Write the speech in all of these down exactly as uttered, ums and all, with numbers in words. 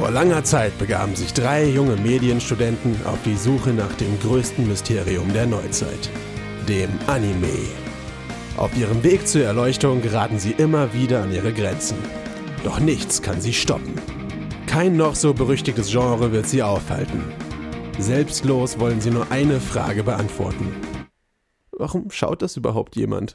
Vor langer Zeit begaben sich drei junge Medienstudenten auf die Suche nach dem größten Mysterium der Neuzeit, dem Anime. Auf ihrem Weg zur Erleuchtung geraten sie immer wieder an ihre Grenzen. Doch nichts kann sie stoppen. Kein noch so berüchtigtes Genre wird sie aufhalten. Selbstlos wollen sie nur eine Frage beantworten. Warum schaut das überhaupt jemand?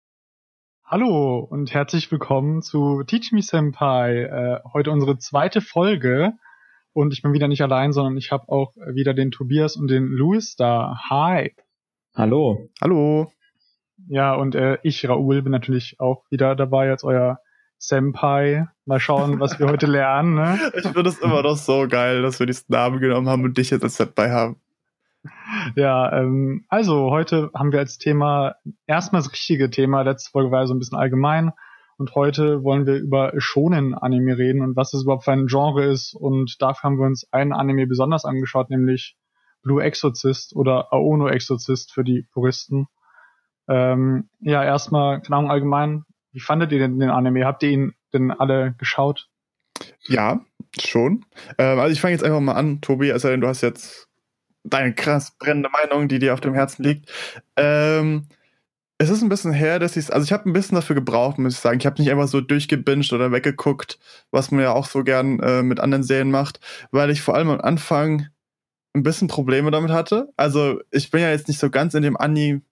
Hallo und herzlich willkommen zu Teach Me Senpai. Äh, heute unsere zweite Folge und ich bin wieder nicht allein, sondern ich habe auch wieder den Tobias und den Louis da. Hi. Hallo. Hallo. Ja, und äh, ich, Raoul, bin natürlich auch wieder dabei als euer Senpai. Mal schauen, was wir heute lernen. Ne? Ich finde es immer noch so geil, dass wir diesen Namen genommen haben und dich jetzt als Senpai haben. Ja, ähm, also heute haben wir als Thema erstmal das richtige Thema. Letzte Folge war ja so ein bisschen allgemein und heute wollen wir über Shonen-Anime reden und was es überhaupt für ein Genre ist, und dafür haben wir uns einen Anime besonders angeschaut, nämlich Blue Exorcist oder Aono Exorcist für die Puristen. Ähm, ja, erstmal, keine Ahnung, allgemein, wie fandet ihr denn den Anime? Habt ihr ihn denn alle geschaut? Ja, schon. Ähm, also ich fange jetzt einfach mal an, Tobi, also du hast jetzt deine krass brennende Meinung, die dir auf dem Herzen liegt. Ähm, es ist ein bisschen her, dass ich also ich habe ein bisschen dafür gebraucht, muss ich sagen. Ich habe nicht einfach so durchgebinged oder weggeguckt, was man ja auch so gern äh, mit anderen Serien macht, weil ich vor allem am Anfang ein bisschen Probleme damit hatte. Also ich bin ja jetzt nicht so ganz in dem Anime,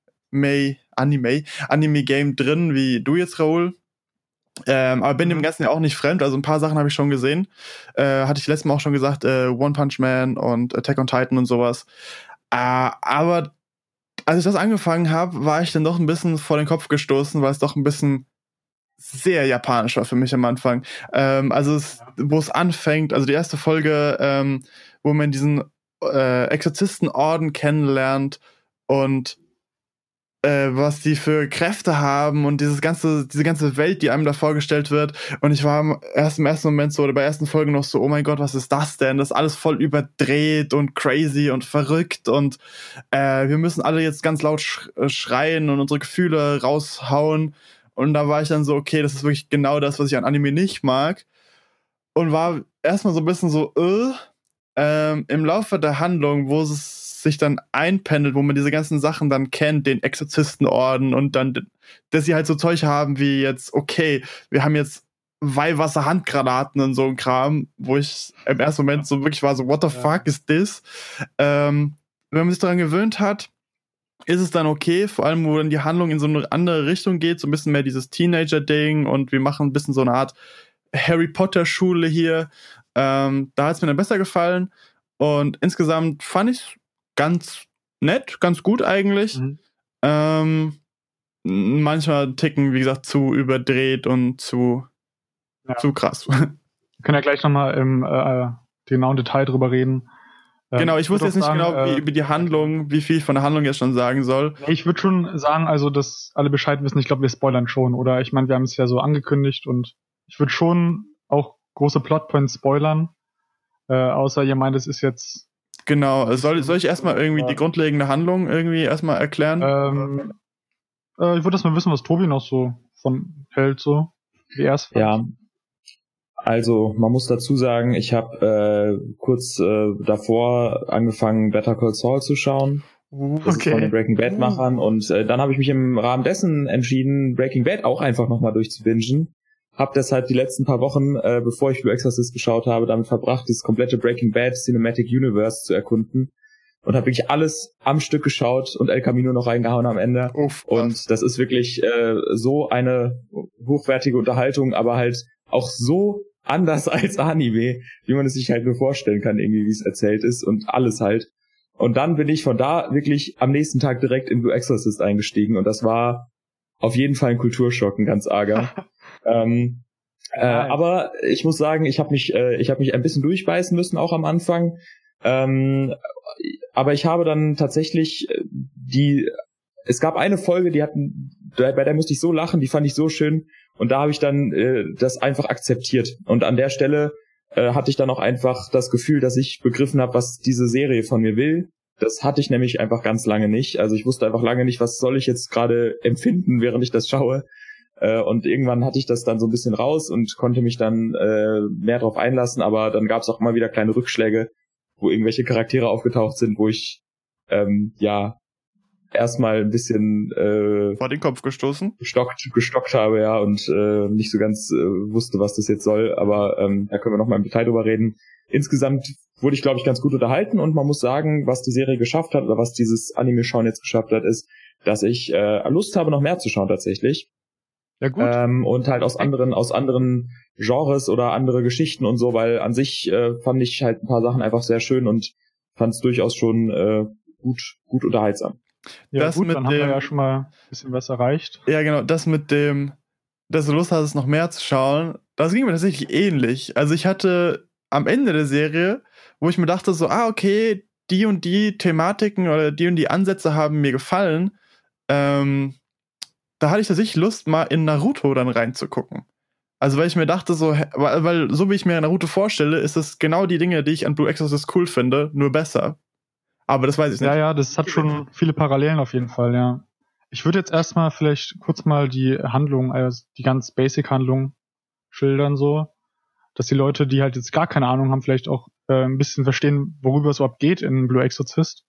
Anime, Anime-Game drin, wie du jetzt, Raoul. Ähm, aber bin dem Ganzen ja auch nicht fremd, also ein paar Sachen habe ich schon gesehen. Äh, hatte ich letztes Mal auch schon gesagt, äh, One Punch Man und Attack on Titan und sowas. Äh, aber als ich das angefangen habe, war ich dann doch ein bisschen vor den Kopf gestoßen, weil es doch ein bisschen sehr japanisch war für mich am Anfang. Ähm, also es, wo es anfängt, also die erste Folge, ähm, wo man diesen äh, Exorzistenorden kennenlernt und Äh, was die für Kräfte haben und dieses ganze, diese ganze Welt, die einem da vorgestellt wird. Und ich war im ersten, im ersten Moment so, oder bei der ersten Folge noch so, oh mein Gott, was ist das denn? Das ist alles voll überdreht und crazy und verrückt und äh, wir müssen alle jetzt ganz laut sch- schreien und unsere Gefühle raushauen. Und da war ich dann so, okay, das ist wirklich genau das, was ich an Anime nicht mag. Und war erstmal so ein bisschen so, äh, ähm, im Laufe der Handlung, wo es sich dann einpendelt, wo man diese ganzen Sachen dann kennt, den Exorzistenorden und dann, dass sie halt so Zeug haben wie jetzt, okay, wir haben jetzt Weihwasser-Handgranaten und so ein Kram, wo ich im ersten Moment so wirklich war so, what the fuck is this? Ähm, wenn man sich daran gewöhnt hat, ist es dann okay, vor allem, wo dann die Handlung in so eine andere Richtung geht, so ein bisschen mehr dieses Teenager-Ding und wir machen ein bisschen so eine Art Harry-Potter-Schule hier. Ähm, da hat es mir dann besser gefallen und insgesamt fand ich ganz nett, ganz gut eigentlich. Mhm. Ähm, manchmal ticken, wie gesagt, zu überdreht und zu, ja. zu krass. Wir können ja gleich nochmal im äh, genauen Detail drüber reden. Genau, ich, ich wusste jetzt nicht sagen, genau, wie, äh, über die Handlung, wie viel ich von der Handlung jetzt schon sagen soll. Ich würde schon sagen, also, dass alle Bescheid wissen, ich glaube, wir spoilern schon, oder? Ich meine, wir haben es ja so angekündigt und ich würde schon auch große Plotpoints spoilern, äh, außer ihr meint, es ist jetzt Genau, soll, soll ich erstmal irgendwie die grundlegende Handlung irgendwie erstmal erklären? Ähm, äh, ich würde erstmal wissen, was Tobi noch so von hält, so wie er es fand. Ja, also man muss dazu sagen, ich habe äh, kurz äh, davor angefangen, Better Call Saul zu schauen. Uh, das okay. ist von den Breaking Bad Machern uh. und äh, dann habe ich mich im Rahmen dessen entschieden, Breaking Bad auch einfach nochmal durchzubingen. Hab deshalb die letzten paar Wochen, äh, bevor ich Blue Exorcist geschaut habe, damit verbracht, dieses komplette Breaking Bad Cinematic Universe zu erkunden. Und habe wirklich alles am Stück geschaut und El Camino noch reingehauen am Ende. Uff, und das ist wirklich äh, so eine hochwertige Unterhaltung, aber halt auch so anders als Anime, wie man es sich halt nur vorstellen kann, irgendwie, wie es erzählt ist und alles halt. Und dann bin ich von da wirklich am nächsten Tag direkt in Blue Exorcist eingestiegen und das war auf jeden Fall ein Kulturschock, ein ganz arger. ähm, äh, aber ich muss sagen, ich habe mich, äh, ich habe mich ein bisschen durchbeißen müssen auch am Anfang. Ähm, aber ich habe dann tatsächlich die, es gab eine Folge, die hatten, bei der musste ich so lachen, die fand ich so schön und da habe ich dann äh, das einfach akzeptiert und an der Stelle äh, hatte ich dann auch einfach das Gefühl, dass ich begriffen habe, was diese Serie von mir will. Das hatte ich nämlich einfach ganz lange nicht. Also ich wusste einfach lange nicht, was soll ich jetzt gerade empfinden, während ich das schaue. Äh, und irgendwann hatte ich das dann so ein bisschen raus und konnte mich dann äh, mehr drauf einlassen, aber dann gab es auch immer wieder kleine Rückschläge, wo irgendwelche Charaktere aufgetaucht sind, wo ich ähm, ja erstmal ein bisschen äh, vor den Kopf gestoßen, gestockt, gestockt habe, ja, und äh, nicht so ganz äh, wusste, was das jetzt soll, aber ähm, da können wir noch mal im Detail drüber reden. Insgesamt wurde ich, glaube ich, ganz gut unterhalten und man muss sagen, was die Serie geschafft hat oder was dieses Anime-Schauen jetzt geschafft hat, ist, dass ich äh, Lust habe, noch mehr zu schauen tatsächlich. Ja, gut. Ähm, und halt aus anderen, aus anderen Genres oder andere Geschichten und so, weil an sich äh, fand ich halt ein paar Sachen einfach sehr schön und fand es durchaus schon äh, gut, gut unterhaltsam. Ja, das gut, mit dann dem, haben wir ja schon mal ein bisschen was erreicht. Ja, genau, das mit dem, dass du Lust hattest, noch mehr zu schauen, das ging mir tatsächlich ähnlich. Also ich hatte am Ende der Serie, wo ich mir dachte so, ah, okay, die und die Thematiken oder die und die Ansätze haben mir gefallen, ähm, da hatte ich tatsächlich Lust, mal in Naruto dann reinzugucken. Also weil ich mir dachte so, weil, weil so wie ich mir Naruto vorstelle, ist es genau die Dinge, die ich an Blue Exorcist cool finde, nur besser. Aber das weiß ich nicht. Ja, ja, das hat schon viele Parallelen auf jeden Fall, ja. Ich würde jetzt erstmal vielleicht kurz mal die Handlung, also die ganz Basic-Handlung schildern so, dass die Leute, die halt jetzt gar keine Ahnung haben, vielleicht auch äh, ein bisschen verstehen, worüber es überhaupt geht in Blue Exorcist.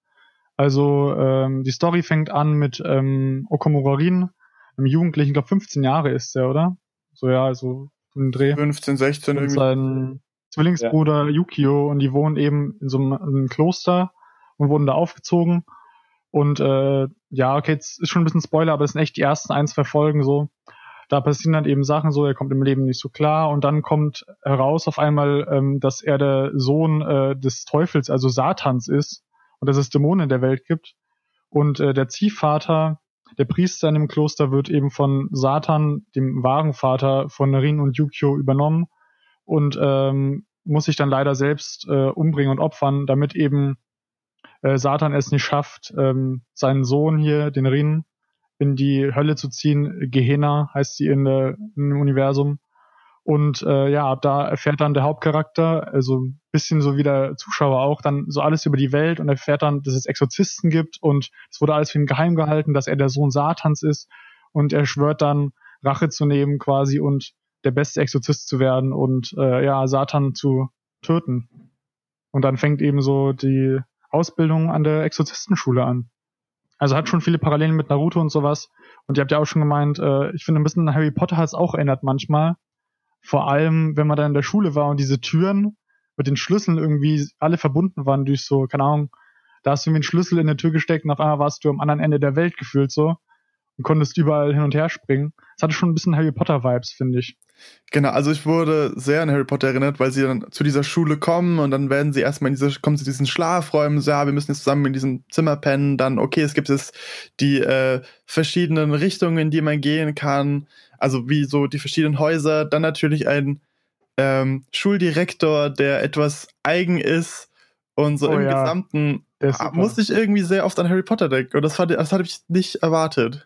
Also ähm, die Story fängt an mit ähm, Okumura Rin, einem Jugendlichen, ich glaube fünfzehn Jahre ist der, oder? So ja, also im Dreh. fünfzehn, sechzehn und irgendwie. sein Zwillingsbruder ja. Yukio, und die wohnen eben in so einem, einem Kloster und wurden da aufgezogen. Und äh, ja, okay, jetzt ist schon ein bisschen Spoiler, aber es sind echt die ersten ein, zwei Folgen so. Da passieren dann eben Sachen so, er kommt im Leben nicht so klar und dann kommt heraus auf einmal, ähm, dass er der Sohn äh, des Teufels, also Satans ist und dass es Dämonen in der Welt gibt. Und äh, der Ziehvater, der Priester in dem Kloster, wird eben von Satan, dem wahren Vater von Rin und Yukio, übernommen und ähm, muss sich dann leider selbst äh, umbringen und opfern, damit eben äh, Satan es nicht schafft, ähm, seinen Sohn hier, den Rin, in die Hölle zu ziehen. Gehenna heißt sie in der, im Universum. Und äh, ja, ab da erfährt dann der Hauptcharakter, also ein bisschen so wie der Zuschauer auch, dann so alles über die Welt und erfährt dann, dass es Exorzisten gibt und es wurde alles für ihn geheim gehalten, dass er der Sohn Satans ist und er schwört dann, Rache zu nehmen quasi und der beste Exorzist zu werden und äh, ja, Satan zu töten. Und dann fängt eben so die Ausbildung an der Exorzistenschule an. Also hat schon viele Parallelen mit Naruto und sowas. Und ihr habt ja auch schon gemeint, äh, ich finde ein bisschen Harry Potter hat es auch erinnert manchmal. Vor allem, wenn man da in der Schule war und diese Türen mit den Schlüsseln irgendwie alle verbunden waren durch so, keine Ahnung, da hast du irgendwie einen Schlüssel in eine Tür gesteckt und auf einmal warst du am anderen Ende der Welt gefühlt so und konntest überall hin und her springen. Das hatte schon ein bisschen Harry Potter-Vibes, finde ich. Genau, also ich wurde sehr an Harry Potter erinnert, weil sie dann zu dieser Schule kommen und dann werden sie erstmal in diese, kommen zu diesen Schlafräumen, so, ja, wir müssen jetzt zusammen in diesem Zimmer pennen, dann, okay, es gibt jetzt die äh, verschiedenen Richtungen, in die man gehen kann, also wie so die verschiedenen Häuser, dann natürlich ein ähm, Schuldirektor, der etwas eigen ist und so oh, im ja. Gesamten musste ich irgendwie sehr oft an Harry Potter denken und das, fand, das hatte ich nicht erwartet.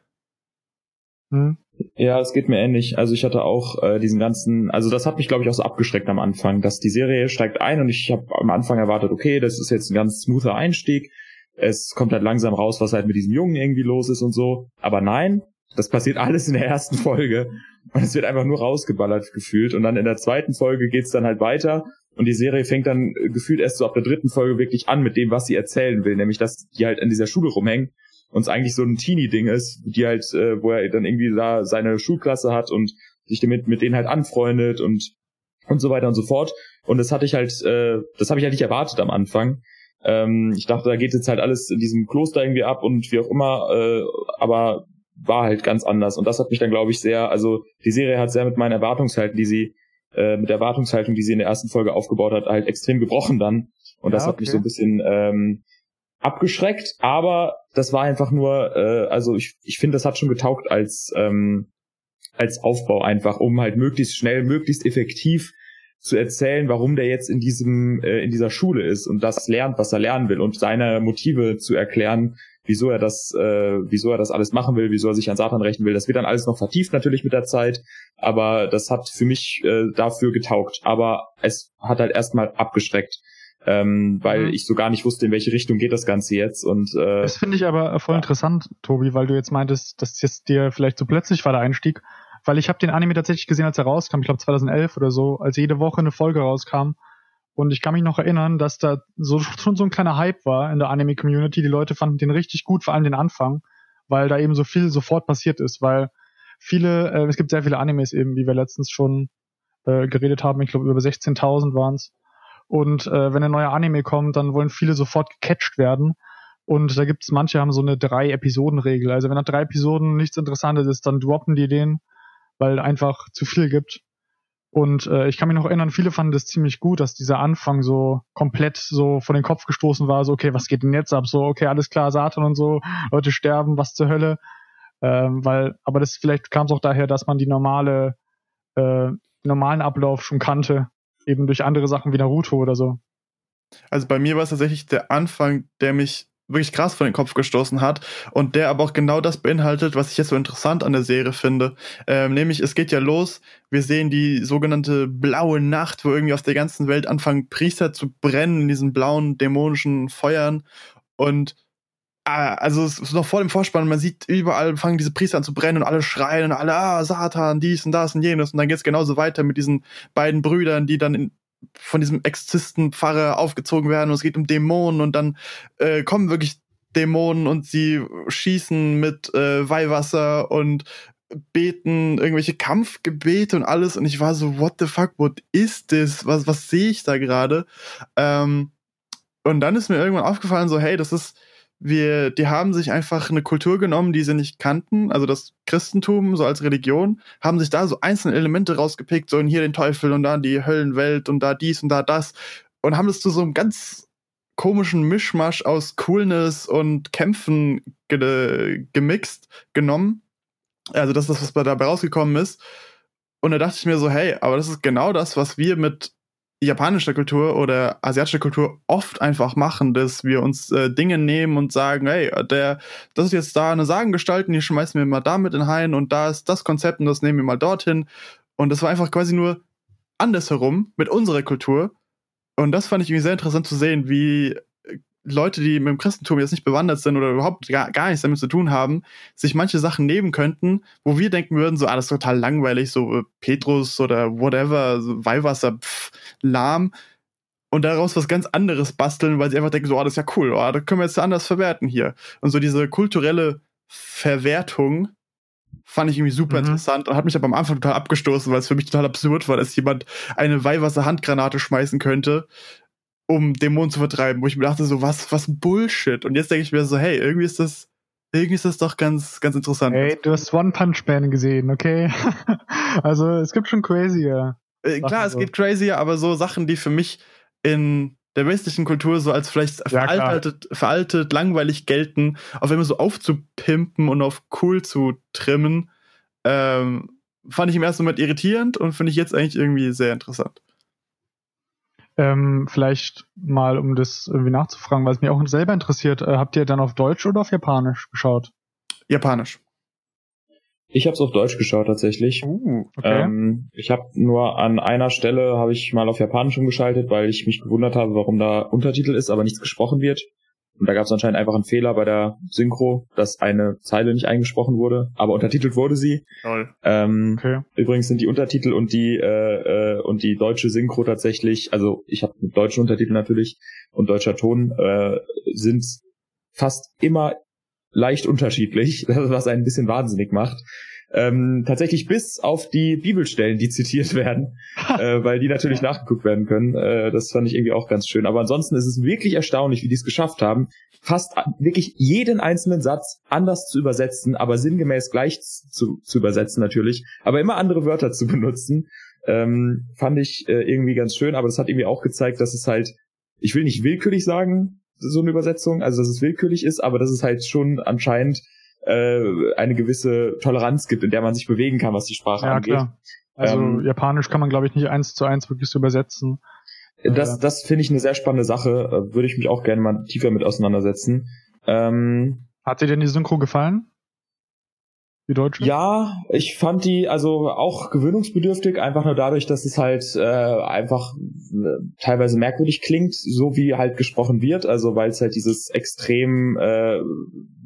Hm. Ja, es geht mir ähnlich. Also ich hatte auch äh, diesen ganzen, also das hat mich, glaube ich, auch so abgeschreckt am Anfang, dass die Serie steigt ein und ich habe am Anfang erwartet, okay, das ist jetzt ein ganz smoother Einstieg, es kommt halt langsam raus, was halt mit diesem Jungen irgendwie los ist und so, aber nein, das passiert alles in der ersten Folge und es wird einfach nur rausgeballert gefühlt und dann in der zweiten Folge geht's dann halt weiter und die Serie fängt dann gefühlt erst so ab der dritten Folge wirklich an mit dem, was sie erzählen will, nämlich dass die halt in dieser Schule rumhängen und es eigentlich so ein Teenie-Ding ist, die halt, äh, wo er dann irgendwie da seine Schulklasse hat und sich damit mit denen halt anfreundet und und so weiter und so fort. Und das hatte ich halt, äh, das habe ich halt nicht erwartet am Anfang. Ähm, ich dachte, da geht jetzt halt alles in diesem Kloster irgendwie ab und wie auch immer, äh, aber war halt ganz anders. Und das hat mich dann, glaube ich, sehr, also die Serie hat sehr mit meinen Erwartungshaltung, die sie, äh, mit der Erwartungshaltung, die sie in der ersten Folge aufgebaut hat, halt extrem gebrochen dann. Und das ja, okay. hat mich so ein bisschen ähm, abgeschreckt, aber das war einfach nur, äh, also ich ich finde, das hat schon getaugt als ähm, als Aufbau einfach, um halt möglichst schnell, möglichst effektiv zu erzählen, warum der jetzt in diesem äh, in dieser Schule ist und das lernt, was er lernen will und seine Motive zu erklären, wieso er das äh, wieso er das alles machen will, wieso er sich an Satan rächen will. Das wird dann alles noch vertieft natürlich mit der Zeit, aber das hat für mich äh, dafür getaugt, aber es hat halt erstmal abgeschreckt. Ähm, weil mhm. ich so gar nicht wusste, in welche Richtung geht das Ganze jetzt. Und äh, das finde ich aber voll ja. interessant, Tobi, weil du jetzt meintest, dass es dir vielleicht so plötzlich war der Einstieg. weil ich habe den Anime tatsächlich gesehen, als er rauskam, ich glaube zweitausendelf oder so, als jede Woche eine Folge rauskam. Und ich kann mich noch erinnern, dass da so schon so ein kleiner Hype war in der Anime-Community. Die Leute fanden den richtig gut, vor allem den Anfang, weil da eben so viel sofort passiert ist, weil viele, äh, es gibt sehr viele Animes eben, wie wir letztens schon äh, geredet haben, ich glaube über sechzehntausend waren es. Und äh, wenn ein neuer Anime kommt, dann wollen viele sofort gecatcht werden. Und da gibt's manche, haben so eine Drei-Episoden-Regel. Also wenn nach drei Episoden nichts Interessantes ist, dann droppen die den, weil einfach zu viel gibt. Und äh, ich kann mich noch erinnern, viele fanden das ziemlich gut, dass dieser Anfang so komplett so vor den Kopf gestoßen war. So, okay, was geht denn jetzt ab? So, okay, alles klar, Satan und so, Leute sterben, was zur Hölle. Ähm, weil, aber das vielleicht kam es auch daher, dass man die normale, äh, normalen Ablauf schon kannte. Eben durch andere Sachen wie Naruto oder so. Also bei mir war es tatsächlich der Anfang, der mich wirklich krass vor den Kopf gestoßen hat und der aber auch genau das beinhaltet, was ich jetzt so interessant an der Serie finde. Ähm, nämlich, es geht ja los, wir sehen die sogenannte blaue Nacht, wo irgendwie auf der ganzen Welt anfangen Priester zu brennen in diesen blauen dämonischen Feuern und ah, also es ist noch vor dem Vorspann, man sieht überall fangen diese Priester an zu brennen und alle schreien und alle, ah, Satan, dies und das und jenes und dann geht's genauso weiter mit diesen beiden Brüdern, die dann in von diesem Exorzistenpfarrer aufgezogen werden und es geht um Dämonen und dann äh, kommen wirklich Dämonen und sie schießen mit äh, Weihwasser und beten irgendwelche Kampfgebete und alles und ich war so, what the fuck, what is this? Was, was sehe ich da gerade? Ähm, und dann ist mir irgendwann aufgefallen so, hey, das ist wir, die haben sich einfach eine Kultur genommen, die sie nicht kannten, also das Christentum so als Religion, haben sich da so einzelne Elemente rausgepickt, so in hier den Teufel und da die Höllenwelt und da dies und da das und haben das zu so einem ganz komischen Mischmasch aus Coolness und Kämpfen ge- gemixt genommen. Also das ist das, was dabei rausgekommen ist. Und da dachte ich mir so, hey, aber das ist genau das, was wir mit japanischer Kultur oder asiatischer Kultur oft einfach machen, dass wir uns äh, Dinge nehmen und sagen, hey, der, das ist jetzt da eine Sagengestalt und die schmeißen wir mal da mit in Hain und da ist das Konzept und das nehmen wir mal dorthin. Und das war einfach quasi nur andersherum mit unserer Kultur. Und das fand ich irgendwie sehr interessant zu sehen, wie Leute, die mit dem Christentum jetzt nicht bewandert sind oder überhaupt gar, gar nichts damit zu tun haben, sich manche Sachen nehmen könnten, wo wir denken würden, so, ah, das ist total langweilig, so äh, Petrus oder whatever, so Weihwasser, pff, lahm, und daraus was ganz anderes basteln, weil sie einfach denken, so, ah, das ist ja cool, oh, da können wir jetzt anders verwerten hier. Und so diese kulturelle Verwertung fand ich irgendwie super mhm. interessant und hat mich aber am Anfang total abgestoßen, weil es für mich total absurd war, dass jemand eine Weihwasser-Handgranate schmeißen könnte, um Dämonen zu vertreiben, wo ich mir dachte, so, was, was Bullshit. Und jetzt denke ich mir so, hey, irgendwie ist das, irgendwie ist das doch ganz, ganz interessant. Hey, du hast One Punch Man gesehen, okay? Also, es gibt schon crazier. Äh, klar, so. Es geht crazier, aber so Sachen, die für mich in der westlichen Kultur so als vielleicht ja, veraltet, veraltet, langweilig gelten, auf einmal so aufzupimpen und auf cool zu trimmen, ähm, fand ich im ersten Moment irritierend und finde ich jetzt eigentlich irgendwie sehr interessant. Ähm, vielleicht mal, um das irgendwie nachzufragen, weil es mich auch selber interessiert, äh, habt ihr dann auf Deutsch oder auf Japanisch geschaut? Japanisch. Ich habe es auf Deutsch geschaut tatsächlich. Uh, okay. Ähm, ich habe nur an einer Stelle habe ich mal auf Japanisch umgeschaltet, weil ich mich gewundert habe, warum da Untertitel ist, aber nichts gesprochen wird. Und da gab es anscheinend einfach einen Fehler bei der Synchro, dass eine Zeile nicht eingesprochen wurde, aber untertitelt wurde sie. Toll. Ähm, okay. Übrigens sind die Untertitel und die äh, äh, und die deutsche Synchro tatsächlich, also ich habe mit deutschen Untertiteln natürlich und deutscher Ton, äh, sind fast immer leicht unterschiedlich, was einen ein bisschen wahnsinnig macht. Ähm, tatsächlich bis auf die Bibelstellen, die zitiert werden, äh, weil die natürlich nachgeguckt werden können. Äh, das fand ich irgendwie auch ganz schön. Aber ansonsten ist es wirklich erstaunlich, wie die es geschafft haben, fast wirklich jeden einzelnen Satz anders zu übersetzen, aber sinngemäß gleich zu, zu übersetzen natürlich, aber immer andere Wörter zu benutzen. Ähm, fand ich äh, irgendwie ganz schön, aber das hat irgendwie auch gezeigt, dass es halt, ich will nicht willkürlich sagen, so eine Übersetzung, also dass es willkürlich ist, aber dass es halt schon anscheinend eine gewisse Toleranz gibt, in der man sich bewegen kann, was die Sprache ja, angeht. Ja, klar. Also ähm, Japanisch kann man, glaube ich, nicht eins zu eins wirklich so übersetzen. Das, das finde ich eine sehr spannende Sache. Würde ich mich auch gerne mal tiefer mit auseinandersetzen. Ähm, Hat dir denn die Synchro gefallen? Die deutsche? Ja, ich fand die also auch gewöhnungsbedürftig, einfach nur dadurch, dass es halt äh, einfach äh, teilweise merkwürdig klingt, so wie halt gesprochen wird, also weil es halt dieses extrem äh,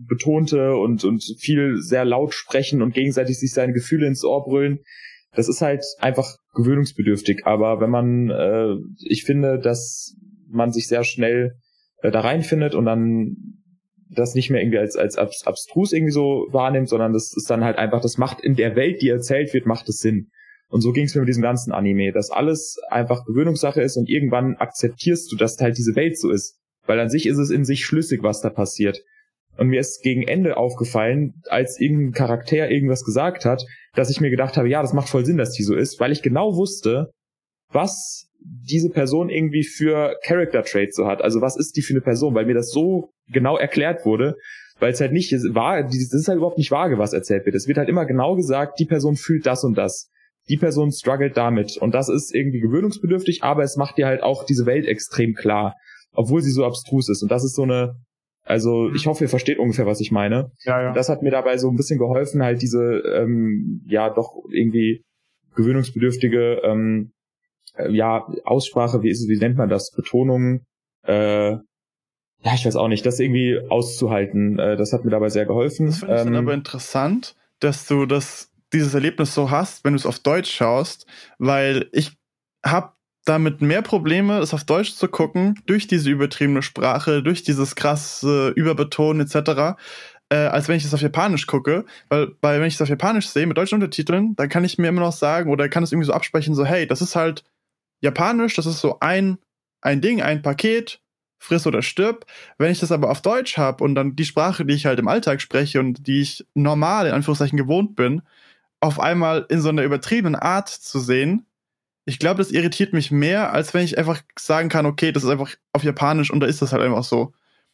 betonte und, und viel sehr laut sprechen und gegenseitig sich seine Gefühle ins Ohr brüllen. Das ist halt einfach gewöhnungsbedürftig. Aber wenn man, äh, ich finde, dass man sich sehr schnell äh, da reinfindet und dann das nicht mehr irgendwie als, als abstrus irgendwie so wahrnimmt, sondern das ist dann halt einfach, das macht in der Welt, die erzählt wird, macht es Sinn. Und so ging es mir mit diesem ganzen Anime, dass alles einfach Gewöhnungssache ist und irgendwann akzeptierst du, dass halt diese Welt so ist. Weil an sich ist es in sich schlüssig, was da passiert. Und mir ist gegen Ende aufgefallen, als irgendein Charakter irgendwas gesagt hat, dass ich mir gedacht habe, ja, das macht voll Sinn, dass die so ist, weil ich genau wusste, was diese Person irgendwie für Character Traits so hat. Also was ist die für eine Person? Weil mir das so genau erklärt wurde, weil es halt nicht wahr, das ist halt überhaupt nicht vage, was erzählt wird. Es wird halt immer genau gesagt, die Person fühlt das und das. Die Person struggelt damit. Und das ist irgendwie gewöhnungsbedürftig, aber es macht dir halt auch diese Welt extrem klar, obwohl sie so abstrus ist. Und das ist so eine, also ich hoffe, ihr versteht ungefähr, was ich meine. Ja, ja. Und das hat mir dabei so ein bisschen geholfen, halt diese, ähm, ja, doch irgendwie gewöhnungsbedürftige, ähm, ja, Aussprache, wie ist es, wie nennt man das, Betonung, äh, ja, ich weiß auch nicht, das irgendwie auszuhalten, äh, das hat mir dabei sehr geholfen. Das finde ich ähm, dann aber interessant, dass du das, dieses Erlebnis so hast, wenn du es auf Deutsch schaust, weil ich habe damit mehr Probleme, es auf Deutsch zu gucken, durch diese übertriebene Sprache, durch dieses krasse Überbetonen et cetera, äh, als wenn ich es auf Japanisch gucke, weil, weil wenn ich es auf Japanisch sehe, mit deutschen Untertiteln, dann kann ich mir immer noch sagen, oder kann es irgendwie so absprechen, so, hey, das ist halt Japanisch, das ist so ein, ein Ding, ein Paket, friss oder stirb. Wenn ich das aber auf Deutsch habe und dann die Sprache, die ich halt im Alltag spreche und die ich normal, in Anführungszeichen, gewohnt bin, auf einmal in so einer übertriebenen Art zu sehen, ich glaube, das irritiert mich mehr, als wenn ich einfach sagen kann, okay, das ist einfach auf Japanisch und da ist das halt einfach so.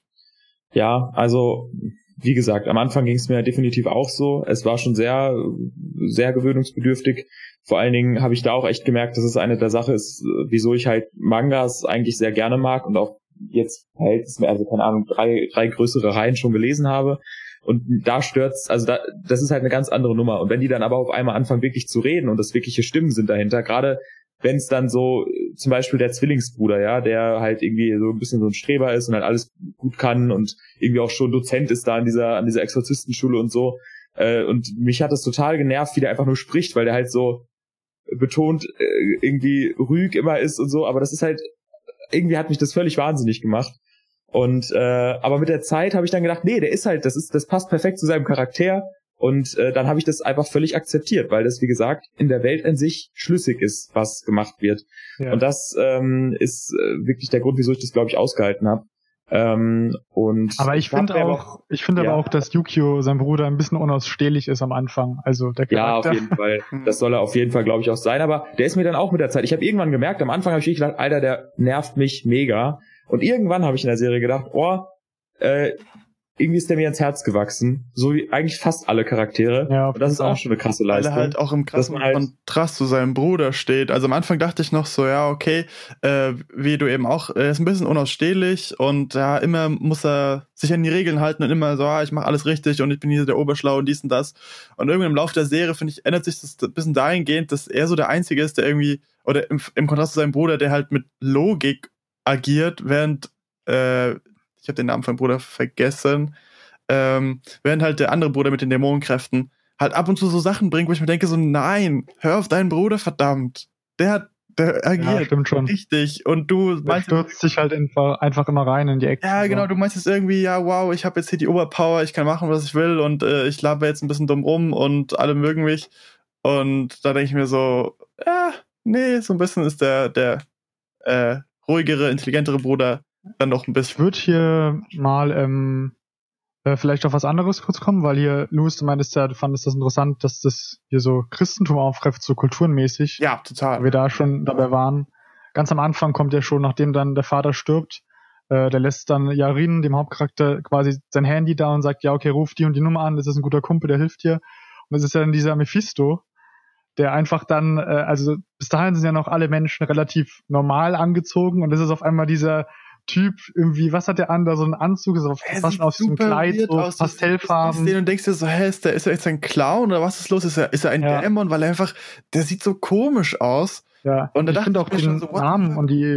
Ja, also wie gesagt, am Anfang ging es mir definitiv auch so. Es war schon sehr, sehr gewöhnungsbedürftig. Vor allen Dingen habe ich da auch echt gemerkt, dass es eine der Sachen ist, wieso ich halt Mangas eigentlich sehr gerne mag und auch jetzt halt, also keine Ahnung, drei, drei größere Reihen schon gelesen habe. Und da stört's, also da, das ist halt eine ganz andere Nummer. Und wenn die dann aber auf einmal anfangen, wirklich zu reden und das wirkliche Stimmen sind dahinter, gerade wenn es dann so, zum Beispiel der Zwillingsbruder, ja, der halt irgendwie so ein bisschen so ein Streber ist und halt alles gut kann und irgendwie auch schon Dozent ist da an dieser, an dieser Exorzistenschule und so. Äh, und mich hat das total genervt, wie der einfach nur spricht, weil der halt so betont äh, irgendwie ruhig immer ist und so. Aber das ist halt, irgendwie hat mich das völlig wahnsinnig gemacht. Und äh, aber mit der Zeit habe ich dann gedacht, nee, der ist halt, das ist, das passt perfekt zu seinem Charakter. Und äh, dann habe ich das einfach völlig akzeptiert, weil das, wie gesagt, in der Welt an sich schlüssig ist, was gemacht wird. Ja. Und das ähm, ist äh, wirklich der Grund, wieso ich das, glaube ich, ausgehalten habe. Ähm, und aber ich finde auch, ich finde ja. aber auch, dass Yukio, sein Bruder, ein bisschen unausstehlich ist am Anfang. Also der Charakter. Ja, auf jeden Fall. Das soll er auf jeden Fall, glaube ich, auch sein. Aber der ist mir dann auch mit der Zeit. Ich habe irgendwann gemerkt, am Anfang habe ich gedacht, Alter, der nervt mich mega. Und irgendwann habe ich in der Serie gedacht, oh, äh, irgendwie ist der mir ins Herz gewachsen, so wie eigentlich fast alle Charaktere. Ja, und das ist auch schon eine krasse Leistung. Weil er halt auch im krassen halt Kontrast zu seinem Bruder steht. Also am Anfang dachte ich noch so, ja, okay, äh, wie du eben auch, er ist ein bisschen unausstehlich und ja, immer muss er sich an die Regeln halten und immer so, ah, ich mache alles richtig und ich bin hier der Oberschlau und dies und das. Und irgendwann im Laufe der Serie, finde ich, ändert sich das ein bisschen dahingehend, dass er so der Einzige ist, der irgendwie, oder im, im Kontrast zu seinem Bruder, der halt mit Logik agiert, während äh, ich habe den Namen von Bruder vergessen, ähm, während halt der andere Bruder mit den Dämonenkräften halt ab und zu so Sachen bringt, wo ich mir denke so, nein, hör auf deinen Bruder, verdammt. Der hat, der agiert ja, schon. richtig und du der meinst, stürzt sich halt einfach, einfach immer rein in die Ecke. Ja, genau, du meinst jetzt irgendwie, ja, wow, ich habe jetzt hier die Oberpower, ich kann machen, was ich will und äh, ich laber jetzt ein bisschen dumm rum und alle mögen mich und da denke ich mir so, ja, nee, so ein bisschen ist der, der äh, ruhigere, intelligentere Bruder dann noch ein bisschen. Ich würde hier mal ähm, äh, vielleicht auf was anderes kurz kommen, weil hier, Louis, du meintest ja, du fandest das interessant, dass das hier so Christentum aufgreift, so kulturenmäßig. Ja, total. Wir da schon dabei waren. Ganz am Anfang kommt ja schon, nachdem dann der Vater stirbt, äh, der lässt dann Yarin, dem Hauptcharakter, quasi sein Handy da und sagt, ja, okay, ruf die und die Nummer an, das ist ein guter Kumpel, der hilft dir. Und es ist ja dann dieser Mephisto, der einfach dann, äh, also bis dahin sind ja noch alle Menschen relativ normal angezogen und es ist auf einmal dieser Typ irgendwie, was hat der an, da so ein Anzug, so fast aus dem Kleid, so aus, Pastellfarben. Du denkst dir so, hä, ist der, ist er jetzt ein Clown oder was ist los? Ist er, ist er ein ja. Dämon? Weil er einfach, der sieht so komisch aus. Ja, und, und ich finde auch den so, Namen und die,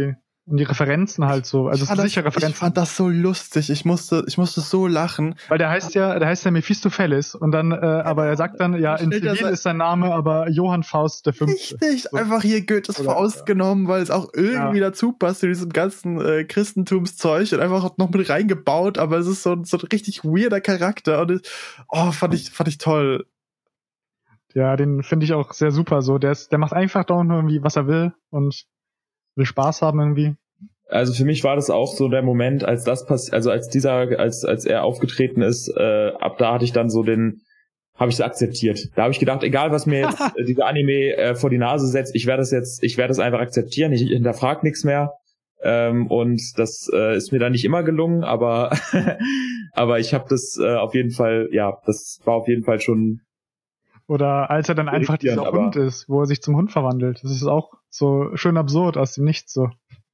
Und die Referenzen halt so, also es sind sicher Referenzen. Ich fand das so lustig, ich musste, ich musste so lachen. Weil der heißt ja, der heißt ja Mephistopheles und dann, äh, ja, aber er sagt dann, ja, in Zivil ist sein Name, aber Johann Faust der Fünfte. Richtig, so. Einfach hier Goethes Oder, Faust ja. genommen, weil es auch irgendwie ja. dazu passt zu diesem ganzen äh, Christentumszeug und einfach noch mit reingebaut, aber es ist so, so ein richtig weirder Charakter und ich, oh, fand ich, fand ich toll. Ja, den finde ich auch sehr super so, der ist, der macht einfach da nur irgendwie, was er will und will Spaß haben irgendwie. Also für mich war das auch so der Moment, als das passiert, also als dieser, als als er aufgetreten ist, äh, ab da hatte ich dann so den, habe ich es akzeptiert. Da habe ich gedacht, egal was mir jetzt äh, dieser Anime äh, vor die Nase setzt, ich werde das jetzt, ich werde es einfach akzeptieren, ich hinterfrage nichts mehr. Ähm, und das äh, ist mir dann nicht immer gelungen, aber aber ich habe das äh, auf jeden Fall, ja, das war auf jeden Fall schon. Oder als er dann einfach dieser Hund ist, wo er sich zum Hund verwandelt. Das ist auch so schön absurd aus dem Nichts so.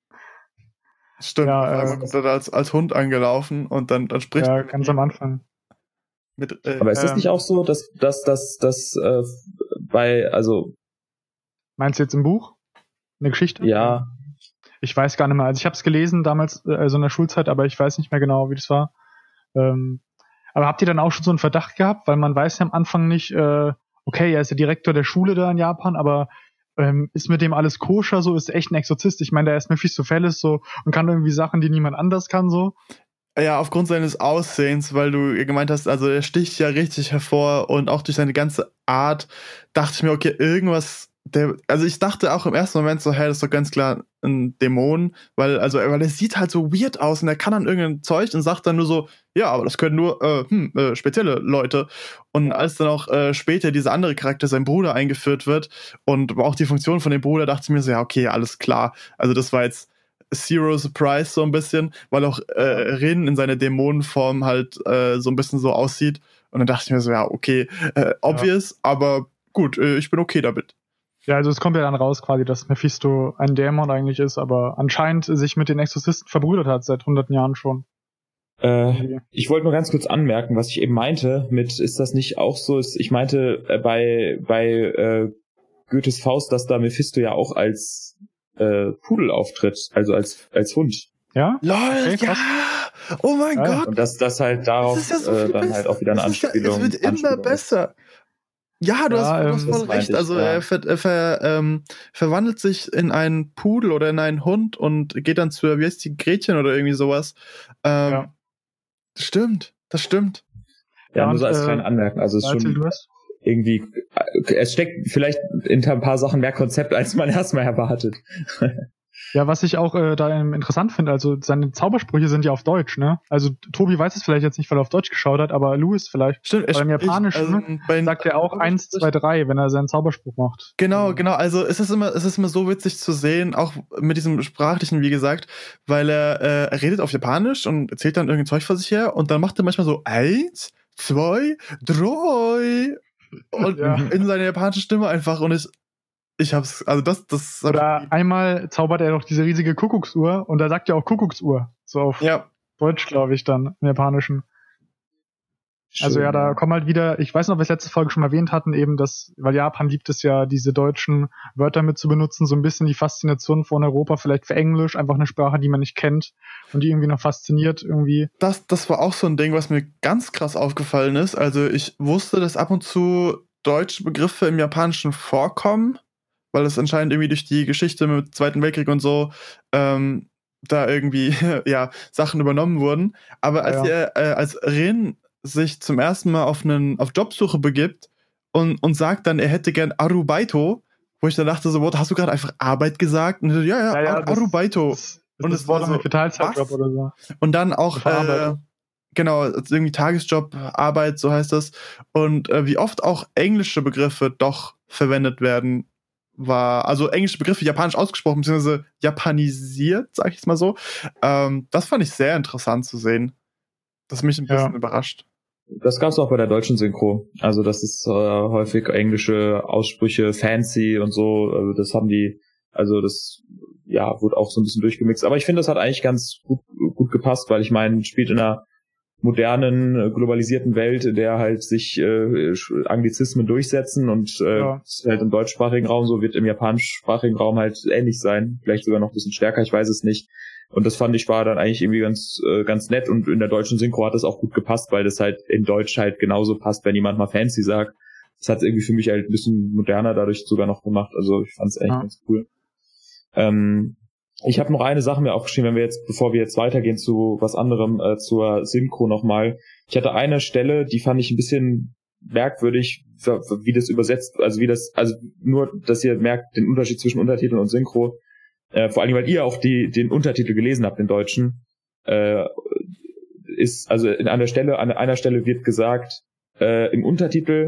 Stimmt, ja, also äh, dann als, als Hund angelaufen und dann, dann spricht ja, ganz am Anfang. Mit, äh, aber ist das ähm, nicht auch so, dass dass dass dass äh, bei, also meinst du jetzt im Buch? Eine Geschichte? Ja. Ich weiß gar nicht mehr. Also ich habe es gelesen damals, also in der Schulzeit, aber ich weiß nicht mehr genau, wie das war. Ähm, aber habt ihr dann auch schon so einen Verdacht gehabt? Weil man weiß ja am Anfang nicht, äh, okay, er ist der Direktor der Schule da in Japan, aber ähm, ist mit dem alles koscher so? Ist echt ein Exorzist? Ich meine, der ist Mephistopheles so und kann irgendwie Sachen, die niemand anders kann so. Ja, aufgrund seines Aussehens, weil du gemeint hast, also er sticht ja richtig hervor und auch durch seine ganze Art dachte ich mir, okay, irgendwas, der, also ich dachte auch im ersten Moment so, hey, das ist doch ganz klar ein Dämon, weil, also, weil er sieht halt so weird aus und er kann dann irgendein Zeug und sagt dann nur so, ja, aber das können nur äh, hm, äh, spezielle Leute. Und als dann auch äh, später dieser andere Charakter, sein Bruder, eingeführt wird und auch die Funktion von dem Bruder, dachte ich mir so, ja, okay, alles klar. Also das war jetzt Zero Surprise so ein bisschen, weil auch äh, Rin in seiner Dämonenform halt äh, so ein bisschen so aussieht. Und dann dachte ich mir so, ja, okay, äh, obvious, ja. aber gut, äh, ich bin okay damit. Ja, also es kommt ja dann raus quasi, dass Mephisto ein Dämon eigentlich ist, aber anscheinend sich mit den Exorzisten verbrüdert hat seit hunderten Jahren schon. Äh, ich wollte nur ganz kurz anmerken, was ich eben meinte mit, ist das nicht auch so, ist, ich meinte äh, bei bei äh, Goethes Faust, dass da Mephisto ja auch als äh, Pudel auftritt, also als als Hund. Ja? Lol, okay, ja! Oh mein ja. Gott! Und dass das halt darauf das ja so äh, dann besser. Halt auch wieder eine Anspielung. Ja, es wird immer besser. Ja, du, ja, hast, du hast voll recht. Ich, also ja. er, ver, er ver, ähm, verwandelt sich in einen Pudel oder in einen Hund und geht dann zu, wie heißt die, Gretchen oder irgendwie sowas. Ähm, ja. Das stimmt, das stimmt. Ja, ja nur so als äh, kleine Anmerkung. Also es ist schon irgendwie, es steckt vielleicht in ein paar Sachen mehr Konzept, als man erstmal erwartet. Ja, was ich auch äh, da interessant finde, also seine Zaubersprüche sind ja auf Deutsch, ne? Also Tobi weiß es vielleicht jetzt nicht, weil er auf Deutsch geschaut hat, aber Louis vielleicht. Stimmt, weil im Japanischen also sagt er auch eins, zwei, drei, wenn er seinen Zauberspruch macht. Genau, genau. Also es ist immer, es ist immer so witzig zu sehen, auch mit diesem Sprachlichen, wie gesagt, weil er, äh, er redet auf Japanisch und erzählt dann irgendein Zeug vor sich her und dann macht er manchmal so eins, zwei, drei und ja. in seiner japanischen Stimme einfach und ich Ich hab's, also das, das. Oder einmal zaubert er doch diese riesige Kuckucksuhr und da sagt er auch Kuckucksuhr. So auf ja. Deutsch, glaube ich, dann, im Japanischen. Schön, also ja, da kommen halt wieder, ich weiß noch, was wir letzte Folge schon erwähnt hatten, eben das, weil Japan liebt es ja, diese deutschen Wörter mit zu benutzen, so ein bisschen die Faszination von Europa, vielleicht für Englisch, einfach eine Sprache, die man nicht kennt und die irgendwie noch fasziniert irgendwie. Das, das war auch so ein Ding, was mir ganz krass aufgefallen ist. Also ich wusste, dass ab und zu deutsche Begriffe im Japanischen vorkommen, weil es anscheinend irgendwie durch die Geschichte mit Zweiten Weltkrieg und so ähm, da irgendwie ja Sachen übernommen wurden. Aber als ja. er, äh, als Rin sich zum ersten Mal auf einen auf Jobsuche begibt und, und sagt dann, er hätte gern Arubaito, wo ich dann dachte so, what, hast du gerade einfach Arbeit gesagt? Und so, ja, ja, ja, ja Ar- Arubaito. Das, das, und das, das war so für Teilzeitjob oder so. Und dann auch äh, genau, irgendwie Tagesjob, Arbeit, so heißt das. Und äh, wie oft auch englische Begriffe doch verwendet werden, war, also englische Begriffe japanisch ausgesprochen, beziehungsweise japanisiert, sag ich es mal so. Ähm, das fand ich sehr interessant zu sehen. Das hat mich ein bisschen ja. überrascht. Das gab's auch bei der deutschen Synchro. Also das ist äh, häufig englische Aussprüche, fancy und so. Also das haben die, also das, ja, wurde auch so ein bisschen durchgemixt. Aber ich finde, das hat eigentlich ganz gut, gut gepasst, weil ich meine, spielt in einer modernen, globalisierten Welt, in der halt sich äh, Anglizismen durchsetzen und äh, ja. ist halt im deutschsprachigen Raum so, wird im japanischsprachigen Raum halt ähnlich sein, vielleicht sogar noch ein bisschen stärker, ich weiß es nicht. Und das fand ich war dann eigentlich irgendwie ganz äh, ganz nett und in der deutschen Synchro hat das auch gut gepasst, weil das halt in Deutsch halt genauso passt, wenn jemand mal fancy sagt. Das hat irgendwie für mich halt ein bisschen moderner dadurch sogar noch gemacht, also ich fand es eigentlich ja. ganz cool. Ähm, Ich habe noch eine Sache mir aufgeschrieben, wenn wir jetzt, bevor wir jetzt weitergehen zu was anderem, äh, zur Synchro nochmal. Ich hatte eine Stelle, die fand ich ein bisschen merkwürdig, wie das übersetzt, also wie das, also nur, dass ihr merkt, den Unterschied zwischen Untertiteln und Synchro, äh, vor allem, weil ihr auch die, den Untertitel gelesen habt, den deutschen, äh, ist, also in einer Stelle, an einer Stelle wird gesagt, äh, im Untertitel,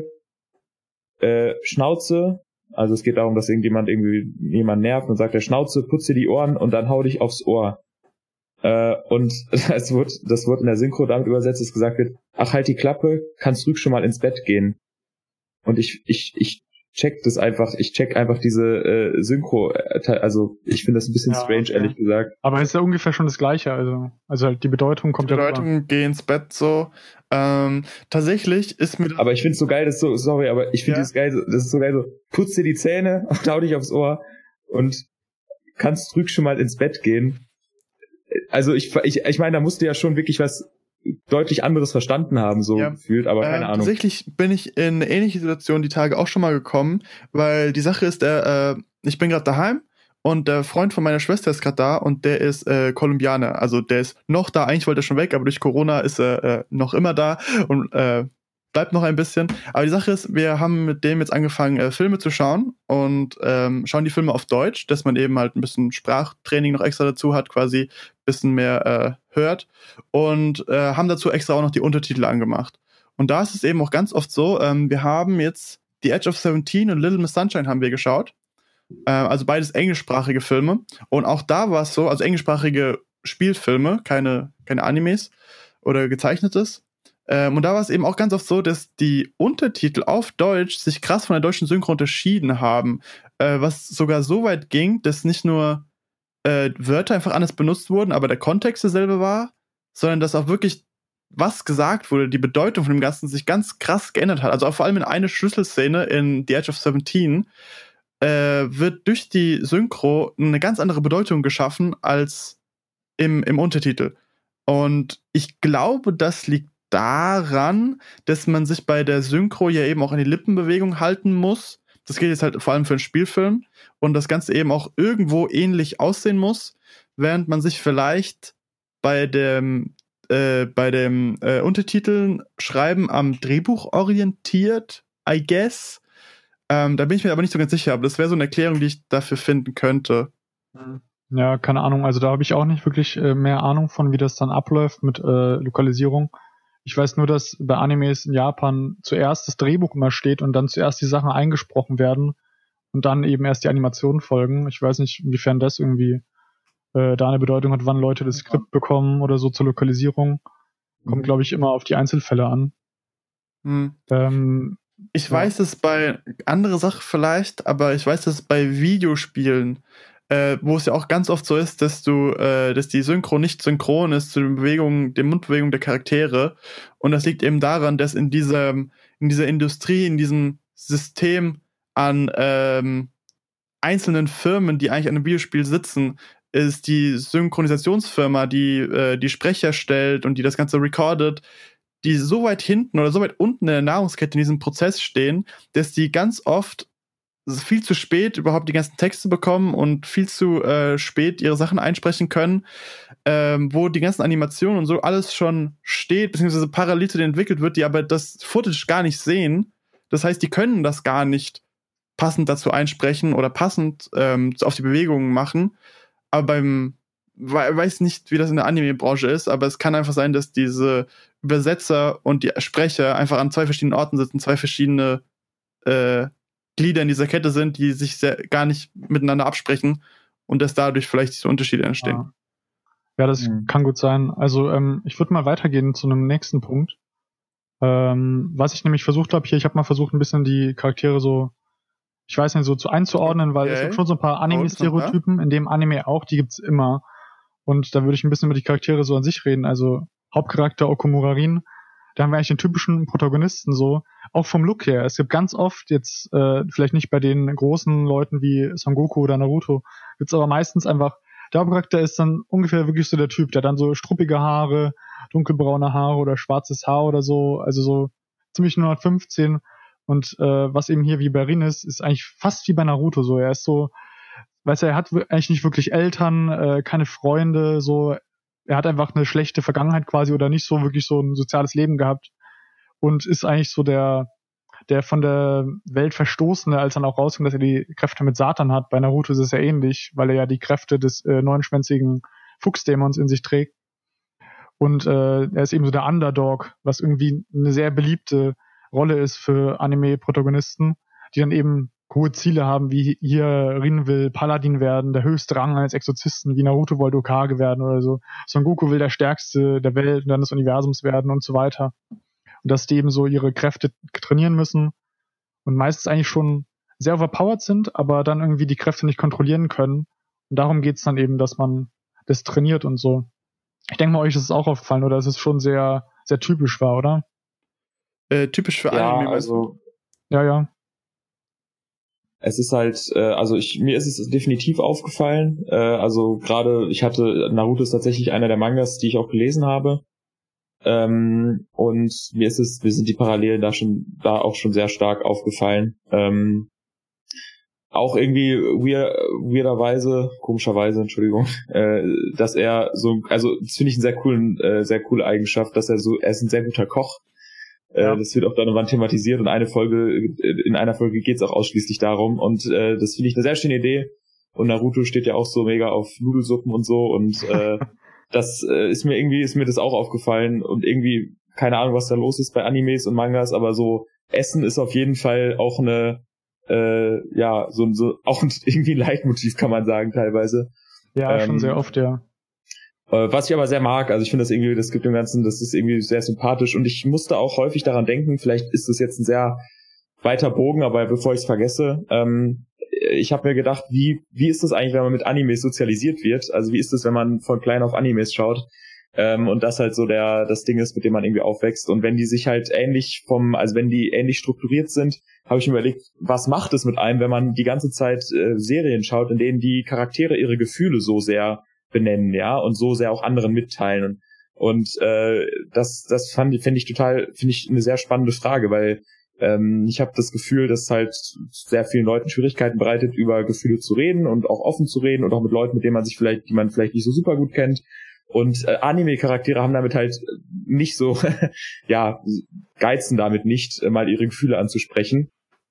äh, Schnauze, also es geht darum, dass irgendjemand irgendwie jemand nervt und sagt, der Schnauze, putze die Ohren und dann hau dich aufs Ohr. Äh, und es wird, das wird in der Synchro damit übersetzt, dass gesagt wird, ach halt die Klappe, kannst ruhig schon mal ins Bett gehen. Und ich, ich, ich check das einfach, ich check einfach diese äh, Synchro, also ich finde das ein bisschen ja, strange, okay. ehrlich gesagt. Aber es ist ja ungefähr schon das Gleiche, also also halt die Bedeutung kommt ja Die Bedeutung, ja geh ins Bett so. Ähm, tatsächlich ist mir das aber ich find's so geil, das so, sorry, aber ich finde ja. das geil, das ist so geil, so putz dir die Zähne und hau dich aufs Ohr und kannst ruhig schon mal ins Bett gehen. Also ich, ich, ich meine, da musst du ja schon wirklich was deutlich anderes verstanden haben, so ja. gefühlt, aber keine äh, Ahnung. Tatsächlich bin ich in eine ähnliche Situation die Tage auch schon mal gekommen, weil die Sache ist, der, äh, ich bin gerade daheim und der Freund von meiner Schwester ist gerade da und der ist äh, Kolumbianer, also der ist noch da, eigentlich wollte er schon weg, aber durch Corona ist er äh, noch immer da und äh, bleibt noch ein bisschen. Aber die Sache ist, wir haben mit dem jetzt angefangen, äh, Filme zu schauen und ähm, schauen die Filme auf Deutsch, dass man eben halt ein bisschen Sprachtraining noch extra dazu hat, quasi ein bisschen mehr äh, hört und äh, haben dazu extra auch noch die Untertitel angemacht. Und da ist es eben auch ganz oft so, ähm, wir haben jetzt The Edge of Seventeen und Little Miss Sunshine haben wir geschaut, äh, also beides englischsprachige Filme und auch da war es so, also englischsprachige Spielfilme, keine, keine Animes oder gezeichnetes. Ähm, und da war es eben auch ganz oft so, dass die Untertitel auf Deutsch sich krass von der deutschen Synchro unterschieden haben, äh, was sogar so weit ging, dass nicht nur äh, Wörter einfach anders benutzt wurden, aber der Kontext derselbe war, sondern dass auch wirklich was gesagt wurde, die Bedeutung von dem Ganzen sich ganz krass geändert hat. Also auch vor allem in einer Schlüsselszene in The Edge of Seventeen äh, wird durch die Synchro eine ganz andere Bedeutung geschaffen als im, im Untertitel. Und ich glaube, das liegt daran, dass man sich bei der Synchro ja eben auch an die Lippenbewegung halten muss. Das gilt jetzt halt vor allem für einen Spielfilm und das Ganze eben auch irgendwo ähnlich aussehen muss, während man sich vielleicht bei dem äh, bei dem äh, Untertiteln schreiben am Drehbuch orientiert, I guess. Ähm, da bin ich mir aber nicht so ganz sicher, aber das wäre so eine Erklärung, die ich dafür finden könnte. Ja, keine Ahnung, also da habe ich auch nicht wirklich äh, mehr Ahnung von, wie das dann abläuft mit äh, Lokalisierung. Ich weiß nur, dass bei Animes in Japan zuerst das Drehbuch immer steht und dann zuerst die Sachen eingesprochen werden und dann eben erst die Animationen folgen. Ich weiß nicht, inwiefern das irgendwie äh, da eine Bedeutung hat, wann Leute das Skript bekommen oder so zur Lokalisierung. Kommt, mhm. glaube ich, immer auf die Einzelfälle an. Mhm. Ähm, ich ja. weiß es bei andere Sache vielleicht, aber ich weiß es bei Videospielen, Äh, wo es ja auch ganz oft so ist, dass du, äh, dass die Synchro nicht synchron ist zu den Bewegungen, den Mundbewegungen der Charaktere. Und das liegt eben daran, dass in dieser, in dieser Industrie, in diesem System an ähm, einzelnen Firmen, die eigentlich an einem Videospiel sitzen, ist die Synchronisationsfirma, die äh, die Sprecher stellt und die das Ganze recordet, die so weit hinten oder so weit unten in der Nahrungskette in diesem Prozess stehen, dass die ganz oft viel zu spät überhaupt die ganzen Texte bekommen und viel zu äh, spät ihre Sachen einsprechen können, ähm, wo die ganzen Animationen und so alles schon steht, beziehungsweise parallel zu denen entwickelt wird, die aber das Footage gar nicht sehen. Das heißt, die können das gar nicht passend dazu einsprechen oder passend ähm, auf die Bewegungen machen. Aber beim, we- weiß nicht, wie das in der Anime-Branche ist, aber es kann einfach sein, dass diese Übersetzer und die Sprecher einfach an zwei verschiedenen Orten sitzen, zwei verschiedene äh, Glieder in dieser Kette sind, die sich sehr, gar nicht miteinander absprechen und dass dadurch vielleicht diese Unterschiede entstehen. Ja, ja das mhm. kann gut sein. Also ähm, ich würde mal weitergehen zu einem nächsten Punkt. Ähm, was ich nämlich versucht habe hier, ich habe mal versucht, ein bisschen die Charaktere so, ich weiß nicht, so zu einzuordnen, weil okay. es gibt schon so ein paar Anime-Stereotypen, in dem Anime auch, die gibt's immer. Und da würde ich ein bisschen über die Charaktere so an sich reden. Also Hauptcharakter Okumurarin, da haben wir eigentlich den typischen Protagonisten so, auch vom Look her. Es gibt ganz oft jetzt, äh, vielleicht nicht bei den großen Leuten wie Son Goku oder Naruto, gibt's aber meistens einfach, der Hauptcharakter ist dann ungefähr wirklich so der Typ, der hat dann so struppige Haare, dunkelbraune Haare oder schwarzes Haar oder so, also so ziemlich null fünfzehn. Und äh, was eben hier wie bei Rin ist, ist eigentlich fast wie bei Naruto so. Er ist so, weißt du, er hat eigentlich nicht wirklich Eltern, äh, keine Freunde, so. Er hat einfach eine schlechte Vergangenheit quasi oder nicht so wirklich so ein soziales Leben gehabt und ist eigentlich so der, der von der Welt Verstoßene, als dann auch rauskommt, dass er die Kräfte mit Satan hat. Bei Naruto ist es ja ähnlich, weil er ja die Kräfte des äh, neunschwänzigen Fuchsdämons in sich trägt. Und äh, er ist eben so der Underdog, was irgendwie eine sehr beliebte Rolle ist für Anime-Protagonisten, die dann eben hohe Ziele haben, wie hier Rin will Paladin werden, der höchste Rang eines Exorzisten, wie Naruto wollte Hokage werden oder so. Son Goku will der Stärkste der Welt und dann des Universums werden und so weiter. Und dass die eben so ihre Kräfte trainieren müssen und meistens eigentlich schon sehr overpowered sind, aber dann irgendwie die Kräfte nicht kontrollieren können. Und darum geht's dann eben, dass man das trainiert und so. Ich denke mal, euch ist es auch aufgefallen, oder dass es schon sehr, sehr typisch war, oder? Äh, typisch für ja, Anime. Also, ja, ja. Es ist halt, äh, also ich mir ist es definitiv aufgefallen. Äh, also gerade, ich hatte, Naruto ist tatsächlich einer der Mangas, die ich auch gelesen habe. Ähm, und mir ist es, mir sind die Parallelen da schon, da auch schon sehr stark aufgefallen. Ähm, auch irgendwie weird, weirderweise, komischerweise, Entschuldigung, äh, dass er so, also das finde ich einen sehr coolen, äh, sehr coole Eigenschaft, dass er so, er ist ein sehr guter Koch. Ja. Äh, das wird auch dann irgendwann thematisiert und eine Folge, in einer Folge geht's auch ausschließlich darum und äh, das finde ich eine sehr schöne Idee. Und Naruto steht ja auch so mega auf Nudelsuppen und so und äh, das äh, ist mir irgendwie, ist mir das auch aufgefallen und irgendwie, keine Ahnung, was da los ist bei Animes und Mangas, aber so Essen ist auf jeden Fall auch eine Äh, ja, so, so auch irgendwie ein Leitmotiv, kann man sagen, teilweise. Ja, ähm, schon sehr oft, ja. Äh, was ich aber sehr mag, also ich finde das irgendwie, das gibt dem Ganzen, das ist irgendwie sehr sympathisch und ich musste auch häufig daran denken, vielleicht ist das jetzt ein sehr weiter Bogen, aber bevor ich es vergesse, ähm, ich habe mir gedacht, wie wie ist das eigentlich, wenn man mit Animes sozialisiert wird? Also wie ist das, wenn man von klein auf Animes schaut? Ähm, und das halt so der das Ding ist, mit dem man irgendwie aufwächst. Und wenn die sich halt ähnlich vom, also wenn die ähnlich strukturiert sind, habe ich mir überlegt, was macht es mit einem, wenn man die ganze Zeit äh, Serien schaut, in denen die Charaktere ihre Gefühle so sehr benennen, ja, und so sehr auch anderen mitteilen. Und, und äh, das das fand finde ich total, finde ich eine sehr spannende Frage, weil ähm, ich habe das Gefühl, dass es halt sehr vielen Leuten Schwierigkeiten bereitet, über Gefühle zu reden und auch offen zu reden und auch mit Leuten, mit denen man sich vielleicht, die man vielleicht nicht so super gut kennt. Und äh, Anime-Charaktere haben damit halt nicht so, ja, geizen damit nicht, äh, mal ihre Gefühle anzusprechen.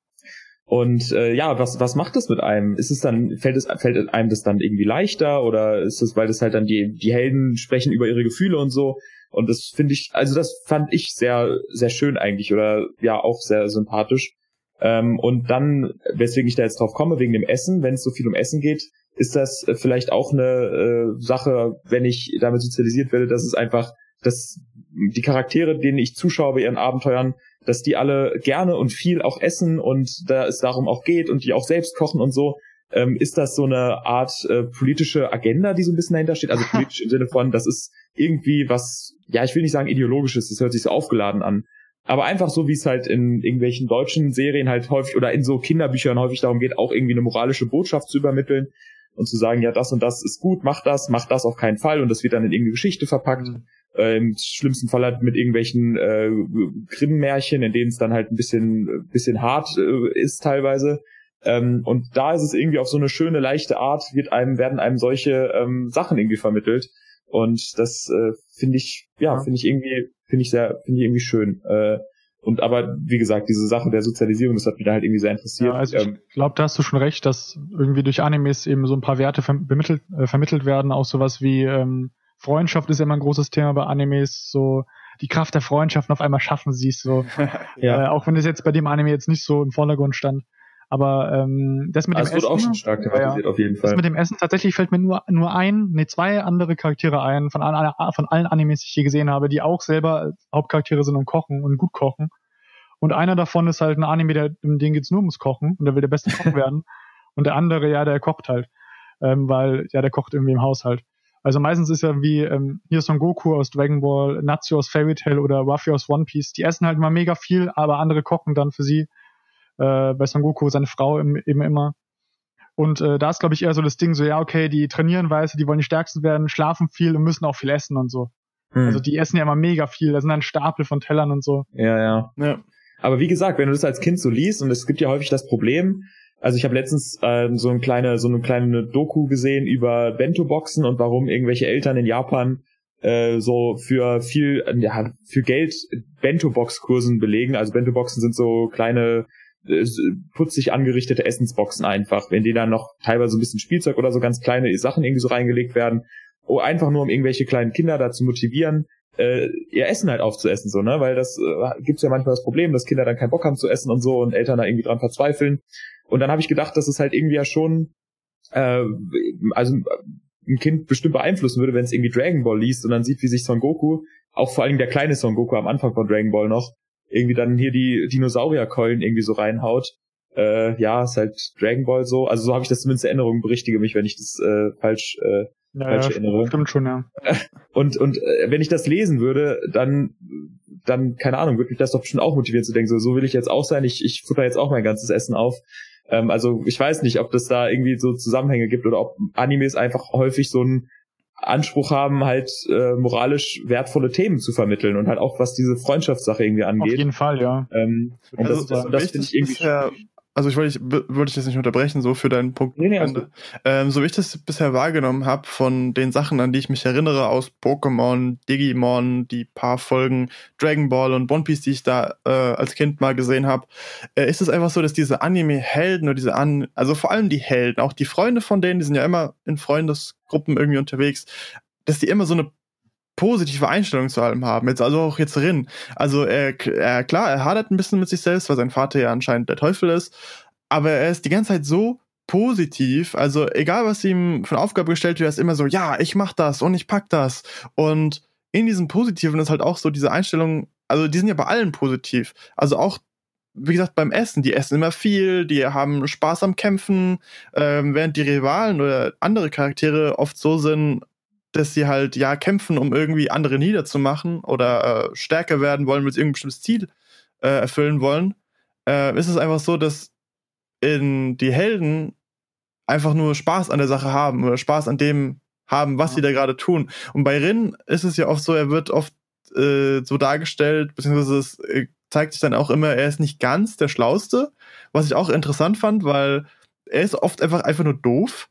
Und äh, ja, was was macht das mit einem? Ist es dann, fällt es fällt einem das dann irgendwie leichter oder ist es, weil das halt dann die die Helden sprechen über ihre Gefühle und so? Und das finde ich, also das fand ich sehr sehr schön eigentlich oder ja auch sehr sympathisch. Ähm, und dann, weswegen ich da jetzt drauf komme, wegen dem Essen, wenn es so viel um Essen geht, ist das äh, vielleicht auch eine äh, Sache, wenn ich damit sozialisiert werde, dass es einfach, dass die Charaktere, denen ich zuschaue bei ihren Abenteuern, dass die alle gerne und viel auch essen und da es darum auch geht und die auch selbst kochen und so. Ähm, ist das so eine Art äh, politische Agenda, die so ein bisschen dahinter steht? Also politisch im Sinne von, das ist irgendwie was, ja, ich will nicht sagen ideologisches, das hört sich so aufgeladen an. Aber einfach so, wie es halt in irgendwelchen deutschen Serien halt häufig oder in so Kinderbüchern häufig darum geht, auch irgendwie eine moralische Botschaft zu übermitteln und zu sagen, ja, das und das ist gut, mach das, mach das auf keinen Fall und das wird dann in irgendeine Geschichte verpackt. Mhm. Äh, im schlimmsten Fall halt mit irgendwelchen äh, Grimm-Märchen, in denen es dann halt ein bisschen bisschen hart äh, ist teilweise. Ähm, und da ist es irgendwie auf so eine schöne, leichte Art, wird einem werden einem solche ähm, Sachen irgendwie vermittelt. Und das äh, finde ich, ja, finde ich irgendwie, finde ich sehr, finde ich irgendwie schön. Äh, und aber, wie gesagt, diese Sache der Sozialisierung, das hat mich da halt irgendwie sehr interessiert. Ja, also ich ähm, glaube, da hast du schon recht, dass irgendwie durch Animes eben so ein paar Werte vermittelt, äh, vermittelt werden. Auch sowas wie ähm, Freundschaft ist ja immer ein großes Thema bei Animes, so die Kraft der Freundschaften auf einmal schaffen siehst, so. ja. äh, auch wenn das jetzt bei dem Anime jetzt nicht so im Vordergrund stand. Aber ähm, das mit also dem es Essen... wird auch schon stark thematisiert, ja, auf jeden Fall. Das mit dem Essen, tatsächlich fällt mir nur nur ein, nee, zwei andere Charaktere ein, von, allen, von allen Animes, die ich hier gesehen habe, die auch selber Hauptcharaktere sind und kochen und gut kochen. Und einer davon ist halt ein Anime, der, um den geht's nur ums Kochen und der will der beste Koch werden. Und der andere, ja, der kocht halt. Ähm, weil, ja, der kocht irgendwie im Haushalt. Also meistens ist ja wie ähm, hier Son Goku aus Dragon Ball, Natsu aus Fairy Tail oder Ruffy aus One Piece. Die essen halt immer mega viel, aber andere kochen dann für sie. Äh, bei Son Goku seine Frau im, eben immer. Und äh, da ist, glaube ich, eher so das Ding so, ja, okay, die trainieren weiße, die wollen die Stärksten werden, schlafen viel und müssen auch viel essen und so. Hm. Also die essen ja immer mega viel. Da sind dann Stapel von Tellern und so. Ja, ja. ja. Aber wie gesagt, wenn du das als Kind so liest, und es gibt ja häufig das Problem, also ich habe letztens äh, so eine kleine so eine kleine Doku gesehen über Bento-Boxen und warum irgendwelche Eltern in Japan äh, so für viel ja, für Geld Bento-Box-Kursen belegen. Also Bento-Boxen sind so kleine äh, putzig angerichtete Essensboxen einfach, in die dann noch teilweise ein bisschen Spielzeug oder so ganz kleine Sachen irgendwie so reingelegt werden. Oh, einfach nur um irgendwelche kleinen Kinder dazu motivieren, äh, ihr Essen halt aufzuessen, so, ne, weil das äh, gibt's ja manchmal das Problem, dass Kinder dann keinen Bock haben zu essen und so und Eltern da irgendwie dran verzweifeln. Und dann habe ich gedacht, dass es halt irgendwie ja schon äh, also ein Kind bestimmt beeinflussen würde, wenn es irgendwie Dragon Ball liest und dann sieht, wie sich Son Goku, auch vor allem der kleine Son Goku am Anfang von Dragon Ball noch, irgendwie dann hier die Dinosaurierkeulen irgendwie so reinhaut. Äh, ja, ist halt Dragon Ball so. Also so habe ich das zumindest in Erinnerung, berichtige mich, wenn ich das äh, falsch äh, Ja, falsche ja, Erinnerung. Stimmt schon, ja. Und und äh, wenn ich das lesen würde, dann dann keine Ahnung, würde mich das doch bestimmt auch motivieren zu denken, so so will ich jetzt auch sein. Ich ich futter jetzt auch mein ganzes Essen auf. Ähm, also ich weiß nicht, ob das da irgendwie so Zusammenhänge gibt oder ob Animes einfach häufig so einen Anspruch haben, halt äh, moralisch wertvolle Themen zu vermitteln und halt auch was diese Freundschaftssache irgendwie angeht. Auf jeden Fall, ja. Ähm, und also, das, das, das finde ich irgendwie bisher, also ich wollte wollte ich das nicht unterbrechen, so für deinen Punkt. Nee, nee, also. ähm, so wie ich das bisher wahrgenommen habe, von den Sachen, an die ich mich erinnere, aus Pokémon, Digimon, die paar Folgen Dragon Ball und One Piece, die ich da äh, als Kind mal gesehen habe, äh, ist es einfach so, dass diese Anime-Helden oder diese An, also vor allem die Helden, auch die Freunde von denen, die sind ja immer in Freundesgruppen irgendwie unterwegs, dass die immer so eine positive Einstellung zu allem haben. Jetzt also auch jetzt Rin. Also er, er klar, er hadert ein bisschen mit sich selbst, weil sein Vater ja anscheinend der Teufel ist, aber er ist die ganze Zeit so positiv, also egal was ihm für eine Aufgabe gestellt wird, er ist immer so, ja, ich mach das und ich pack das. Und in diesem Positiven ist halt auch so diese Einstellung, also die sind ja bei allen positiv. Also auch, wie gesagt, beim Essen, die essen immer viel, die haben Spaß am Kämpfen, ähm, während die Rivalen oder andere Charaktere oft so sind, dass sie halt, ja, kämpfen, um irgendwie andere niederzumachen oder äh, stärker werden wollen, weil sie irgendein bestimmtes Ziel äh, erfüllen wollen, äh, ist es einfach so, dass in die Helden einfach nur Spaß an der Sache haben oder Spaß an dem haben, was ja. sie da gerade tun. Und bei Rin ist es ja oft so, er wird oft äh, so dargestellt, beziehungsweise es äh, zeigt sich dann auch immer, er ist nicht ganz der Schlauste, was ich auch interessant fand, weil er ist oft einfach, einfach nur doof.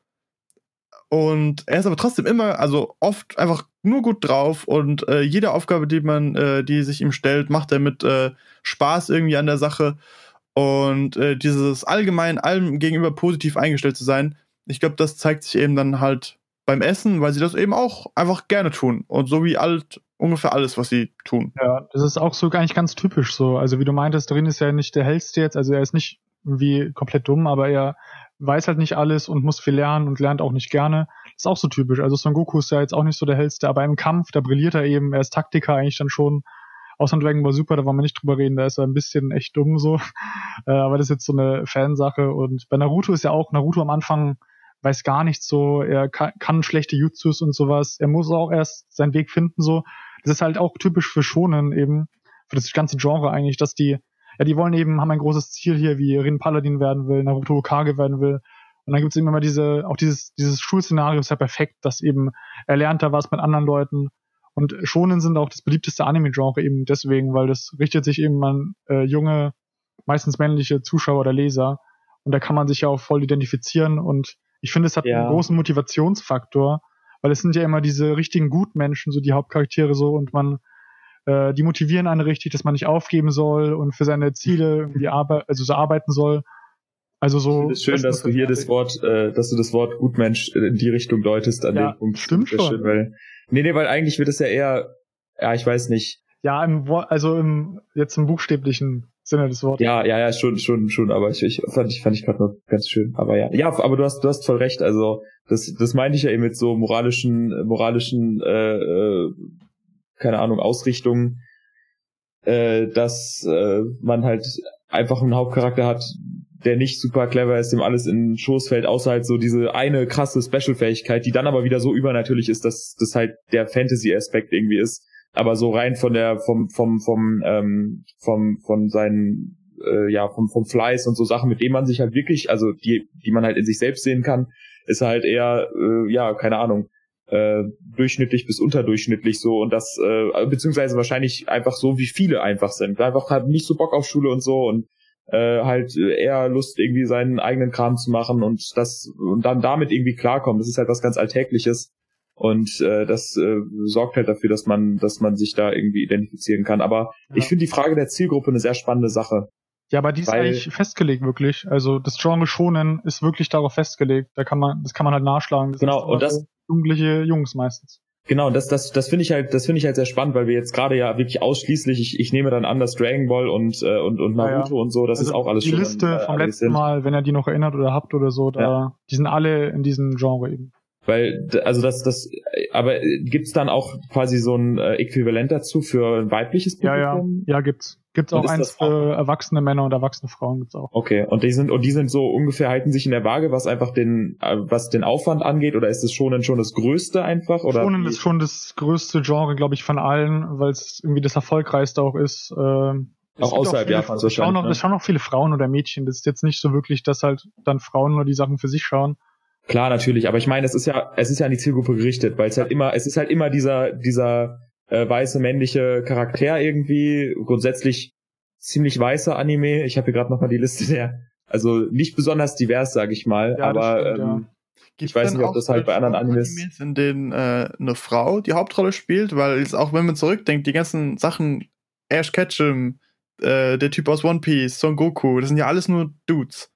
Und er ist aber trotzdem immer, also oft einfach nur gut drauf und äh, jede Aufgabe, die man, äh, die sich ihm stellt, macht er mit äh, Spaß irgendwie an der Sache. Und äh, dieses allgemein allem gegenüber positiv eingestellt zu sein, ich glaube, das zeigt sich eben dann halt beim Essen, weil sie das eben auch einfach gerne tun. Und so wie alt ungefähr alles, was sie tun. Ja, das ist auch so eigentlich ganz typisch so. Also wie du meintest, Rin ist ja nicht der Hellste jetzt, also er ist nicht irgendwie komplett dumm, aber er weiß halt nicht alles und muss viel lernen und lernt auch nicht gerne. Das ist auch so typisch. Also Son Goku ist ja jetzt auch nicht so der Hellste, aber im Kampf, da brilliert er eben. Er ist Taktiker eigentlich dann schon. Außer Dragon Ball Super, da wollen wir nicht drüber reden, da ist er ein bisschen echt dumm so. Äh, aber das ist jetzt so eine Fansache. Und bei Naruto ist ja auch, Naruto am Anfang weiß gar nichts so, er kann, kann schlechte Jutsus und sowas. Er muss auch erst seinen Weg finden so. Das ist halt auch typisch für Shonen eben, für das ganze Genre eigentlich, dass die ja, die wollen eben, haben ein großes Ziel hier, wie Rin Paladin werden will, Naruto Hokage werden will. Und dann gibt's eben immer diese, auch dieses, dieses Schulszenario ist ja perfekt, dass eben er lernt da was mit anderen Leuten. Und Shonen sind auch das beliebteste Anime-Genre eben deswegen, weil das richtet sich eben an äh, junge, meistens männliche Zuschauer oder Leser. Und da kann man sich ja auch voll identifizieren. Und ich finde, es hat ja einen großen Motivationsfaktor, weil es sind ja immer diese richtigen Gutmenschen, so die Hauptcharaktere so, und man die motivieren einen richtig, dass man nicht aufgeben soll und für seine Ziele irgendwie arbe- also so arbeiten soll. Also so. Es ist schön, dass du hier das Wort, äh, dass du das Wort Gutmensch in die Richtung deutest an ja, dem Punkt. Stimmt schon. Schön, weil, nee, nee, weil eigentlich wird es ja eher, ja, ich weiß nicht. Ja, im Wort, also im, jetzt im buchstäblichen Sinne des Wortes. Ja, ja, ja, schon, schon, schon, aber ich, ich fand ich, fand ich gerade noch ganz schön. Aber ja. Ja, aber du hast, du hast voll recht. Also, das, das meinte ich ja eben mit so moralischen, moralischen, äh, äh keine Ahnung, Ausrichtung, äh, dass äh, man halt einfach einen Hauptcharakter hat, der nicht super clever ist, dem alles in den Schoß fällt, außer halt so diese eine krasse Special-Fähigkeit, die dann aber wieder so übernatürlich ist, dass das halt der Fantasy-Aspekt irgendwie ist. Aber so rein von der, vom, vom, vom, ähm, vom, von seinen, äh, ja, vom, vom Fleiß und so Sachen, mit denen man sich halt wirklich, also die, die man halt in sich selbst sehen kann, ist halt eher, äh, ja, keine Ahnung, äh, durchschnittlich bis unterdurchschnittlich so und das, äh, beziehungsweise wahrscheinlich einfach so, wie viele einfach sind. Einfach halt nicht so Bock auf Schule und so und äh, halt eher Lust, irgendwie seinen eigenen Kram zu machen und das und dann damit irgendwie klarkommen. Das ist halt was ganz Alltägliches. Und äh, das äh, sorgt halt dafür, dass man, dass man sich da irgendwie identifizieren kann. Aber ja. Ich finde die Frage der Zielgruppe eine sehr spannende Sache. Ja, aber die ist weil, eigentlich festgelegt wirklich. Also das Genre Shonen ist wirklich darauf festgelegt. Da kann man, das kann man halt nachschlagen. Das genau. Und das jugendliche Jungs meistens. Genau. Das, das, das finde ich halt, das finde ich halt sehr spannend, weil wir jetzt gerade ja wirklich ausschließlich, ich, ich nehme dann an, dass Dragon Ball und äh, und und Naruto ja, ja. und so, das also ist auch alles die schon. Die Liste äh, vom letzten Mal, wenn ihr die noch erinnert oder habt oder so, da, ja. die sind alle in diesem Genre eben. Weil, also das, das, aber gibt's dann auch quasi so ein äh, Äquivalent dazu für ein weibliches Publikum? Ja, ja, ja, gibt's. Gibt's auch eins für erwachsene Männer und erwachsene Frauen gibt's auch. Okay, und die sind, und die sind so ungefähr, halten sich in der Waage, was einfach den, was den Aufwand angeht, oder ist es Shonen schon das Größte einfach, oder? Shonen ist schon das größte Genre, glaube ich, von allen, weil es irgendwie das erfolgreichste auch ist. Äh, auch außerhalb Japans wahrscheinlich. Schauen auch, ne? Das schauen auch viele Frauen oder Mädchen. Das ist jetzt nicht so wirklich, dass halt dann Frauen nur die Sachen für sich schauen. Klar, natürlich, aber ich meine, es ist ja, es ist ja an die Zielgruppe gerichtet, weil es halt immer, es ist halt immer dieser, dieser äh, weiße männliche Charakter irgendwie, grundsätzlich ziemlich weißer Anime. Ich habe hier gerade nochmal die Liste der, also nicht besonders divers, sage ich mal, ja, aber stimmt, ähm, ja. ich weiß nicht, ob das halt bei anderen Animes, Animes in denen äh, eine Frau die Hauptrolle spielt, weil es auch, wenn man zurückdenkt, die ganzen Sachen, Ash Ketchum, äh, der Typ aus One Piece, Son Goku, das sind ja alles nur Dudes.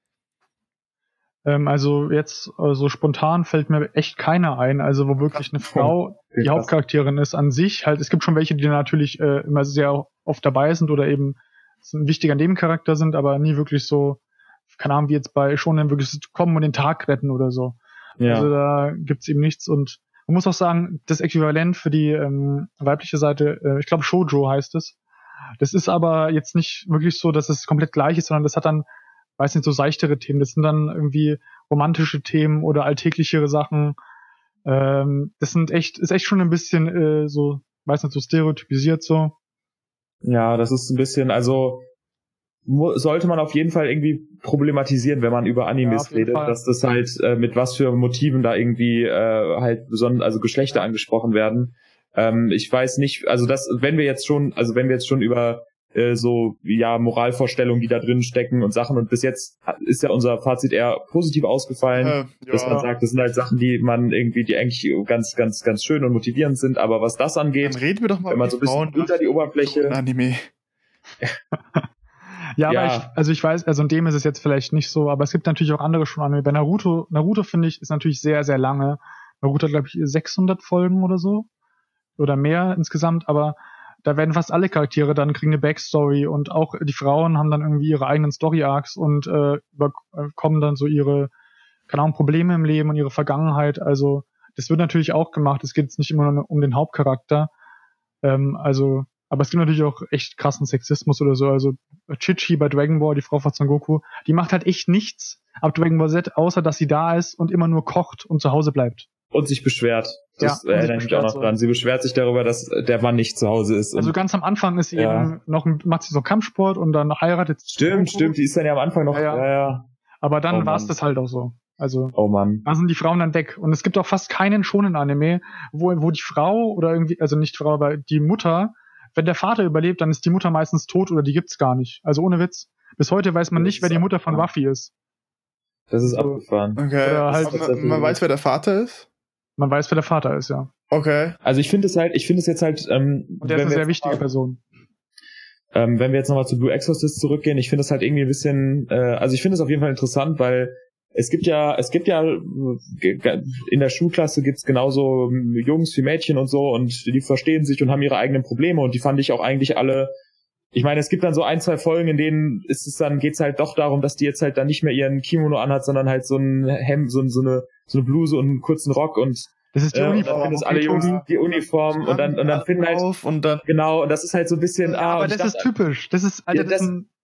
Also jetzt so also spontan fällt mir echt keiner ein, also wo wirklich eine Frau die Hauptcharakterin ist an sich. Halt, es gibt schon welche, die natürlich äh, immer sehr oft dabei sind oder eben ein wichtiger Nebencharakter sind, aber nie wirklich so, keine Ahnung, wie jetzt bei Shonen wirklich kommen und den Tag retten oder so. Ja. Also da gibt's eben nichts und man muss auch sagen, das Äquivalent für die ähm, weibliche Seite, äh, ich glaube Shoujo heißt es. Das ist aber jetzt nicht wirklich so, dass es komplett gleich ist, sondern das hat dann weiß nicht, so seichtere Themen. Das sind dann irgendwie romantische Themen oder alltäglichere Sachen. Ähm, das sind echt, ist echt schon ein bisschen äh, so, weiß nicht, so stereotypisiert so. Ja, das ist ein bisschen, also mu- sollte man auf jeden Fall irgendwie problematisieren, wenn man über Animes ja, redet, Fall. Dass das halt äh, mit was für Motiven da irgendwie äh, halt besonders, also Geschlechter angesprochen werden. Ähm, ich weiß nicht, also das, wenn wir jetzt schon, also wenn wir jetzt schon über so, ja, Moralvorstellungen, die da drin stecken und Sachen. Und bis jetzt ist ja unser Fazit eher positiv ausgefallen, äh, ja. dass man sagt, das sind halt Sachen, die man irgendwie, die eigentlich ganz, ganz, ganz schön und motivierend sind. Aber was das angeht, dann reden wir doch mal wenn man so ein bisschen unter die Oberfläche... Anime. ja, ja, aber ich, also ich weiß, also in dem ist es jetzt vielleicht nicht so, aber es gibt natürlich auch andere schon Anime. Bei Naruto, Naruto finde ich, ist natürlich sehr, sehr lange. Naruto hat, glaube ich, sechshundert Folgen oder so. Oder mehr insgesamt, aber da werden fast alle Charaktere dann kriegen eine Backstory und auch die Frauen haben dann irgendwie ihre eigenen Story-Arcs und äh, bekommen dann so ihre, keine Ahnung, Probleme im Leben und ihre Vergangenheit. Also das wird natürlich auch gemacht. Es geht jetzt nicht immer nur um den Hauptcharakter. Ähm, also, aber es gibt natürlich auch echt krassen Sexismus oder so. Also Chi-Chi bei Dragon Ball, die Frau von Son Goku, die macht halt echt nichts ab Dragon Ball Z, außer dass sie da ist und immer nur kocht und zu Hause bleibt. Und sich beschwert. Das ja, erinnere ich mich auch noch so. dran. Sie beschwert sich darüber, dass der Mann nicht zu Hause ist. Also ganz am Anfang ist sie ja. eben noch, macht sie so Kampfsport und dann heiratet sie. Stimmt, stimmt, die ist dann ja am Anfang noch, ja, ja. ja, ja. Aber dann oh war es das halt auch so. Also, oh Mann. Dann sind die Frauen dann weg. Und es gibt auch fast keinen Shonen-Anime, wo, wo die Frau oder irgendwie, also nicht Frau, aber die Mutter, wenn der Vater überlebt, dann ist die Mutter meistens tot oder die gibt's gar nicht. Also ohne Witz. Bis heute weiß man das nicht, wer die Mutter von Ruffy ist. Das ist so abgefahren. Okay. Halt, man, man weiß, wer der Vater ist? Man weiß, wer der Vater ist, ja. Okay. Also ich finde es halt, ich finde es jetzt halt, ähm, und der ist eine sehr wichtige mal, Person. Ähm, wenn wir jetzt nochmal zu Blue Exorcist zurückgehen, ich finde es halt irgendwie ein bisschen, äh, also ich finde es auf jeden Fall interessant, weil es gibt ja, es gibt ja, in der Schulklasse gibt's genauso Jungs wie Mädchen und so und die verstehen sich und haben ihre eigenen Probleme und die fand ich auch eigentlich alle. Ich meine, es gibt dann so ein, zwei Folgen, in denen ist es dann, geht's halt doch darum, dass die jetzt halt dann nicht mehr ihren Kimono anhat, sondern halt so ein Hemd, so, so eine, so eine Bluse und einen kurzen Rock und das ist die äh, Uniform. Und dann finden es alle Jungs die Uniform und dann, und dann finden halt, und dann, genau, und das ist halt so ein bisschen, ja, ah, aber das dachte, ist typisch. Das ist, Alter, ja, das, das, ist ein,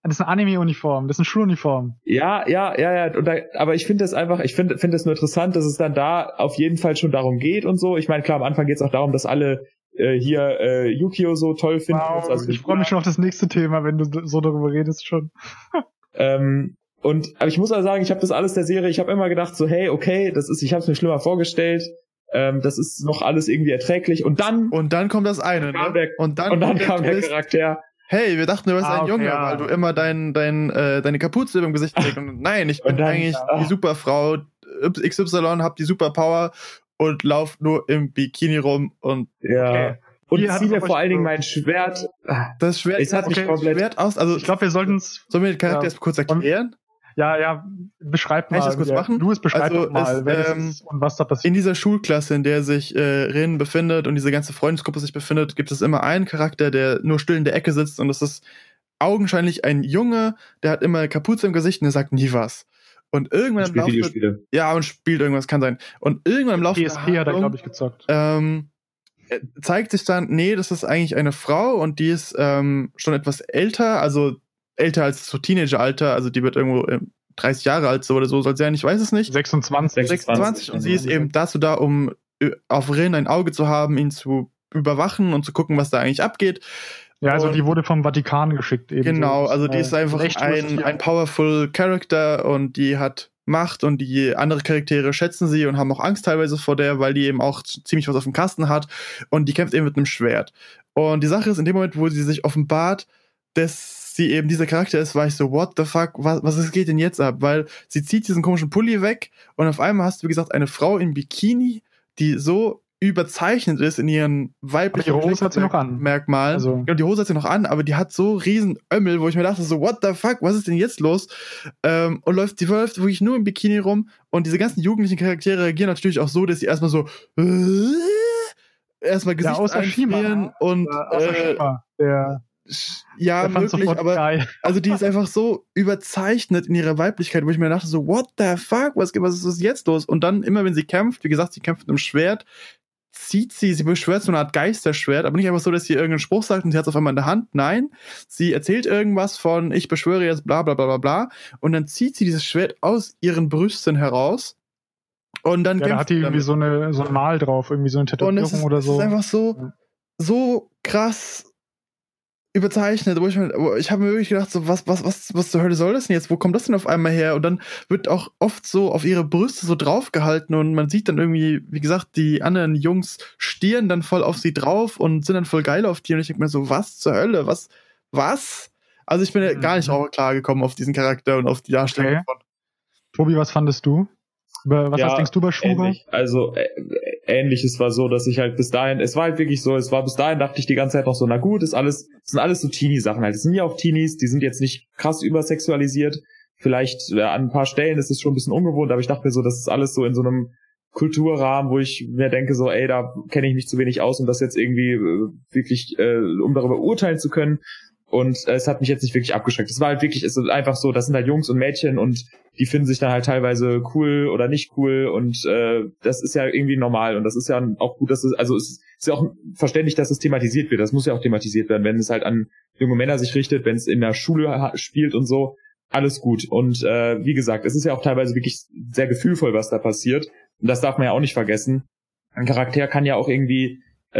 das ist eine Anime-Uniform, das ist eine Schuluniform. Ja, ja, ja, ja. Und da, aber ich finde das einfach, ich finde finde es nur interessant, dass es dann da auf jeden Fall schon darum geht und so. Ich meine, klar, am Anfang geht es auch darum, dass alle äh, hier äh, Yukio so toll finden. Wow, also ich freue mich schon auf das nächste Thema, wenn du so darüber redest schon. ähm, und aber ich muss auch sagen, ich habe das alles der Serie, ich habe immer gedacht so, hey, okay, das ist, ich habe es mir schlimmer vorgestellt. Ähm, das ist noch alles irgendwie erträglich. Und dann und dann kommt das eine, kam ne? Der, und dann, und dann kam der Charakter. Hey, wir dachten, du bist ah, ein okay, Junge, ja. weil du immer dein, dein, äh, deine Kapuze über dem Gesicht trägst. Und nein, ich bin dann, eigentlich ja. die Superfrau X Y, hab die Superpower und lauf nur im Bikini rum und ja. Okay. Und Hier zieh mir vor allen Dingen mein Schwert. Das Schwert, es hat mich okay, komplett Schwert aus. Also ich glaube, wir sollten es. Sollen wir den Charakter ja. jetzt kurz erklären? Ja, ja, beschreib mal. Kann ich das kurz ja, machen? Du es beschreib also mal, es, wer das ähm, ist und was da passiert. In dieser Schulklasse, in der sich äh, Rin befindet und diese ganze Freundesgruppe sich befindet, gibt es immer einen Charakter, der nur still in der Ecke sitzt und das ist augenscheinlich ein Junge, der hat immer eine Kapuze im Gesicht und der sagt nie was. Und irgendwann im Laufe... Ja, und spielt irgendwas, kann sein. Und irgendwann im Laufe P S P hat er, glaube ich, gezockt. Ähm, zeigt sich dann, nee, das ist eigentlich eine Frau und die ist ähm, schon etwas älter, also älter als so Teenageralter, also die wird irgendwo äh, dreißig Jahre alt so oder so, soll sie sein, ich weiß es nicht. sechsundzwanzig. sechsundzwanzig und sie ist eben dazu da, um äh, auf Rin ein Auge zu haben, ihn zu überwachen und zu gucken, was da eigentlich abgeht. Ja, also und die wurde vom Vatikan geschickt eben. Genau, so. also die ist einfach ein, ein powerful Character und die hat Macht und die andere Charaktere schätzen sie und haben auch Angst teilweise vor der, weil die eben auch ziemlich was auf dem Kasten hat und die kämpft eben mit einem Schwert. Und die Sache ist, in dem Moment, wo sie sich offenbart, dass sie eben dieser Charakter ist, war ich so, what the fuck, was, was geht denn jetzt ab? Weil sie zieht diesen komischen Pulli weg und auf einmal hast du, wie gesagt, eine Frau im Bikini, die so überzeichnet ist in ihren weiblichen aber die Hose hat sie noch an. Merkmalen. Also. Ja, die Hose hat sie noch an, aber die hat so riesen Ömmel, wo ich mir dachte so, what the fuck, was ist denn jetzt los? Ähm, und läuft, die läuft wirklich nur im Bikini rum und diese ganzen jugendlichen Charaktere reagieren natürlich auch so, dass sie erstmal so äh, erstmal Gesicht ja, einfrieren und äh, Schima, der ja, möglich, aber geil. also die ist einfach so überzeichnet in ihrer Weiblichkeit, wo ich mir dachte so, what the fuck, was, was ist jetzt los? Und dann immer, wenn sie kämpft, wie gesagt, sie kämpft mit einem Schwert, zieht sie, sie beschwört so eine Art Geisterschwert, aber nicht einfach so, dass sie irgendeinen Spruch sagt und sie hat es auf einmal in der Hand, nein, sie erzählt irgendwas von, ich beschwöre jetzt bla bla bla bla bla und dann zieht sie dieses Schwert aus ihren Brüsten heraus und dann ja, da hat die irgendwie so eine so ein Mal drauf, irgendwie so eine Tätowierung ist, oder so. Das ist einfach so, so krass überzeichnet, wo ich mir, ich habe mir wirklich gedacht, so, was, was, was, was zur Hölle soll das denn jetzt? Wo kommt das denn auf einmal her? Und dann wird auch oft so auf ihre Brüste so draufgehalten und man sieht dann irgendwie, wie gesagt, die anderen Jungs stieren dann voll auf sie drauf und sind dann voll geil auf die und ich denke mir so, was zur Hölle? Was? Was? Also ich bin ja gar nicht auch klar gekommen auf diesen Charakter und auf die Darstellung okay. von. Tobi, was fandest du? Über, was ja, hast, denkst du über Shura? Also äh, ähnliches war so, dass ich halt bis dahin, es war halt wirklich so, es war bis dahin, dachte ich die ganze Zeit noch so, na gut, ist alles, das sind alles so Teenie-Sachen halt. Es sind ja auch Teenies, die sind jetzt nicht krass übersexualisiert. Vielleicht äh, an ein paar Stellen ist es schon ein bisschen ungewohnt, aber ich dachte mir so, das ist alles so in so einem Kulturrahmen, wo ich mir denke so, ey, da kenne ich mich zu wenig aus, um das jetzt irgendwie äh, wirklich, äh, um darüber urteilen zu können. Und äh, es hat mich jetzt nicht wirklich abgeschreckt. Es war halt wirklich, es ist einfach so, das sind halt Jungs und Mädchen und die finden sich dann halt teilweise cool oder nicht cool und äh, das ist ja irgendwie normal und das ist ja auch gut, dass es, also es ist ja auch verständlich, dass es thematisiert wird. Das muss ja auch thematisiert werden, wenn es halt an junge Männer sich richtet, wenn es in der Schule spielt und so, alles gut. Und äh, wie gesagt, es ist ja auch teilweise wirklich sehr gefühlvoll, was da passiert und das darf man ja auch nicht vergessen. Ein Charakter kann ja auch irgendwie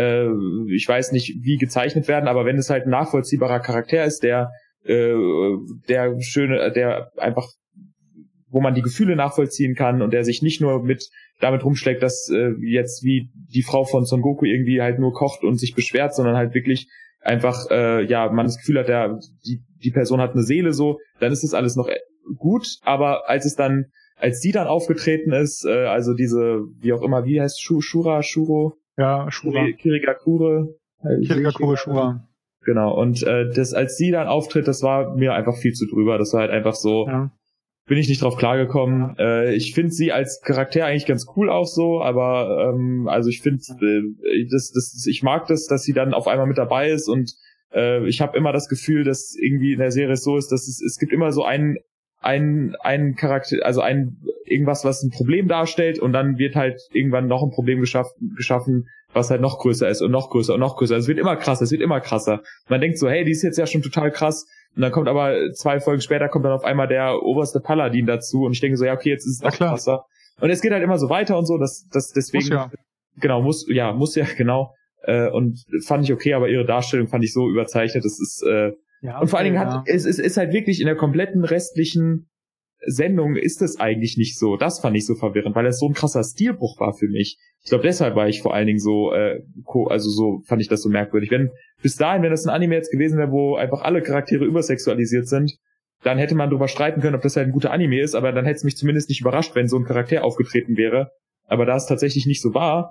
ich weiß nicht, wie gezeichnet werden, aber wenn es halt ein nachvollziehbarer Charakter ist, der äh, der schöne, der einfach, wo man die Gefühle nachvollziehen kann und der sich nicht nur mit damit rumschlägt, dass äh, jetzt wie die Frau von Son Goku irgendwie halt nur kocht und sich beschwert, sondern halt wirklich einfach, äh, ja, man das Gefühl hat, der, die, die Person hat eine Seele so, dann ist das alles noch gut, aber als es dann, als sie dann aufgetreten ist, äh, also diese, wie auch immer, wie heißt Shura, Shuro? Ja, Shura. Kirigakure. Kirigakure Shura. Genau, und äh, das, als sie dann auftritt, das war mir einfach viel zu drüber. Das war halt einfach so, ja. Bin ich nicht drauf klargekommen. Äh, ich finde sie als Charakter eigentlich ganz cool auch so, aber ähm, also ich finde, äh, das, das, ich mag das, dass sie dann auf einmal mit dabei ist und äh, ich habe immer das Gefühl, dass irgendwie in der Serie so ist, dass es, es gibt immer so einen ein ein Charakter, also ein irgendwas, was ein Problem darstellt und dann wird halt irgendwann noch ein Problem geschaffen, geschaffen, was halt noch größer ist und noch größer und noch größer. Es wird immer krasser, es wird immer krasser. Man denkt so, hey, die ist jetzt ja schon total krass, Und dann kommt aber zwei Folgen später kommt dann auf einmal der oberste Paladin dazu und ich denke so, ja okay, jetzt ist es noch krasser. Und es geht halt immer so weiter und so, dass das deswegen muss ja. genau muss ja muss ja genau äh, und fand ich okay, aber ihre Darstellung fand ich so überzeichnet, das ist äh, ja, okay, und vor allen Dingen hat ja. es ist, ist halt wirklich in der kompletten restlichen Sendung ist es eigentlich nicht so. Das fand ich so verwirrend, weil es so ein krasser Stilbruch war für mich. Ich glaube, deshalb war ich vor allen Dingen so, äh, also so fand ich das so merkwürdig. Wenn bis dahin, wenn das ein Anime jetzt gewesen wäre, wo einfach alle Charaktere übersexualisiert sind, dann hätte man drüber streiten können, ob das halt ein guter Anime ist, aber dann hätte es mich zumindest nicht überrascht, wenn so ein Charakter aufgetreten wäre. Aber da es tatsächlich nicht so war,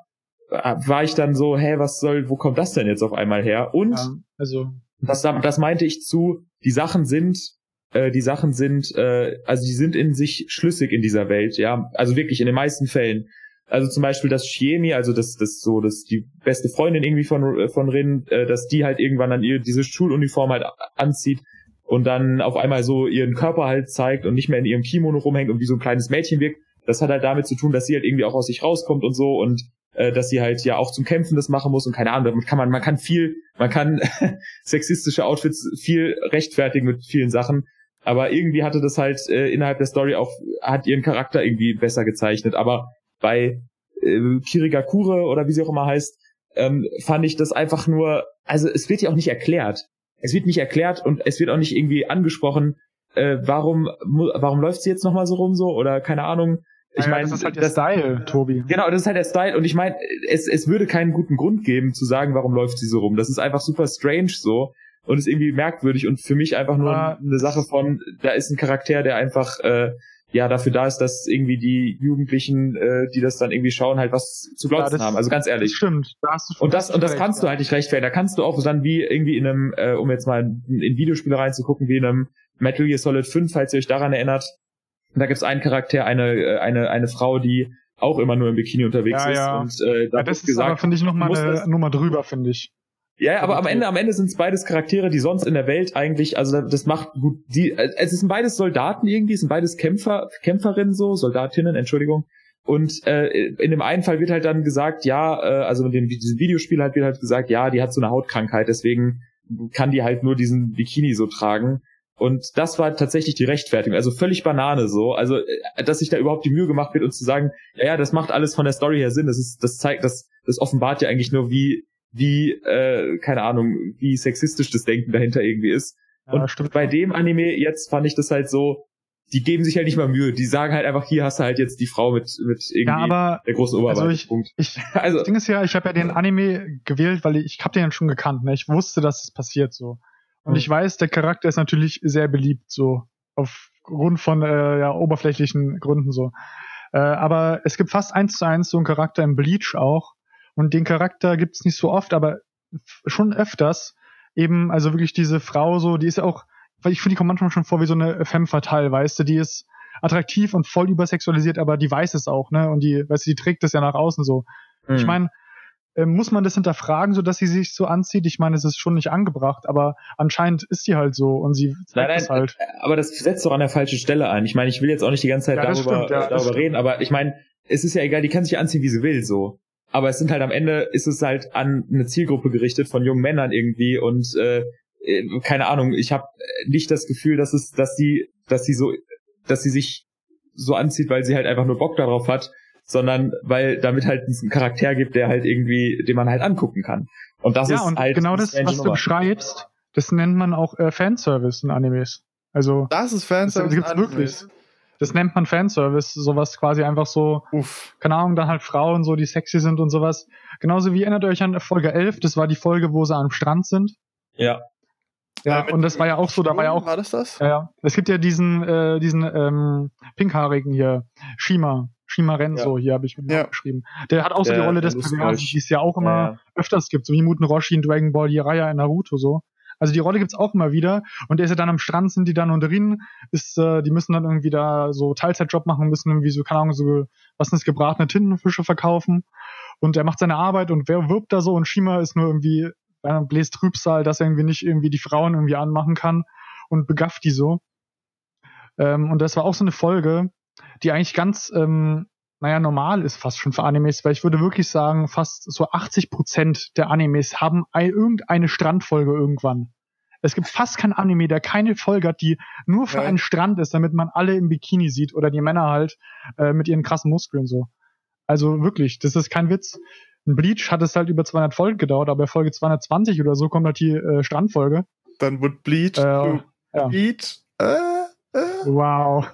war ich dann so, hä, was soll, wo kommt das denn jetzt auf einmal her? Und ja, also das, das meinte ich zu, die Sachen sind die Sachen sind, äh, also die sind in sich schlüssig in dieser Welt, ja, also wirklich in den meisten Fällen. Also zum Beispiel das Shiemi, also das, das so, das die beste Freundin irgendwie von von Rin, äh, dass die halt irgendwann dann ihr diese Schuluniform halt anzieht und dann auf einmal so ihren Körper halt zeigt und nicht mehr in ihrem Kimono rumhängt und wie so ein kleines Mädchen wirkt. Das hat halt damit zu tun, dass sie halt irgendwie auch aus sich rauskommt und so und äh, dass sie halt ja auch zum Kämpfen das machen muss und keine Ahnung, damit kann man, man kann viel, man kann sexistische Outfits viel rechtfertigen mit vielen Sachen. Aber irgendwie hatte das halt äh, innerhalb der Story auch, hat ihren Charakter irgendwie besser gezeichnet. Aber bei äh, Kirigakure oder wie sie auch immer heißt, ähm, fand ich das einfach nur, also es wird ja auch nicht erklärt. Es wird nicht erklärt und es wird auch nicht irgendwie angesprochen, äh, warum warum läuft sie jetzt nochmal so rum so oder keine Ahnung. Ich ja, meine, das ist halt der das, Style, Tobi. Genau, das ist halt der Style und ich meine, es es würde keinen guten Grund geben zu sagen, warum läuft sie so rum. Das ist einfach super strange so. Und ist irgendwie merkwürdig und für mich einfach nur ah, eine Sache von, da ist ein Charakter, der einfach äh, ja dafür da ist, dass irgendwie die Jugendlichen, äh, die das dann irgendwie schauen, halt was zu glotzen ja, haben. Also ganz ehrlich. Das stimmt. Da hast du schon und das und das recht, kannst ja. du halt nicht rechtfertigen. Da kannst du auch dann wie irgendwie in einem, äh, um jetzt mal in, in Videospiele reinzugucken, wie in einem Metal Gear Solid fünf, falls ihr euch daran erinnert. Und da gibt's einen Charakter, eine eine eine Frau, die auch immer nur im Bikini unterwegs ja, ja. ist. Und äh, da ja, das ist gesagt, aber, finde ich, nochmal eine Nummer drüber, finde ich. Ja, aber am Ende, am Ende sind es beides Charaktere, die sonst in der Welt eigentlich, also das macht gut, die, es sind beides Soldaten irgendwie, es sind beides Kämpfer, Kämpferinnen so, Soldatinnen, Entschuldigung. Und äh, in dem einen Fall wird halt dann gesagt, ja, äh, also in dem diesem Videospiel halt wird halt gesagt, ja, die hat so eine Hautkrankheit, deswegen kann die halt nur diesen Bikini so tragen. Und das war tatsächlich die Rechtfertigung, also völlig Banane so, also dass sich da überhaupt die Mühe gemacht wird und zu sagen, ja, ja, das macht alles von der Story her Sinn, das ist, das zeigt, das, das offenbart ja eigentlich nur, wie wie, äh, keine Ahnung, wie sexistisch das Denken dahinter irgendwie ist. Ja, und stimmt. Bei dem Anime jetzt fand ich das halt so, die geben sich halt nicht mal Mühe, die sagen halt einfach, hier hast du halt jetzt die Frau mit mit irgendwie ja, aber, der großen Oberweite. Also ich, Punkt. Ich, also, das Ding ist ja, ich habe ja den Anime gewählt, weil ich, ich habe den ja schon gekannt, ne? Ich wusste, dass es passiert so. Und mhm. ich weiß, der Charakter ist natürlich sehr beliebt, so, aufgrund von äh, ja, oberflächlichen Gründen so. Äh, aber es gibt fast eins zu eins so einen Charakter im Bleach auch. Und den Charakter gibt's nicht so oft, aber schon öfters. Eben, also wirklich diese Frau so, die ist ja auch, weil ich finde, die kommt manchmal schon vor wie so eine femme fatale, weißt du, die ist attraktiv und voll übersexualisiert, aber die weiß es auch, ne? Und die, weißt du, die trägt das ja nach außen so. Mhm. Ich meine, äh, muss man das hinterfragen, so dass sie sich so anzieht? Ich meine, es ist schon nicht angebracht, aber anscheinend ist die halt so und sie zeigt nein, nein, das halt. Aber das setzt doch an der falschen Stelle ein. Ich meine, ich will jetzt auch nicht die ganze Zeit ja, darüber, stimmt, ja, darüber reden, aber ich meine, es ist ja egal, die kann sich anziehen, wie sie will, so. Aber es sind halt am Ende, ist es halt an eine Zielgruppe gerichtet von jungen Männern irgendwie und äh, keine Ahnung, ich habe nicht das Gefühl, dass es, dass sie, dass sie so, dass sie sich so anzieht, weil sie halt einfach nur Bock darauf hat, sondern weil damit halt einen Charakter gibt, der halt irgendwie, den man halt angucken kann. Und das ja, ist und halt genau das, was du beschreibst, das nennt man auch äh, Fanservice in Animes. Also das ist Fanservice. Das gibt's wirklich. Das nennt man Fanservice, sowas quasi einfach so, Uff. keine Ahnung, dann halt Frauen so, die sexy sind und sowas. Genauso wie, erinnert ihr euch an Folge elf, das war die Folge, wo sie am Strand sind. Ja. Ja, ja und das war ja auch so, da war ja auch, war das das? Ja, ja. Es gibt ja diesen, äh, diesen, ähm, pinkhaarigen hier, Shima, Shima Renzo, ja. hier habe ich mir ja. geschrieben. Der hat auch so der, die Rolle des Perversen, die es ja auch immer ja. öfters gibt, so wie Muten Roshi in Dragon Ball, Jiraiya in Naruto, so. Also die Rolle gibt's auch immer wieder und der ist ja dann am Strand, sind die dann und Rin ist, äh, die müssen dann irgendwie da so Teilzeitjob machen, müssen irgendwie so, keine Ahnung, so, was ist das, gebratene Tintenfische verkaufen und er macht seine Arbeit und wer wirbt da so und Shima ist nur irgendwie, äh, bläst Trübsal, dass er irgendwie nicht irgendwie die Frauen irgendwie anmachen kann und begafft die so. Ähm, und das war auch so eine Folge, die eigentlich ganz, ähm, naja, normal ist fast schon für Animes, weil ich würde wirklich sagen, fast so achtzig Prozent der Animes haben ein, irgendeine Strandfolge irgendwann. Es gibt fast kein Anime, der keine Folge hat, die nur für ja. einen Strand ist, damit man alle im Bikini sieht oder die Männer halt äh, mit ihren krassen Muskeln so. Also wirklich, das ist kein Witz. In Bleach hat es halt über zweihundert Folgen gedauert, aber bei Folge zweihundertzwanzig oder so kommt halt die äh, Strandfolge. Dann wird Bleach. Äh, ja. Bleach. Äh, äh. Wow.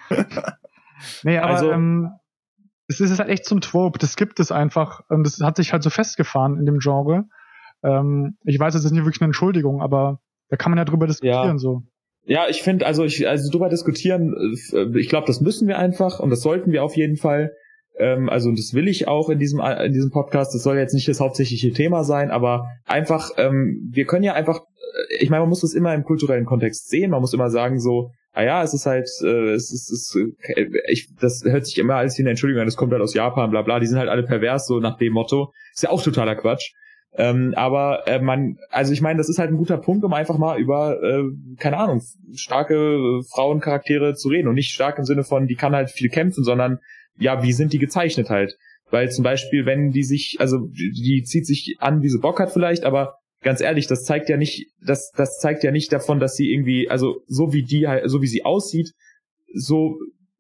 Nee, aber also, ähm, es ist halt echt zum Trope, das gibt es einfach und das hat sich halt so festgefahren in dem Genre. Ähm, ich weiß, es ist nicht wirklich eine Entschuldigung, aber da kann man ja drüber diskutieren ja. so. Ja, ich finde, also ich, also drüber diskutieren, ich glaube, das müssen wir einfach und das sollten wir auf jeden Fall. Ähm, also und das will ich auch in diesem in diesem Podcast. Das soll jetzt nicht das hauptsächliche Thema sein, aber einfach, ähm, wir können ja einfach, ich meine, man muss das immer im kulturellen Kontext sehen. Man muss immer sagen so, ah ja, es ist halt, äh, es ist, es ist äh, ich, das hört sich immer als wie eine Entschuldigung an, das kommt halt aus Japan, bla bla, die sind halt alle pervers, so nach dem Motto. Ist ja auch totaler Quatsch. Ähm, aber äh, man, also ich meine, das ist halt ein guter Punkt, um einfach mal über, äh, keine Ahnung, starke äh, Frauencharaktere zu reden und nicht stark im Sinne von, die kann halt viel kämpfen, sondern ja, wie sind die gezeichnet halt? Weil zum Beispiel, wenn die sich, also die, die zieht sich an, wie sie Bock hat vielleicht, aber ganz ehrlich, das zeigt ja nicht, das, das zeigt ja nicht davon, dass sie irgendwie, also so wie die halt, so wie sie aussieht, so,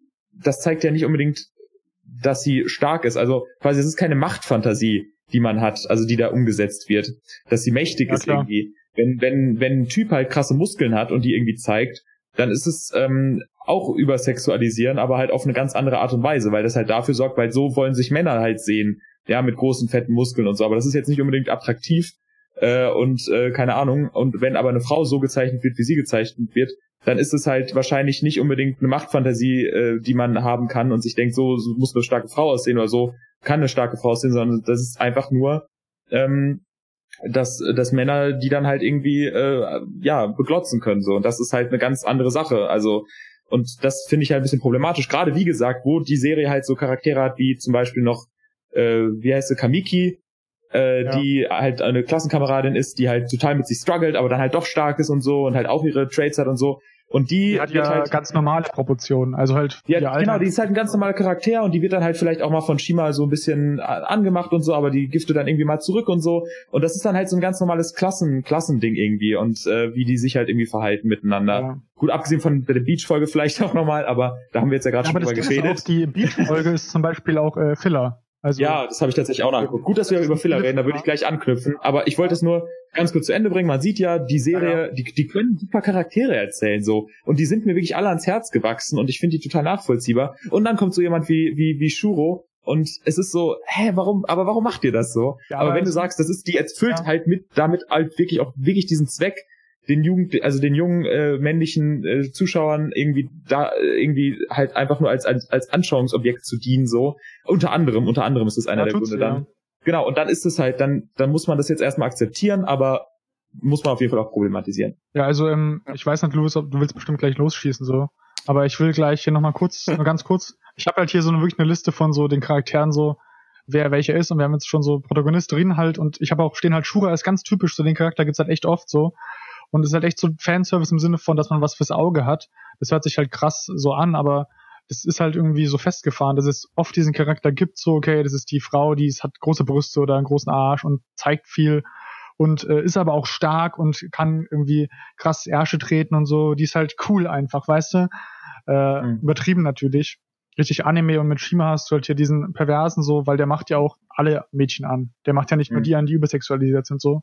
das zeigt ja nicht unbedingt, dass sie stark ist. Also quasi, es ist keine Machtfantasie, die man hat, also die da umgesetzt wird, dass sie mächtig ja, ist klar. Irgendwie. Wenn, wenn, wenn ein Typ halt krasse Muskeln hat und die irgendwie zeigt, dann ist es ähm, auch übersexualisieren, aber halt auf eine ganz andere Art und Weise, weil das halt dafür sorgt, weil so wollen sich Männer halt sehen, ja, mit großen, fetten Muskeln und so, aber das ist jetzt nicht unbedingt attraktiv äh, und äh, keine Ahnung, und wenn aber eine Frau so gezeichnet wird, wie sie gezeichnet wird, dann ist es halt wahrscheinlich nicht unbedingt eine Machtfantasie, äh, die man haben kann und sich denkt, so, so muss eine starke Frau aussehen oder so kann eine starke Frau aussehen, sondern das ist einfach nur ähm, dass, dass Männer die dann halt irgendwie äh, ja beglotzen können so, und das ist halt eine ganz andere Sache, also, und das finde ich halt ein bisschen problematisch, gerade wie gesagt, wo die Serie halt so Charaktere hat, wie zum Beispiel noch äh, wie heißt sie, Kamiki, äh, ja. die halt eine Klassenkameradin ist, die halt total mit sich struggelt, aber dann halt doch stark ist und so und halt auch ihre Traits hat und so. Und die, die hat ja halt ganz normale Proportionen, also halt die hat, genau, die ist halt ein ganz normaler Charakter und die wird dann halt vielleicht auch mal von Shima so ein bisschen angemacht und so, aber die giftet dann irgendwie mal zurück und so, und das ist dann halt so ein ganz normales Klassen Klassending irgendwie, und äh, wie die sich halt irgendwie verhalten miteinander. Ja. Gut, abgesehen von der Beach-Folge vielleicht auch nochmal, aber da haben wir jetzt ja gerade ja, schon drüber geredet. Auch die Beach-Folge ist zum Beispiel auch äh, Filler. Also, ja, das habe ich tatsächlich auch nachgeguckt. Gut, dass wir über Filler reden, da würde ich gleich anknüpfen. Aber ich wollte es nur ganz kurz zu Ende bringen. Man sieht ja, die Serie, ja, ja. Die, die können super Charaktere erzählen so. Und die sind mir wirklich alle ans Herz gewachsen und ich finde die total nachvollziehbar. Und dann kommt so jemand wie wie wie Shuro und es ist so, hä, warum, aber warum macht ihr das so? Ja, aber, aber wenn du sagst, das ist, die erfüllt ja. halt mit, damit halt wirklich auch wirklich diesen Zweck, den Jugend, also den jungen äh, männlichen äh, Zuschauern irgendwie da äh, irgendwie halt einfach nur als als als Anschauungsobjekt zu dienen so. Unter anderem, unter anderem ist das einer ja, der Gründe dann. Ja. Genau, und dann ist es halt, dann dann muss man das jetzt erstmal akzeptieren, aber muss man auf jeden Fall auch problematisieren. Ja, also ähm, ich weiß nicht, Louis, du willst bestimmt gleich losschießen so, aber ich will gleich hier nochmal kurz, nur ganz kurz. Ich habe halt hier so eine wirklich eine Liste von so den Charakteren so, wer welcher ist, und wir haben jetzt schon so Protagonist drin halt, und ich habe auch stehen halt Shura ist ganz typisch, so den Charakter gibt's halt echt oft so. Und es ist halt echt so Fanservice im Sinne von, dass man was fürs Auge hat. Das hört sich halt krass so an, aber das ist halt irgendwie so festgefahren, dass es oft diesen Charakter gibt, so, okay, das ist die Frau, die ist, hat große Brüste oder einen großen Arsch und zeigt viel und äh, ist aber auch stark und kann irgendwie krass Ärsche treten und so. Die ist halt cool einfach, weißt du? Äh, mhm. Übertrieben natürlich. Richtig Anime, und mit Shima hast du halt hier diesen Perversen so, weil der macht ja auch alle Mädchen an. Der macht ja nicht mhm. nur die an, die übersexualisiert sind so.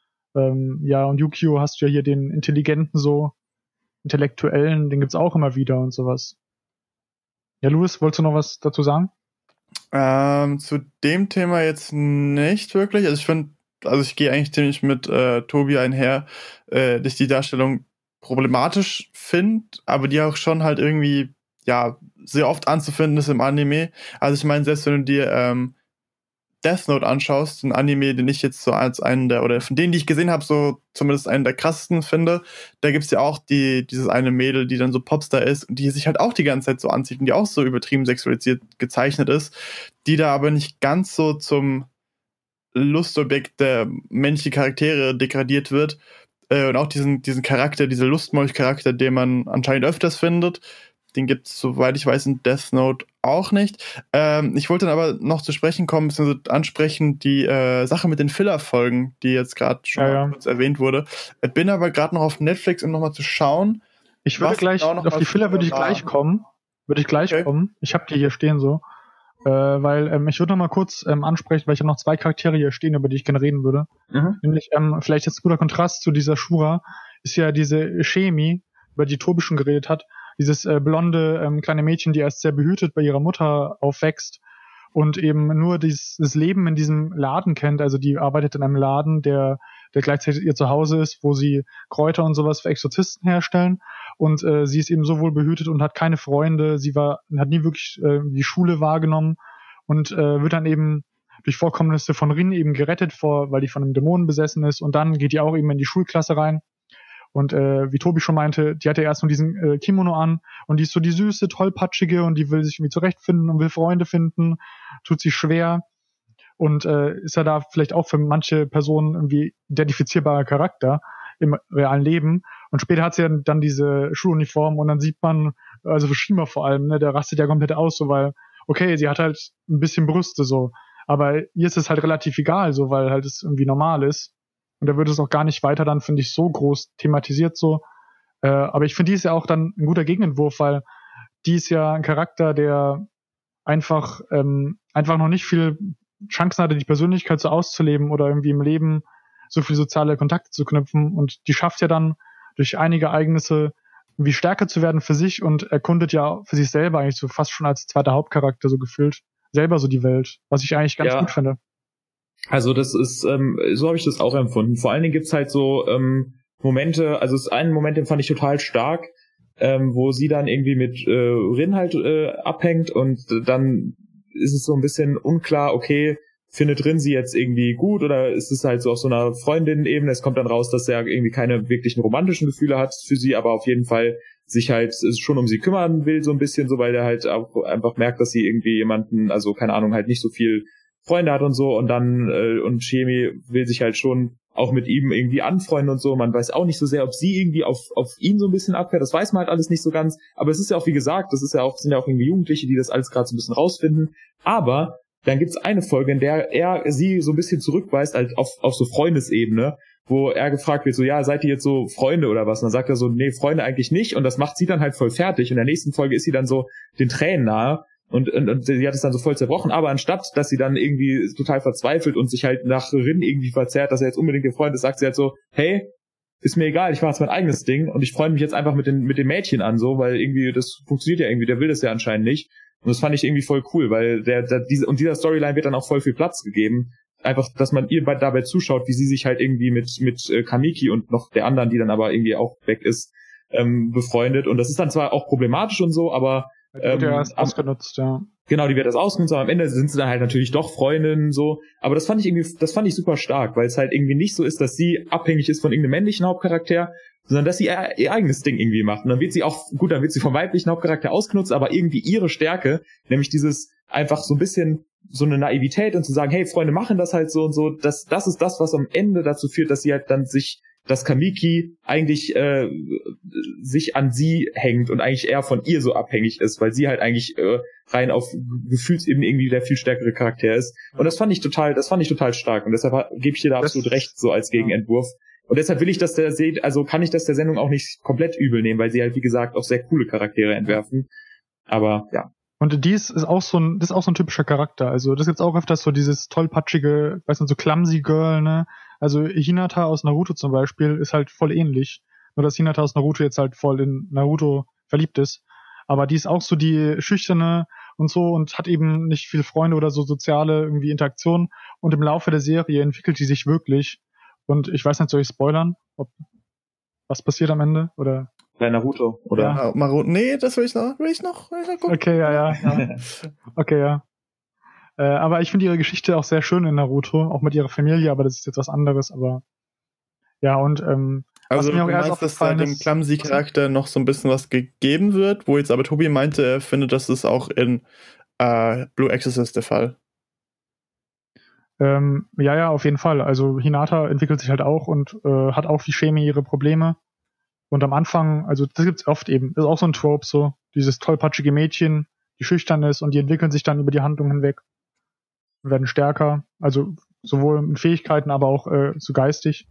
Ähm, ja, und Yukio hast du ja hier den intelligenten, so intellektuellen, den gibt's auch immer wieder und sowas. Ja, Louis, wolltest du noch was dazu sagen? Ähm, zu dem Thema jetzt nicht wirklich. Also ich finde, also ich gehe eigentlich ziemlich mit äh, Tobi einher, äh, dass ich die Darstellung problematisch finde, aber die auch schon halt irgendwie, ja, sehr oft anzufinden ist im Anime. Also ich meine, selbst wenn du dir ähm, Death Note anschaust, ein Anime, den ich jetzt so als einen der, oder von denen, die ich gesehen habe, so zumindest einen der krassesten finde, da gibt's ja auch die dieses eine Mädel, die dann so Popstar ist und die sich halt auch die ganze Zeit so anzieht und die auch so übertrieben sexualisiert gezeichnet ist, die da aber nicht ganz so zum Lustobjekt der männlichen Charaktere degradiert wird, äh, und auch diesen diesen Charakter, dieser Lustmolch-Charakter, den man anscheinend öfters findet, Den gibt es, soweit ich weiß, in Death Note auch nicht. Ähm, ich wollte dann aber noch zu sprechen kommen, beziehungsweise ansprechen, die äh, Sache mit den Filler-Folgen, die jetzt gerade schon ja, mal ja. kurz erwähnt wurde. Ich bin aber gerade noch auf Netflix, um nochmal zu schauen. Ich würde gleich, genau auf die Filler würde ich war. gleich kommen. Würde ich gleich okay. kommen. Ich habe die hier stehen so. Äh, weil ähm, ich würde noch mal kurz ähm, ansprechen, weil ich habe noch zwei Charaktere hier stehen, über die ich gerne reden würde. Mhm. Nämlich, ähm, vielleicht jetzt ein guter Kontrast zu dieser Shura, ist ja diese Chemi, über die Tobi schon geredet hat. Dieses äh, blonde ähm, kleine Mädchen, die erst sehr behütet bei ihrer Mutter aufwächst und eben nur dieses, das Leben in diesem Laden kennt. Also die arbeitet in einem Laden, der, der gleichzeitig ihr Zuhause ist, wo sie Kräuter und sowas für Exorzisten herstellen. Und äh, sie ist eben so wohl behütet und hat keine Freunde. Sie war, hat nie wirklich äh, die Schule wahrgenommen und äh, wird dann eben durch Vorkommnisse von Rin eben gerettet, vor, weil die von einem Dämonen besessen ist. Und dann geht die auch eben in die Schulklasse rein. Und äh, wie Tobi schon meinte, die hatte erst nur diesen äh, Kimono an und die ist so die süße, tollpatschige und die will sich irgendwie zurechtfinden und will Freunde finden, tut sich schwer und äh, ist ja da vielleicht auch für manche Personen irgendwie identifizierbarer Charakter im realen Leben. Und später hat sie dann diese Schuluniform und dann sieht man, also für Shima vor allem, ne, der rastet ja komplett aus, so weil, okay, sie hat halt ein bisschen Brüste so, aber ihr ist es halt relativ egal, so weil halt es irgendwie normal ist. Und da wird es auch gar nicht weiter dann, finde ich, so groß thematisiert so. Äh, aber ich finde, die ist ja auch dann ein guter Gegenentwurf, weil die ist ja ein Charakter, der einfach ähm, einfach noch nicht viel Chancen hatte, die Persönlichkeit so auszuleben oder irgendwie im Leben so viele soziale Kontakte zu knüpfen. Und die schafft ja dann durch einige Ereignisse irgendwie stärker zu werden für sich und erkundet ja für sich selber eigentlich so fast schon als zweiter Hauptcharakter so gefühlt selber so die Welt, was ich eigentlich ganz ja. gut finde. Also das ist, ähm, so habe ich das auch empfunden. Vor allen Dingen gibt's halt so ähm, Momente, also es ist ein Moment, den fand ich total stark, ähm, wo sie dann irgendwie mit äh, Rin halt äh, abhängt und dann ist es so ein bisschen unklar, okay, findet Rin sie jetzt irgendwie gut oder ist es halt so auf so einer Freundinnen-Ebene? Es kommt dann raus, dass er irgendwie keine wirklichen romantischen Gefühle hat für sie, aber auf jeden Fall sich halt schon um sie kümmern will, so ein bisschen, so weil er halt auch einfach merkt, dass sie irgendwie jemanden, also keine Ahnung, halt nicht so viel Freunde hat und so und dann äh, und Chemi will sich halt schon auch mit ihm irgendwie anfreunden und so. Man weiß auch nicht so sehr, ob sie irgendwie auf auf ihn so ein bisschen abfährt. Das weiß man halt alles nicht so ganz. Aber es ist ja auch, wie gesagt, das ist ja auch, sind ja auch irgendwie Jugendliche, die das alles gerade so ein bisschen rausfinden. Aber dann gibt's eine Folge, in der er sie so ein bisschen zurückweist halt auf auf so Freundesebene, wo er gefragt wird, so, ja, seid ihr jetzt so Freunde oder was? Und dann sagt er so, nee, Freunde eigentlich nicht. Und das macht sie dann halt voll fertig. Und in der nächsten Folge ist sie dann so den Tränen nahe. Und, und, und sie hat es dann so voll zerbrochen, aber anstatt, dass sie dann irgendwie total verzweifelt und sich halt nach Rin irgendwie verzerrt, dass er jetzt unbedingt ihr Freund ist, sagt sie halt so, hey, ist mir egal, ich mache jetzt mein eigenes Ding und ich freue mich jetzt einfach mit den mit dem Mädchen an, so, weil irgendwie, das funktioniert ja irgendwie, der will das ja anscheinend nicht. Und das fand ich irgendwie voll cool, weil der, der diese und dieser Storyline wird dann auch voll viel Platz gegeben. Einfach, dass man ihr dabei zuschaut, wie sie sich halt irgendwie mit mit äh, Kamiki und noch der anderen, die dann aber irgendwie auch weg ist, ähm, befreundet. Und das ist dann zwar auch problematisch und so, aber Ähm, ja, ist ausgenutzt, ja. Genau, die wird das ausgenutzt, aber am Ende sind sie dann halt natürlich doch Freundinnen, so. Aber das fand ich irgendwie, das fand ich super stark, weil es halt irgendwie nicht so ist, dass sie abhängig ist von irgendeinem männlichen Hauptcharakter, sondern dass sie ihr, ihr eigenes Ding irgendwie macht. Und dann wird sie auch, gut, dann wird sie vom weiblichen Hauptcharakter ausgenutzt, aber irgendwie ihre Stärke, nämlich dieses einfach so ein bisschen so eine Naivität und zu sagen, hey, Freunde machen das halt so und so, das, das ist das, was am Ende dazu führt, dass sie halt dann sich dass Kamiki eigentlich äh, sich an sie hängt und eigentlich eher von ihr so abhängig ist, weil sie halt eigentlich äh, rein auf Gefühlsebene irgendwie der viel stärkere Charakter ist. Und das fand ich total, das fand ich total stark. Und deshalb gebe ich dir da das absolut recht, so als Gegenentwurf. Und deshalb will ich, dass der seht, also kann ich das der Sendung auch nicht komplett übel nehmen, weil sie halt, wie gesagt, auch sehr coole Charaktere entwerfen. Aber ja. Und dies ist auch so ein, das ist auch so ein typischer Charakter. Also das gibt's auch öfters so dieses tollpatschige, weiß nicht, so clumsy Girl, ne? Also Hinata aus Naruto zum Beispiel ist halt voll ähnlich. Nur dass Hinata aus Naruto jetzt halt voll in Naruto verliebt ist. Aber die ist auch so die Schüchterne und so und hat eben nicht viele Freunde oder so soziale irgendwie Interaktionen. Und im Laufe der Serie entwickelt die sich wirklich. Und ich weiß nicht, soll ich spoilern? Ob was passiert am Ende? Oder? Bei Naruto, oder? Ja, Naruto. Nee, das will ich noch, will ich noch, will ich noch gucken. Okay, ja, ja. ja. Okay, ja. Äh, aber ich finde ihre Geschichte auch sehr schön in Naruto, auch mit ihrer Familie, aber das ist jetzt was anderes, aber ja, und ähm, also was mir auch du erst meinst, dass da dem Clumsy-Charakter noch so ein bisschen was gegeben wird, wo jetzt aber Tobi meinte, er findet, das ist auch in äh, Blue Exorcist der Fall. Ähm, ja, ja, auf jeden Fall. Also Hinata entwickelt sich halt auch und äh, hat auch wie Chemi ihre Probleme. Und am Anfang, also das gibt's oft eben, das ist auch so ein Trope so, dieses tollpatschige Mädchen, die schüchtern ist und die entwickeln sich dann über die Handlung hinweg und werden stärker, also sowohl in Fähigkeiten, aber auch äh, so geistig.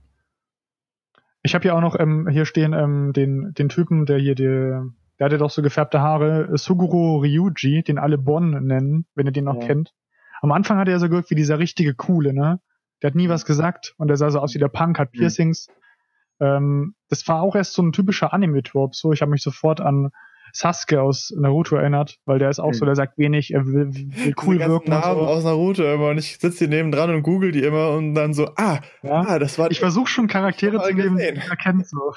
Ich habe hier auch noch ähm, hier stehen ähm, den den Typen, der hier der der hatte doch so gefärbte Haare, Suguru Ryuji, den alle Bon nennen, wenn ihr den noch ja. kennt. Am Anfang hat er so gewirkt wie dieser richtige Coole, ne? Der hat nie was gesagt und der sah so aus wie der Punk, hat Piercings. Mhm. Ähm, das war auch erst so ein typischer Anime-Trope. So, ich habe mich sofort an Sasuke aus Naruto erinnert, weil der ist auch mhm. so, der sagt wenig, er will, will cool Diese wirken. Namen und so. aus Naruto immer und ich sitze hier nebendran und google die immer und dann so, ah, ja? ah das war... Ich versuche schon Charaktere zu nehmen, die man kennt, so.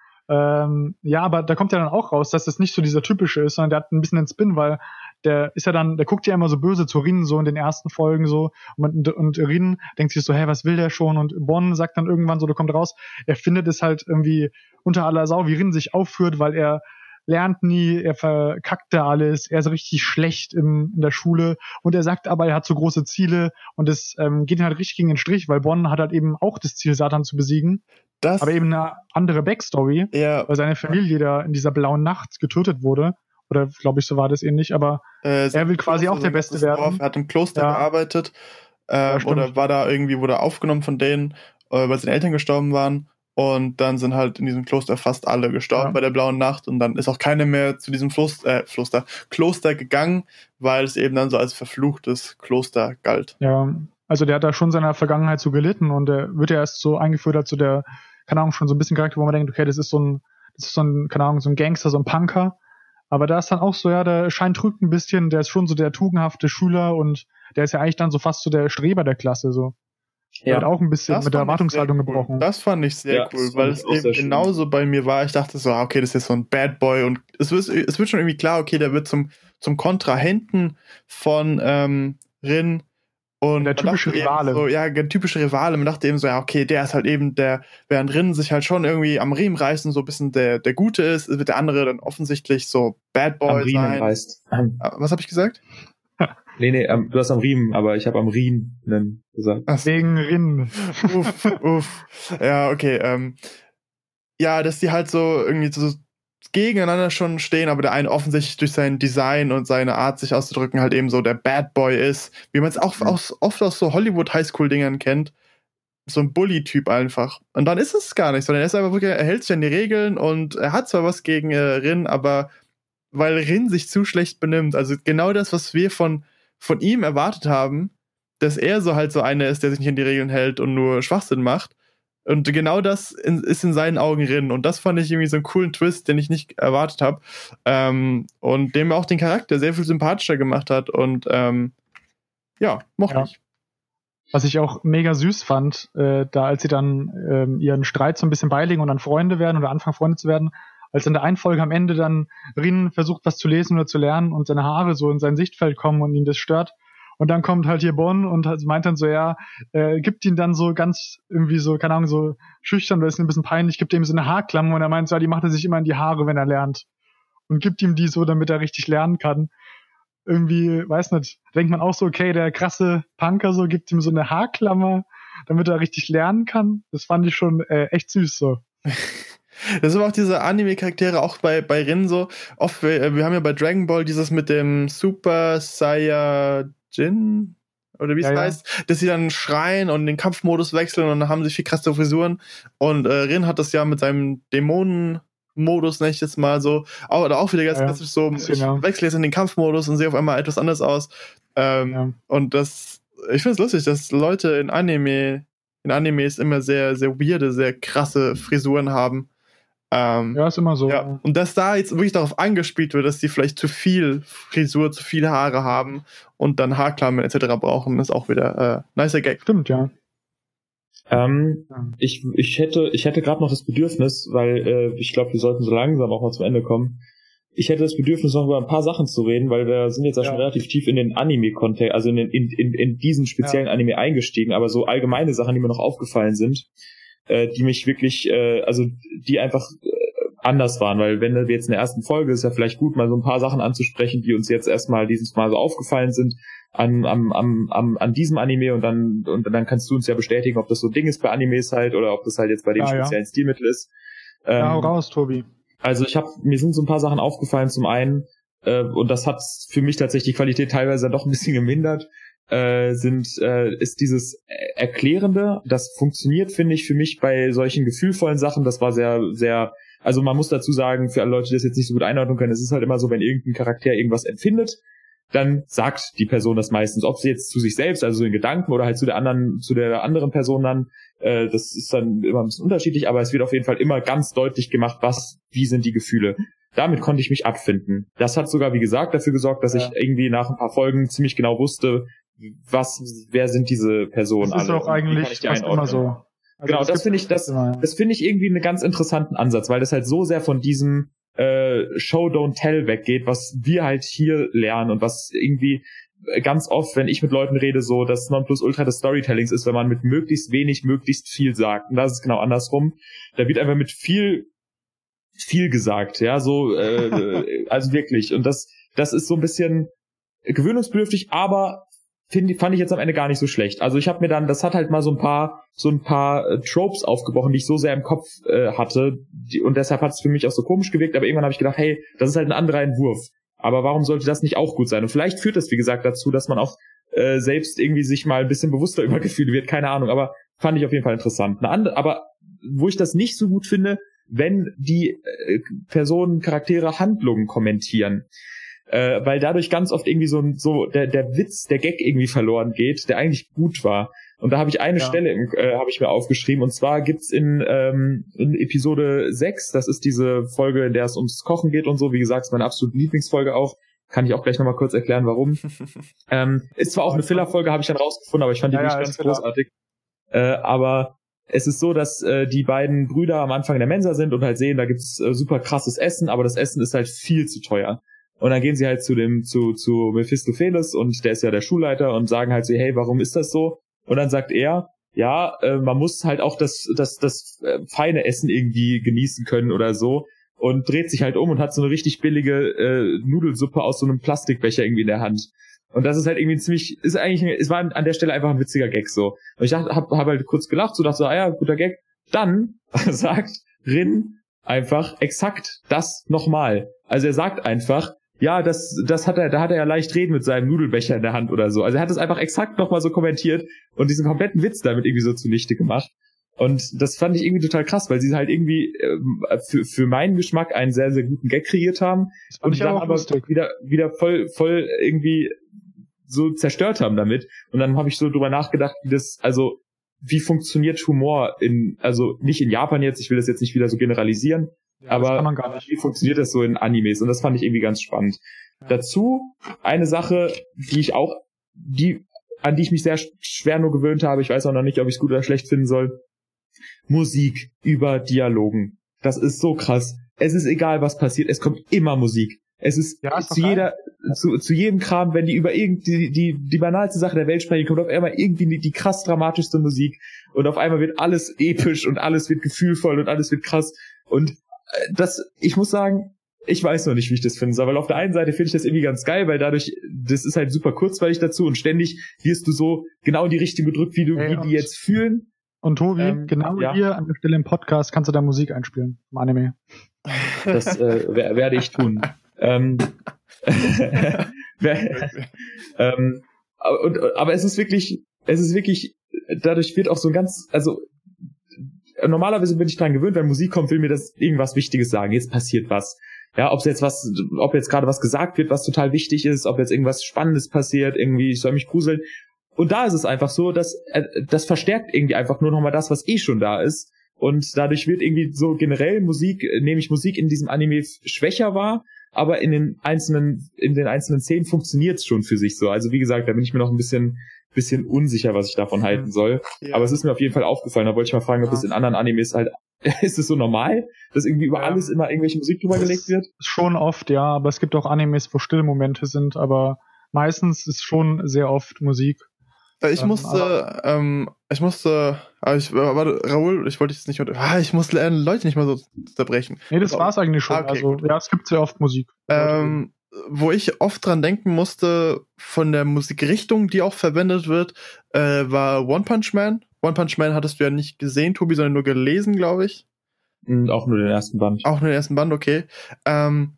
Ähm, ja, aber da kommt ja dann auch raus, dass das nicht so dieser typische ist, sondern der hat ein bisschen den Spin, weil der ist ja dann, der guckt ja immer so böse zu Rin so in den ersten Folgen so und, und Rin denkt sich so, hey, was will der schon? Und Bon sagt dann irgendwann so, du kommst raus, er findet es halt irgendwie unter aller Sau, wie Rin sich aufführt, weil er lernt nie, er verkackt da alles, er ist richtig schlecht im, in der Schule und er sagt aber, er hat so große Ziele und es ähm, geht ihn halt richtig gegen den Strich, weil Bon hat halt eben auch das Ziel, Satan zu besiegen. Das, aber eben eine andere Backstory, ja. weil seine Familie da in dieser blauen Nacht getötet wurde. Oder glaube ich, so war das ähnlich, aber äh, er will quasi auch der Beste werden. Er hat im Kloster ja. gearbeitet äh, ja, oder war da irgendwie, wurde aufgenommen von denen, äh, weil seine Eltern gestorben waren. Und dann sind halt in diesem Kloster fast alle gestorben ja. bei der blauen Nacht. Und dann ist auch keiner mehr zu diesem Fluss, äh, Floster, Kloster gegangen, weil es eben dann so als verfluchtes Kloster galt. Ja, also der hat da schon seiner Vergangenheit so gelitten und der wird ja erst so eingeführt als so der, keine Ahnung, schon so ein bisschen Charakter, wo man denkt, okay, das ist so ein, das ist so ein, keine Ahnung, so ein Gangster, so ein Punker. Aber da ist dann auch so, ja, der Schein trügt ein bisschen, der ist schon so der tugendhafte Schüler und der ist ja eigentlich dann so fast so der Streber der Klasse, so. Der ja. hat auch ein bisschen das mit der Erwartungshaltung cool. gebrochen. Das fand ich sehr ja, cool, weil es eben genauso bei mir war. Ich dachte so, okay, das ist jetzt so ein Bad Boy und es wird, es wird schon irgendwie klar, okay, der wird zum, zum Kontrahenten von ähm, Rin. Und der typische Rivale. So, ja, der typische Rivale. Man dachte eben so, ja, okay, der ist halt eben der, während Rin sich halt schon irgendwie am Riemen reißt und so ein bisschen der, der Gute ist, wird der andere dann offensichtlich so Bad Boy am Riemen sein. Reißt. Was habe ich gesagt? Nee, nee, ähm, du hast am Riemen, aber ich habe am Riemen gesagt. Ach, wegen Rin. Uff, uff. Ja, okay. Ähm, ja, dass die halt so irgendwie so gegeneinander schon stehen, aber der eine offensichtlich durch sein Design und seine Art, sich auszudrücken, halt eben so der Bad Boy ist, wie man es auch mhm. aus, oft aus so Hollywood-Highschool-Dingern kennt. So ein Bully-Typ einfach. Und dann ist es gar nicht, sondern er ist einfach wirklich, er hält sich an die Regeln und er hat zwar was gegen äh, Rin, aber weil Rin sich zu schlecht benimmt, also genau das, was wir von, von ihm erwartet haben, dass er so halt so einer ist, der sich nicht an die Regeln hält und nur Schwachsinn macht. Und genau das in, ist in seinen Augen Rin. Und das fand ich irgendwie so einen coolen Twist, den ich nicht erwartet habe. Ähm, und dem auch den Charakter sehr viel sympathischer gemacht hat. Und ähm, ja, mochte ja. ich. Was ich auch mega süß fand, äh, da als sie dann ähm, ihren Streit so ein bisschen beilegen und dann Freunde werden oder anfangen Freunde zu werden, als in der einen Folge am Ende dann Rin versucht, was zu lesen oder zu lernen und seine Haare so in sein Sichtfeld kommen und ihn das stört. Und dann kommt halt hier Bon und meint dann so, ja, äh, gibt ihn dann so ganz irgendwie so, keine Ahnung, so schüchtern, weil es ein bisschen peinlich, gibt ihm so eine Haarklammer und er meint so, ja, die macht er sich immer in die Haare, wenn er lernt. Und gibt ihm die so, damit er richtig lernen kann. Irgendwie, weiß nicht, denkt man auch so, okay, der krasse Punker so, gibt ihm so eine Haarklammer, damit er richtig lernen kann. Das fand ich schon äh, echt süß so. Das sind auch diese Anime-Charaktere, auch bei, bei Rin so. Oft, wir, wir haben ja bei Dragon Ball dieses mit dem Super Saiyajin, oder wie es ja, heißt, ja. dass sie dann schreien und den Kampfmodus wechseln und dann haben sie viel krasse Frisuren. Und äh, Rin hat das ja mit seinem Dämonen-Modus, nenne ich jetzt mal so, auch, oder auch wieder ganz klassisch ja, so, ich genau. wechsle jetzt in den Kampfmodus und sehe auf einmal etwas anders aus. Ähm, ja. Und das, ich finde es lustig, dass Leute in Anime, in Animes immer sehr, sehr weirde, sehr krasse Frisuren haben. Ähm, ja, ist immer so. Ja. Und dass da jetzt wirklich darauf angespielt wird, dass die vielleicht zu viel Frisur, zu viele Haare haben und dann Haarklammern et cetera brauchen, ist auch wieder äh, nicer Gag. Stimmt, ja. Ähm, ja. Ich, ich hätte, ich hätte gerade noch das Bedürfnis, weil äh, ich glaube, wir sollten so langsam auch mal zum Ende kommen. Ich hätte das Bedürfnis, noch über ein paar Sachen zu reden, weil wir sind jetzt ja schon relativ tief in den Anime-Kontext, also in, den, in, in, in diesen speziellen ja. Anime eingestiegen, aber so allgemeine Sachen, die mir noch aufgefallen sind, äh, die mich wirklich, äh, also die einfach äh, anders waren, weil wenn wir jetzt in der ersten Folge, ist ja vielleicht gut, mal so ein paar Sachen anzusprechen, die uns jetzt erstmal dieses Mal so aufgefallen sind an, am, am, am, an diesem Anime und dann, und dann kannst du uns ja bestätigen, ob das so ein Ding ist bei Animes halt oder ob das halt jetzt bei dem ja, speziellen ja. Stilmittel ist. Ähm, ja, hau raus, Tobi. Also ich habe, mir sind so ein paar Sachen aufgefallen. Zum einen, äh, und das hat für mich tatsächlich die Qualität teilweise doch ein bisschen gemindert, äh, sind äh, ist dieses Erklärende. Das funktioniert, finde ich, für mich bei solchen gefühlvollen Sachen. Das war sehr, sehr, also man muss dazu sagen, für alle Leute, die das jetzt nicht so gut einordnen können, es ist halt immer so, wenn irgendein Charakter irgendwas empfindet, dann sagt die Person das meistens, ob sie jetzt zu sich selbst, also so in Gedanken oder halt zu der anderen, zu der anderen Person dann, äh, das ist dann immer ein bisschen unterschiedlich, aber es wird auf jeden Fall immer ganz deutlich gemacht, was, wie sind die Gefühle. Damit konnte ich mich abfinden. Das hat sogar, wie gesagt, dafür gesorgt, dass ja. ich irgendwie nach ein paar Folgen ziemlich genau wusste, was, wer sind diese Personen alle. Das ist alle auch eigentlich fast immer so. Also genau, das finde ich, das, das finde ich irgendwie einen ganz interessanten Ansatz, weil das halt so sehr von diesem äh, Show Don't Tell weggeht, was wir halt hier lernen und was irgendwie ganz oft, wenn ich mit Leuten rede, so das Nonplusultra des Storytellings ist, wenn man mit möglichst wenig möglichst viel sagt. Und das ist genau andersrum. Da wird einfach mit viel viel gesagt, ja, so äh, also wirklich. Und das das ist so ein bisschen gewöhnungsbedürftig, aber Find, fand ich jetzt am Ende gar nicht so schlecht. Also ich habe mir dann, das hat halt mal so ein paar so ein paar äh, Tropes aufgebrochen, die ich so sehr im Kopf äh, hatte, die, und deshalb hat es für mich auch so komisch gewirkt, aber irgendwann habe ich gedacht, hey, das ist halt ein anderer Entwurf. Aber warum sollte das nicht auch gut sein? Und vielleicht führt das, wie gesagt, dazu, dass man auch äh, selbst irgendwie sich mal ein bisschen bewusster über Gefühle wird, keine Ahnung, aber fand ich auf jeden Fall interessant. Eine andere, aber wo ich das nicht so gut finde, wenn die äh, Personen, Charaktere Handlungen kommentieren. Äh, weil dadurch ganz oft irgendwie so so der der Witz, der Gag irgendwie verloren geht, der eigentlich gut war. Und da habe ich eine ja. Stelle im, äh, habe ich mir aufgeschrieben, und zwar gibt's in ähm, in Episode sechs, das ist diese Folge, in der es ums Kochen geht und so, wie gesagt, ist meine absolute Lieblingsfolge auch. Kann ich auch gleich nochmal kurz erklären, warum. ähm, ist zwar auch eine Filler-Folge, habe ich dann rausgefunden, aber ich fand die ja, nicht ja, ganz großartig. Äh, aber es ist so, dass äh, die beiden Brüder am Anfang in der Mensa sind und halt sehen, da gibt's äh, super krasses Essen, aber das Essen ist halt viel zu teuer. Und dann gehen sie halt zu dem, zu, zu Mephistopheles, und der ist ja der Schulleiter, und sagen halt so, hey, warum ist das so? Und dann sagt er, ja, äh, man muss halt auch das, das, das äh, feine Essen irgendwie genießen können oder so, und dreht sich halt um und hat so eine richtig billige äh, Nudelsuppe aus so einem Plastikbecher irgendwie in der Hand. Und das ist halt irgendwie ziemlich, ist eigentlich, es war an der Stelle einfach ein witziger Gag so. Und ich dachte, hab, hab halt kurz gelacht, so dachte so, ah ja, guter Gag. Dann sagt Rin einfach exakt das nochmal. Also er sagt einfach, ja, das, das hat er, da hat er ja leicht reden mit seinem Nudelbecher in der Hand oder so. Also er hat es einfach exakt nochmal so kommentiert und diesen kompletten Witz damit irgendwie so zunichte gemacht. Und das fand ich irgendwie total krass, weil sie halt irgendwie ähm, für, für meinen Geschmack einen sehr, sehr guten Gag kreiert haben und dann aber lustig. wieder, wieder voll, voll irgendwie so zerstört haben damit. Und dann habe ich so drüber nachgedacht, wie das, also, wie funktioniert Humor in, also nicht in Japan jetzt, ich will das jetzt nicht wieder so generalisieren, ja, aber wie funktioniert das so in Animes? Und das fand ich irgendwie ganz spannend. Ja. Dazu eine Sache, die ich auch, die, an die ich mich sehr schwer nur gewöhnt habe, ich weiß auch noch nicht, ob ich es gut oder schlecht finden soll. Musik über Dialogen. Das ist so krass. Es ist egal, was passiert, es kommt immer Musik. Es ist, ja, ist zu jeder, zu, zu jedem Kram, wenn die über irgendwie die, die banalste Sache der Welt sprechen, kommt auf einmal irgendwie die, die krass dramatischste Musik, und auf einmal wird alles episch und alles wird gefühlvoll und alles wird krass. Und das, ich muss sagen, ich weiß noch nicht, wie ich das finde, weil auf der einen Seite finde ich das irgendwie ganz geil, weil dadurch, das ist halt super kurzweilig dazu, und ständig wirst du so genau in die Richtung gedrückt, wie du, hey, wie die jetzt fühlen. Und Tobi, ähm, genau ja. hier an der Stelle im Podcast kannst du da Musik einspielen im Anime. Das äh, wer, werde ich tun. ähm, ähm, und, aber es ist wirklich, es ist wirklich, dadurch wird auch so ein ganz, also normalerweise bin ich dran gewöhnt, wenn Musik kommt, will mir das irgendwas Wichtiges sagen. Jetzt passiert was. Ja, ob jetzt was, ob jetzt gerade was gesagt wird, was total wichtig ist, ob jetzt irgendwas Spannendes passiert, irgendwie, ich soll mich gruseln. Und da ist es einfach so, dass äh, das verstärkt irgendwie einfach nur nochmal das, was eh schon da ist. Und dadurch wird irgendwie so generell Musik, nehme ich Musik in diesem Anime schwächer wahr, aber in den einzelnen, in den einzelnen Szenen funktioniert es schon für sich so. Also wie gesagt, da bin ich mir noch ein bisschen, bisschen unsicher, was ich davon halten soll. Ja. Aber es ist mir auf jeden Fall aufgefallen. Da wollte ich mal fragen, ob es ja. in anderen Animes halt, ist es so normal, dass irgendwie über ja. alles immer irgendwelche Musik drüber gelegt wird? Schon oft, ja. Aber es gibt auch Animes, wo Stillmomente sind. Aber meistens ist schon sehr oft Musik. Ich musste, ähm, ich musste, aber ich, warte, Raoul, ich wollte jetzt nicht, ah, ich muss lernen, Leute nicht mal so zerbrechen. Nee, das war's eigentlich schon. Ah, okay, also, gut. Ja, es gibt sehr oft Musik. Ähm, wo ich oft dran denken musste, von der Musikrichtung, die auch verwendet wird, äh, war One Punch Man. One Punch Man hattest du ja nicht gesehen, Tobi, sondern nur gelesen, glaube ich. Und auch nur den ersten Band. Auch nur den ersten Band, okay. Ähm,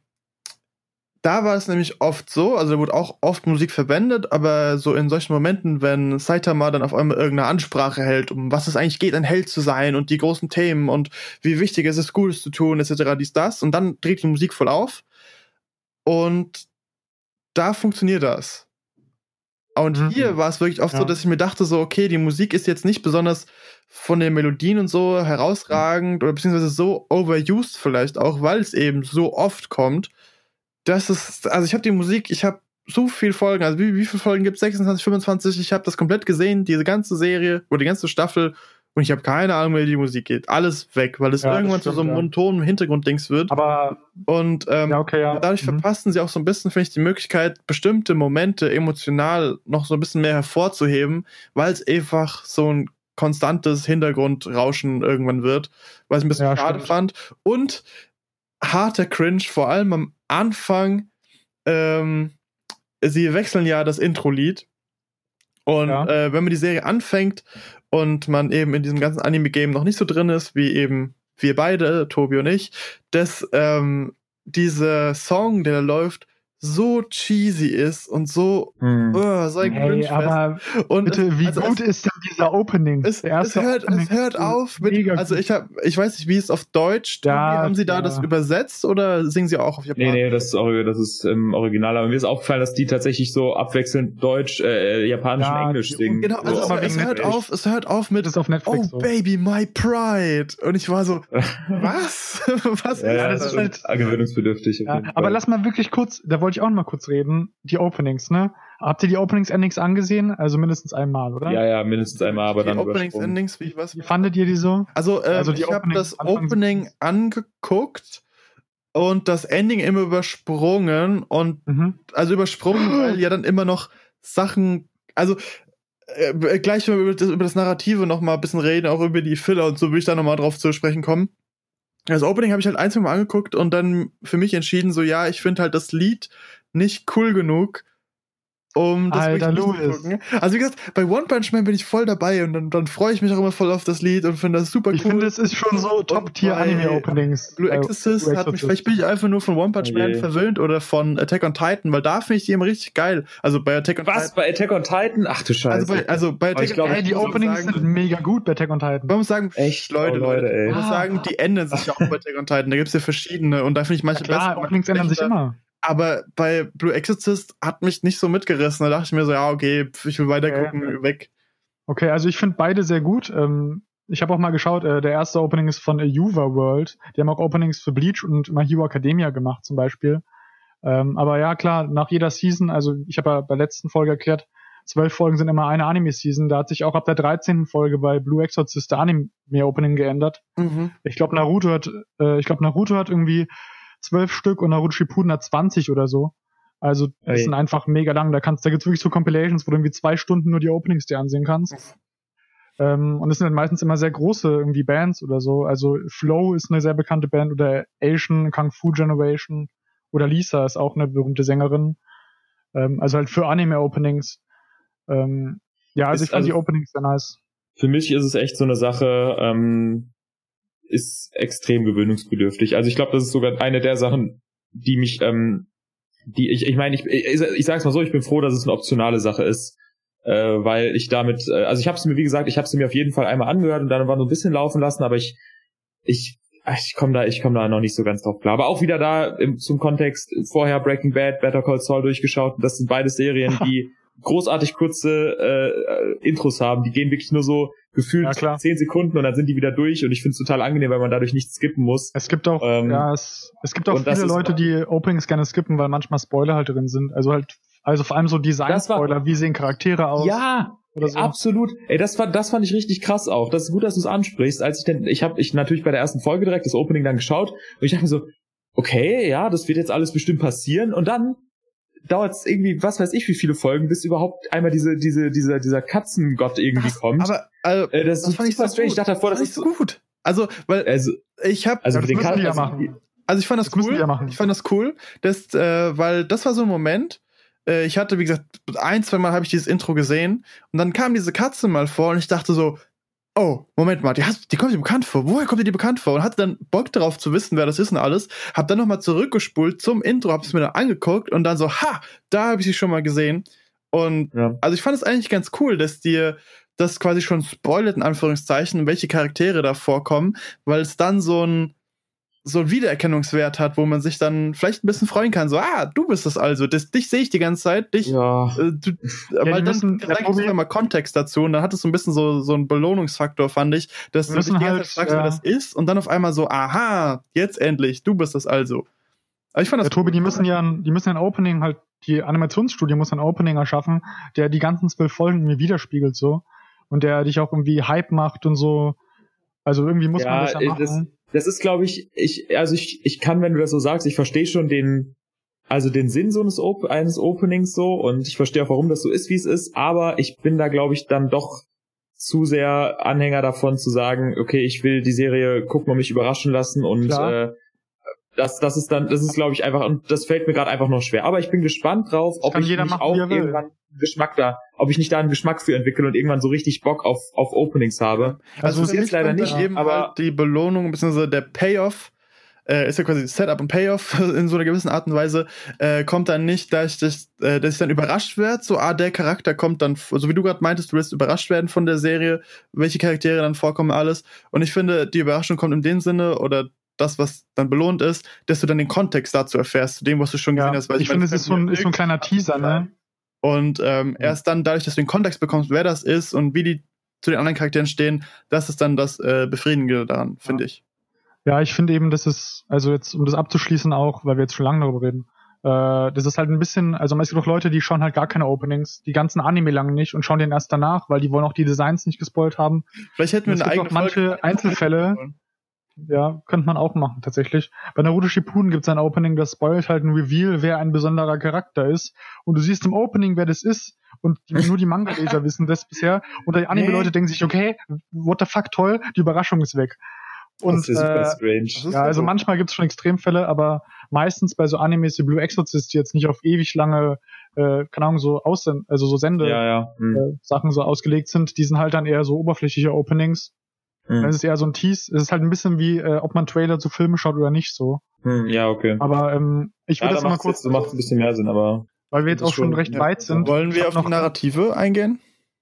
da war es nämlich oft so, also da wurde auch oft Musik verwendet, aber so in solchen Momenten, wenn Saitama dann auf einmal irgendeine Ansprache hält, um was es eigentlich geht, ein Held zu sein und die großen Themen und wie wichtig es ist, Gutes zu tun, et cetera, dies, das, und dann dreht die Musik voll auf und da funktioniert das. Und mhm. hier war es wirklich oft ja. so, dass ich mir dachte so, okay, die Musik ist jetzt nicht besonders von den Melodien und so herausragend oder beziehungsweise so overused vielleicht auch, weil es eben so oft kommt. Das ist, also ich habe die Musik, ich habe so viele Folgen, also wie, wie viele Folgen gibt es? sechsundzwanzig, fünfundzwanzig, ich habe das komplett gesehen, diese ganze Serie oder die ganze Staffel und ich habe keine Ahnung, wie die Musik geht. Alles weg, weil es ja, irgendwann stimmt, zu so einem ja. monotonen Hintergrunddings wird. Aber und ähm, ja, okay, ja. dadurch mhm. verpassen sie auch so ein bisschen, finde ich, die Möglichkeit, bestimmte Momente emotional noch so ein bisschen mehr hervorzuheben, weil es einfach so ein konstantes Hintergrundrauschen irgendwann wird, was ich ein bisschen ja, schade stimmt. fand. Und harter Cringe, vor allem am Anfang, ähm, sie wechseln ja das Intro-Lied und ja. äh, wenn man die Serie anfängt und man eben in diesem ganzen Anime-Game noch nicht so drin ist, wie eben wir beide, Tobi und ich, dass ähm, dieser Song, der da läuft, so cheesy ist und so, hm. uh, so ein hey, aber und bitte, es, wie also gut es, ist denn dieser Opening? Es, es, hört, Opening es hört auf mit, also ich hab, ich weiß nicht, wie es auf Deutsch, ja, haben sie da ja. das übersetzt oder singen sie auch auf Japanisch? Nee, nee, das ist, das ist im Original, aber mir ist aufgefallen, dass die tatsächlich so abwechselnd Deutsch, äh, Japanisch ja, und Englisch singen. Genau, also so. es, es hört auf, es hört auf mit, das ist auf Netflix oh so. Baby, my pride. Und ich war so, was? was ja, ja, das ist halt gewöhnungsbedürftig. Ja, aber lass mal wirklich kurz, da wollte ich auch noch mal kurz reden, die Openings, ne? Habt ihr die Openings-Endings angesehen? Also mindestens einmal, oder? Ja, ja, mindestens einmal, aber die dann Openings-Endings, wie was? Wie fandet ihr die so? Also, ähm, also die ich habe das Opening angeguckt und das Ending immer übersprungen und mhm. also übersprungen, weil ja dann immer noch Sachen, also äh, gleich wenn wir über das, über das Narrative noch mal ein bisschen reden, auch über die Filler und so, will ich da noch mal drauf zu sprechen kommen. Das Opening habe ich halt ein, zwei Mal angeguckt und dann für mich entschieden, so ja, ich finde halt das Lied nicht cool genug, um das Alter, wirklich zu gucken. Also wie gesagt, bei One Punch Man bin ich voll dabei und dann, dann freue ich mich auch immer voll auf das Lied und finde das super cool. Ich finde, es ist schon so Top-Tier-Anime-Openings. Blue Exorcist äh, hat mich, vielleicht bin ich einfach nur von One Punch Man okay. verwöhnt oder von Attack on Titan, weil da finde ich die immer richtig geil. Also bei Attack on Was? Titan. bei Attack on Titan? Ach du Scheiße. Also bei, also bei Attack on Titan. Die Openings sagen, sind mega gut bei Attack on Titan. Man muss sagen, echt, Leute, oh, Leute, ey. Man muss sagen, die ändern sich ja auch bei Attack on Titan. Da gibt es ja verschiedene und da finde ich manche ja, klar, besser. Openings ändern sich immer. Aber bei Blue Exorcist hat mich nicht so mitgerissen. Da dachte ich mir so, ja, okay, ich will weiter gucken, okay. weg. Okay, also ich finde beide sehr gut. Ich habe auch mal geschaut, der erste Opening ist von Yuva World. Die haben auch Openings für Bleach und My Hero Academia gemacht zum Beispiel. Aber ja, klar, nach jeder Season, also ich habe ja bei der letzten Folge erklärt, zwölf Folgen sind immer eine Anime-Season. Da hat sich auch ab der dreizehnten Folge bei Blue Exorcist der Anime-Opening geändert. Mhm. Ich glaube, Naruto hat, ich glaube, Naruto hat irgendwie zwölf Stück und Naruto Shippuden hat zwanzig oder so. Also das hey. sind einfach mega lang. Da kannst, da gibt's wirklich so Compilations, wo du irgendwie zwei Stunden nur die Openings dir ansehen kannst. Ähm, und es sind dann meistens immer sehr große irgendwie Bands oder so. Also Flow ist eine sehr bekannte Band oder Asian Kung Fu Generation oder Lisa ist auch eine berühmte Sängerin. Ähm, also halt für Anime-Openings. Ähm, ja, also ist, ich fand also die Openings sehr nice. Für mich ist es echt so eine Sache, ähm, ist extrem gewöhnungsbedürftig. Also ich glaube, das ist sogar eine der Sachen, die mich, ähm, die ich, ich meine, ich, ich, ich sag's mal so, ich bin froh, dass es eine optionale Sache ist, äh, weil ich damit, äh, also ich habe es mir, wie gesagt, ich habe es mir auf jeden Fall einmal angehört und dann war so ein bisschen laufen lassen, aber ich, ich, ich komme da, ich komme da noch nicht so ganz drauf klar. Aber auch wieder da im, zum Kontext vorher Breaking Bad, Better Call Saul durchgeschaut. Und das sind beide Serien, die großartig kurze äh, Intros haben. Die gehen wirklich nur so gefühlt ja, zehn Sekunden und dann sind die wieder durch und ich finde es total angenehm, weil man dadurch nichts skippen muss. Es gibt auch, ähm, ja, es, es gibt auch viele Leute, die Openings gerne skippen, weil manchmal Spoiler halt drin sind. Also halt, also vor allem so Design-Spoiler, wie sehen Charaktere aus? Ja, oder so. Absolut. Ey, das fand, das fand ich richtig krass auch. Das ist gut, dass du es ansprichst. Als ich denn, ich habe ich natürlich bei der ersten Folge direkt das Opening dann geschaut und ich dachte mir so, okay, ja, das wird jetzt alles bestimmt passieren und dann dauert es irgendwie, was weiß ich, wie viele Folgen, bis überhaupt einmal diese, diese, dieser, dieser Katzengott irgendwie das, kommt. Aber, also, äh, das, das ist fand ich so strange. Ich dachte davor, das, das ist so gut. Also, weil, also, ich hab, also, das den müssen die ja also, machen. Also, ich fand das, das cool. Ja machen. Ich fand das cool, dass, äh, weil das war so ein Moment, äh, ich hatte, wie gesagt, ein, zwei Mal habe ich dieses Intro gesehen und dann kam diese Katze mal vor und ich dachte so, oh, Moment mal, die, hast, die kommt dir bekannt vor. Woher kommt dir die bekannt vor? Und hatte dann Bock darauf zu wissen, wer das ist und alles. Hab dann nochmal zurückgespult zum Intro, hab es mir dann angeguckt und dann so, ha, da habe ich sie schon mal gesehen. Und ja. also ich fand es eigentlich ganz cool, dass dir das quasi schon spoilert, in Anführungszeichen, welche Charaktere da vorkommen, weil es dann so ein so einen Wiedererkennungswert hat, wo man sich dann vielleicht ein bisschen freuen kann, so, ah, du bist das also, das, dich sehe ich die ganze Zeit, dich, ja. äh, du, ja, weil dann, müssen, dann gibt es immer Kontext dazu und dann hat es so ein bisschen so, so einen Belohnungsfaktor, fand ich, dass du dich die ganze halt, Zeit fragst, ja. wer das ist und dann auf einmal so, aha, jetzt endlich, du bist das also. Aber ich fand das ja, Tobi, die müssen ja, die müssen ja ein Opening halt, die Animationsstudio muss ein Opening erschaffen, der die ganzen zwölf Folgen mir widerspiegelt, so, und der dich auch irgendwie Hype macht und so, also irgendwie muss ja, man das ja machen. Das, das ist, glaube ich, ich, also ich, ich kann, wenn du das so sagst, ich verstehe schon den, also den Sinn so eines, Op- eines Openings so und ich verstehe auch, warum das so ist, wie es ist, aber ich bin da, glaube ich, dann doch zu sehr Anhänger davon zu sagen, okay, ich will die Serie gucken und mich überraschen lassen und äh, das, das ist dann, das ist, glaube ich, einfach, und das fällt mir gerade einfach noch schwer. Aber ich bin gespannt drauf, ob ich nicht auch irgendwann Geschmack da, ob ich nicht da einen Geschmack für entwickle und irgendwann so richtig Bock auf, auf Openings habe. Also, also jetzt leider nicht, eben aber halt die Belohnung bzw. der Payoff äh, ist ja quasi Setup und Payoff in so einer gewissen Art und Weise, äh, kommt dann nicht, dass ich, das, äh, dass ich dann überrascht werde, so, ah, der Charakter kommt dann, so wie du gerade meintest, du wirst überrascht werden von der Serie, welche Charaktere dann vorkommen, alles. Und ich finde, die Überraschung kommt in dem Sinne, oder das, was dann belohnt ist, dass du dann den Kontext dazu erfährst, zu dem, was du schon gesehen ja, hast. Weil ich, ich finde, es ist so, ein, ist so ein kleiner Teaser, ne? Und ähm, erst dann, dadurch, dass du den Kontext bekommst, wer das ist und wie die zu den anderen Charakteren stehen, das ist dann das äh, Befriedigende daran, finde ja. ich. Ja, ich finde eben, das ist, also jetzt, um das abzuschließen auch, weil wir jetzt schon lange darüber reden, äh, das ist halt ein bisschen, also es gibt auch Leute, die schauen halt gar keine Openings, die ganzen Anime lang nicht und schauen den erst danach, weil die wollen auch die Designs nicht gespoilt haben. Vielleicht hätten wir eine eigene auch manche Folge Einzelfälle. Ja, könnte man auch machen, tatsächlich. Bei Naruto Shippuden gibt es ein Opening, das spoilt halt ein Reveal, wer ein besonderer Charakter ist. Und du siehst im Opening, wer das ist. Und die, nur die Manga-Leser wissen das bisher. Und die Anime-Leute denken sich, okay, what the fuck, toll, die Überraschung ist weg. Und, das ist super äh, strange. Ja, also so. Manchmal gibt es schon Extremfälle, aber meistens bei so Animes wie Blue Exorcist, die jetzt nicht auf ewig lange, äh, keine Ahnung, so Aussend- also so Sende ja, ja. Hm. äh, Sachen so ausgelegt sind, die sind halt dann eher so oberflächliche Openings. Hm. Dann ist es eher so ein Tease. Es ist halt ein bisschen wie, äh, ob man Trailer zu Filmen schaut oder nicht so. Hm, ja, okay. Aber ähm, ich will ja, das da mal kurz... So macht es ein bisschen mehr Sinn, aber... Weil wir jetzt auch schon, schon recht ja. weit sind. Wollen wir auf noch die Narrative eingehen?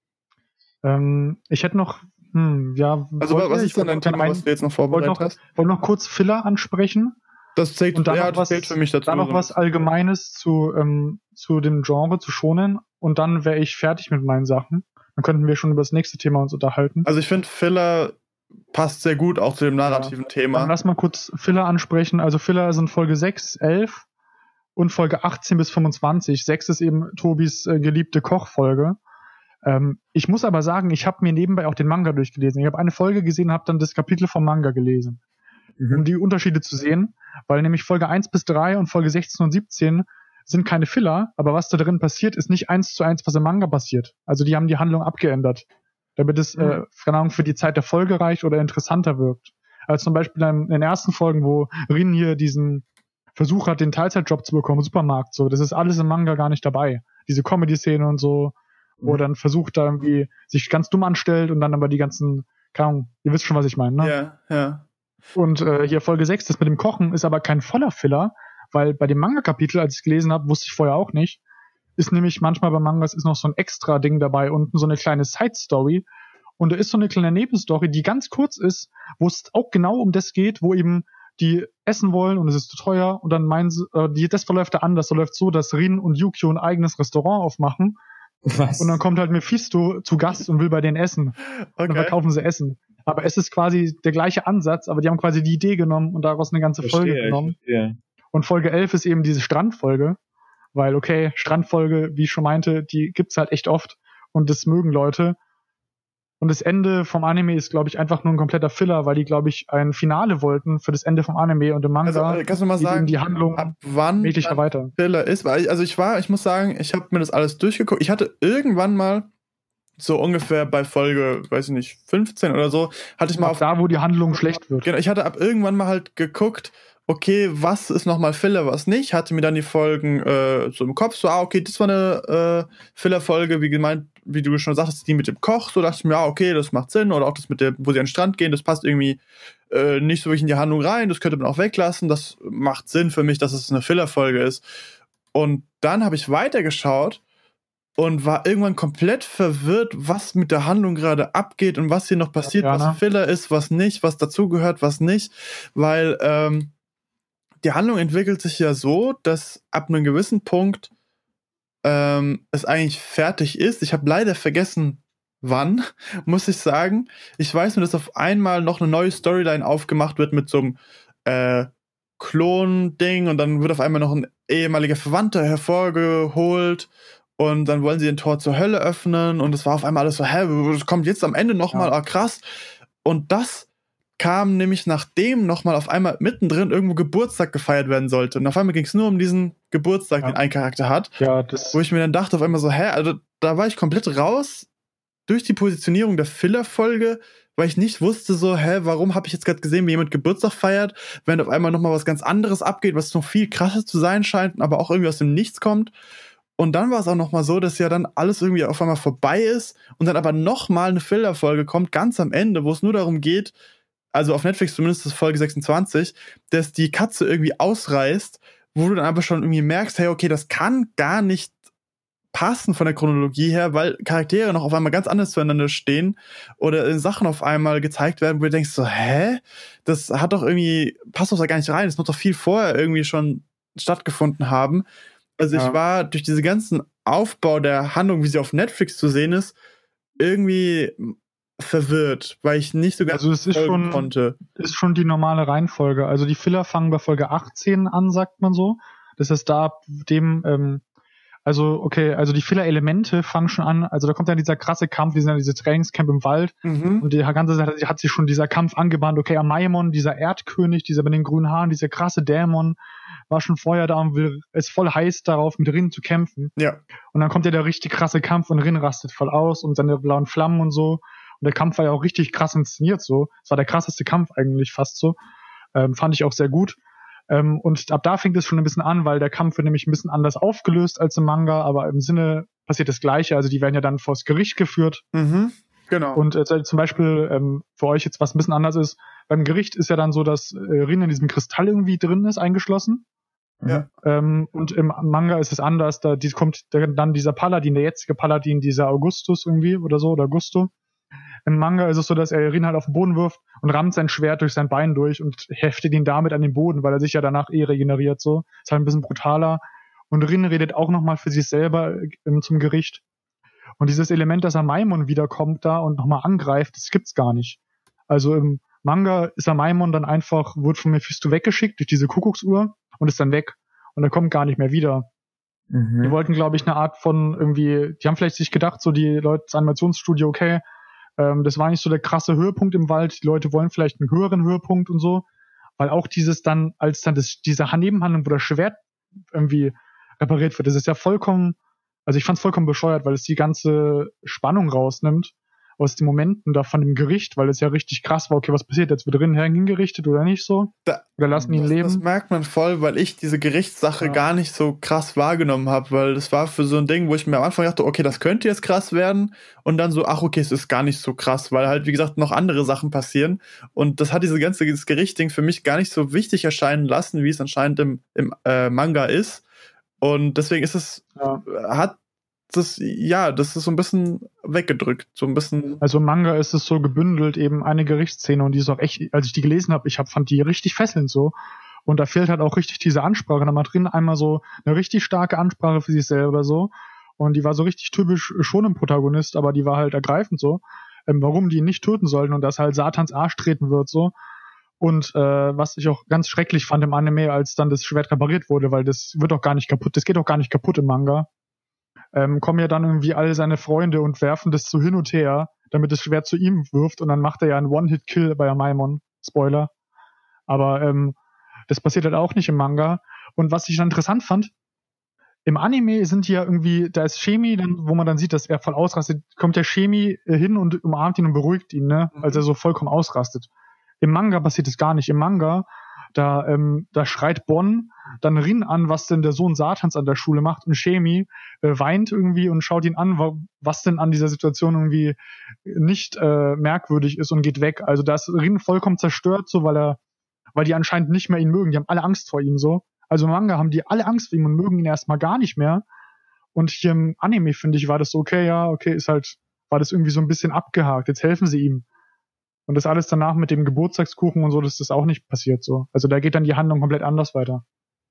Ähm, ich hätte noch... Hm, ja... Also was ist denn dein Thema, was du jetzt noch vorbereitet wollt noch, hast? Wollte noch kurz Filler ansprechen. Das zählt, und dann ja, noch das was, zählt für mich dazu. Dann noch was Allgemeines zu, ähm, zu dem Genre, zu Shonen. Und dann wäre ich fertig mit meinen Sachen. Dann könnten wir schon über das nächste Thema uns unterhalten. Also ich finde, Filler passt sehr gut auch zu dem narrativen ja. Thema. Dann lass mal kurz Filler ansprechen. Also Filler sind Folge sechs, elf und Folge achtzehn bis fünfundzwanzig. sechs ist eben Tobis äh, geliebte Kochfolge. Ähm, ich muss aber sagen, ich habe mir nebenbei auch den Manga durchgelesen. Ich habe eine Folge gesehen und habe dann das Kapitel vom Manga gelesen. Mhm. Um die Unterschiede zu sehen. Weil nämlich Folge eins bis drei und Folge sechzehn und siebzehn sind keine Filler, aber was da drin passiert, ist nicht eins zu eins, was im Manga passiert. Also die haben die Handlung abgeändert, damit es mhm. äh, keine Ahnung, für die Zeit der Folge reicht oder interessanter wirkt. Also zum Beispiel in den ersten Folgen, wo Rin hier diesen Versuch hat, den Teilzeitjob zu bekommen im Supermarkt, so, das ist alles im Manga gar nicht dabei. Diese Comedy-Szene und so, mhm. wo er dann versucht, da irgendwie sich ganz dumm anstellt und dann aber die ganzen, keine Ahnung, ihr wisst schon, was ich meine, ne? Ja, ja. Und äh, hier Folge sechs, das mit dem Kochen, ist aber kein voller Filler, weil bei dem Manga-Kapitel, als ich es gelesen habe, wusste ich vorher auch nicht, ist nämlich manchmal bei Mangas ist noch so ein extra Ding dabei, unten so eine kleine Side-Story. Und da ist so eine kleine Nebenstory, die ganz kurz ist, wo es auch genau um das geht, wo eben die essen wollen und es ist zu teuer und dann meinen sie, äh, die, das verläuft da anders, so läuft so, dass Rin und Yukio ein eigenes Restaurant aufmachen. Was? Und dann kommt halt Mephisto zu Gast und will bei denen essen. Okay. Und dann verkaufen sie Essen. Aber es ist quasi der gleiche Ansatz, aber die haben quasi die Idee genommen und daraus eine ganze verstehe, Folge genommen. Und Folge elf ist eben diese Strandfolge, weil, okay, Strandfolge, wie ich schon meinte, die gibt's halt echt oft und das mögen Leute. Und das Ende vom Anime ist, glaube ich, einfach nur ein kompletter Filler, weil die, glaube ich, ein Finale wollten für das Ende vom Anime und im Manga also, kannst du mal sagen, die Handlung ab wann weiter. Filler ist? Weil ich, also ich war, ich muss sagen, ich habe mir das alles durchgeguckt. Ich hatte irgendwann mal so ungefähr bei Folge, weiß ich nicht, fünfzehn oder so, hatte ich mal ab auf... da, wo die Handlung schlecht wird. Genau, ich hatte ab irgendwann mal halt geguckt, okay, was ist nochmal Filler, was nicht, hatte mir dann die Folgen äh, so im Kopf, so, ah, okay, das war eine äh, Filler-Folge, wie gemeint, wie du schon sagtest, die mit dem Koch, so dachte ich mir, ja, okay, das macht Sinn, oder auch das mit der, wo sie an den Strand gehen, das passt irgendwie äh, nicht so wirklich in die Handlung rein, das könnte man auch weglassen, das macht Sinn für mich, dass es eine Filler-Folge ist. Und dann habe ich weitergeschaut und war irgendwann komplett verwirrt, was mit der Handlung gerade abgeht und was hier noch passiert, ja, was Filler ist, was nicht, was dazugehört, was nicht, weil ähm, die Handlung entwickelt sich ja so, dass ab einem gewissen Punkt ähm, es eigentlich fertig ist. Ich habe leider vergessen, wann, muss ich sagen. Ich weiß nur, dass auf einmal noch eine neue Storyline aufgemacht wird mit so einem äh, Klon-Ding und dann wird auf einmal noch ein ehemaliger Verwandter hervorgeholt. Und dann wollen sie den Tor zur Hölle öffnen und es war auf einmal alles so, hä, das kommt jetzt am Ende nochmal, ja. Ah, krass. Und das kam nämlich nachdem nochmal auf einmal mittendrin irgendwo Geburtstag gefeiert werden sollte. Und auf einmal ging es nur um diesen Geburtstag, ja. den ein Charakter hat. Ja, das wo ich mir dann dachte auf einmal so, hä, also da war ich komplett raus durch die Positionierung der Filler-Folge, weil ich nicht wusste so, hä, warum habe ich jetzt gerade gesehen, wie jemand Geburtstag feiert, wenn auf einmal nochmal was ganz anderes abgeht, was noch viel krasser zu sein scheint, aber auch irgendwie aus dem Nichts kommt. Und dann war es auch nochmal so, dass ja dann alles irgendwie auf einmal vorbei ist und dann aber nochmal eine Filler-Folge kommt, ganz am Ende, wo es nur darum geht, also auf Netflix zumindest ist Folge sechsundzwanzig, dass die Katze irgendwie ausreißt, wo du dann aber schon irgendwie merkst, hey, okay, das kann gar nicht passen von der Chronologie her, weil Charaktere noch auf einmal ganz anders zueinander stehen oder Sachen auf einmal gezeigt werden, wo du denkst so, hä? Das hat doch irgendwie, passt doch da gar nicht rein, das muss doch viel vorher irgendwie schon stattgefunden haben. Also ja. Ich war durch diese ganzen Aufbau der Handlung, wie sie auf Netflix zu sehen ist, irgendwie verwirrt, weil ich nicht so ganz also es ist schon, konnte. ist schon die normale Reihenfolge. Also die Filler fangen bei Folge achtzehn an, sagt man so. Das heißt, da ab dem, ähm, also okay, also die Filler-Elemente fangen schon an, also da kommt dann dieser krasse Kampf, dieser diese Trainingscamp im Wald mhm. und die ganze Zeit hat sich schon dieser Kampf angebahnt, okay, Amaemon, dieser Erdkönig, dieser mit den grünen Haaren, dieser krasse Dämon, war schon vorher da und will, ist voll heiß darauf, mit Rin zu kämpfen. Ja. Und dann kommt ja der richtig krasse Kampf und Rin rastet voll aus und seine blauen Flammen und so. Und der Kampf war ja auch richtig krass inszeniert so. Es war der krasseste Kampf eigentlich fast so. Ähm, fand ich auch sehr gut. Ähm, und ab da fängt es schon ein bisschen an, weil der Kampf wird nämlich ein bisschen anders aufgelöst als im Manga, aber im Sinne passiert das Gleiche. Also die werden ja dann vors Gericht geführt. Mhm, genau. Und äh, zum Beispiel ähm, für euch jetzt was ein bisschen anders ist, beim Gericht ist ja dann so, dass äh, Rin in diesem Kristall irgendwie drin ist, eingeschlossen. Ja. Ähm, und im Manga ist es anders, da die, kommt dann dieser Paladin, der jetzige Paladin, dieser Augustus irgendwie oder so, oder Augusto. Im Manga ist es so, dass er Rin halt auf den Boden wirft und rammt sein Schwert durch sein Bein durch und heftet ihn damit an den Boden, weil er sich ja danach eh regeneriert so. Ist halt ein bisschen brutaler. Und Rin redet auch nochmal für sich selber ähm, zum Gericht. Und dieses Element, dass Amaemon wiederkommt da und nochmal angreift, das gibt's gar nicht. Also im Manga ist Amaemon dann einfach, wird von Mephisto weggeschickt durch diese Kuckucksuhr und ist dann weg. Und er kommt gar nicht mehr wieder. Mhm. Die wollten, glaube ich, eine Art von irgendwie, die haben vielleicht sich gedacht, so die Leute, das Animationsstudio, okay, ähm, das war nicht so der krasse Höhepunkt im Wald, die Leute wollen vielleicht einen höheren Höhepunkt und so, weil auch dieses dann, als dann das, diese Nebenhandlung, wo das Schwert irgendwie repariert wird, das ist ja vollkommen, also ich fand's vollkommen bescheuert, weil es die ganze Spannung rausnimmt aus den Momenten da von dem Gericht, weil es ja richtig krass war, okay, was passiert jetzt? Wird Rin hingerichtet oder nicht so? Da, oder lassen ihn das, leben? Das merkt man voll, weil ich diese Gerichtssache ja. gar nicht so krass wahrgenommen habe, weil das war für so ein Ding, wo ich mir am Anfang dachte, okay, das könnte jetzt krass werden und dann so, ach okay, es ist gar nicht so krass, weil halt, wie gesagt, noch andere Sachen passieren und das hat diese ganze dieses Gerichtsding für mich gar nicht so wichtig erscheinen lassen, wie es anscheinend im, im äh, Manga ist und deswegen ist es, ja. hat das, ja, das ist so ein bisschen weggedrückt, so ein bisschen. Also im Manga ist es so gebündelt, eben eine Gerichtsszene und die ist auch echt, als ich die gelesen habe, ich hab, fand die richtig fesselnd so und da fehlt halt auch richtig diese Ansprache, da war drin einmal so eine richtig starke Ansprache für sich selber so und die war so richtig typisch schon ein Protagonist, aber die war halt ergreifend so, ähm, warum die ihn nicht töten sollten und dass halt Satans Arsch treten wird so und äh, was ich auch ganz schrecklich fand im Anime, als dann das Schwert repariert wurde, weil das wird doch gar nicht kaputt, das geht doch gar nicht kaputt im Manga. Ähm, kommen ja dann irgendwie alle seine Freunde und werfen das so hin und her, damit das Schwert zu ihm wirft und dann macht er ja einen One-Hit-Kill bei Amaemon. Spoiler. Aber ähm, das passiert halt auch nicht im Manga. Und was ich dann interessant fand, im Anime sind die ja irgendwie, da ist Shemi, dann, wo man dann sieht, dass er voll ausrastet, kommt der Shemi hin und umarmt ihn und beruhigt ihn, ne, mhm. als er so vollkommen ausrastet. Im Manga passiert das gar nicht. Im Manga da, ähm, da schreit Bon dann Rin an, was denn der Sohn Satans an der Schule macht, und Shemi äh, weint irgendwie und schaut ihn an, was denn an dieser Situation irgendwie nicht äh, merkwürdig ist, und geht weg. Also da ist Rin vollkommen zerstört, so, weil er, weil die anscheinend nicht mehr ihn mögen. Die haben alle Angst vor ihm, so. Also im Manga haben die alle Angst vor ihm und mögen ihn erstmal gar nicht mehr. Und hier im Anime, finde ich, war das so, okay, ja, okay, ist halt, war das irgendwie so ein bisschen abgehakt. Jetzt helfen sie ihm. Und das alles danach mit dem Geburtstagskuchen und so, das ist auch nicht passiert, so. Also da geht dann die Handlung komplett anders weiter.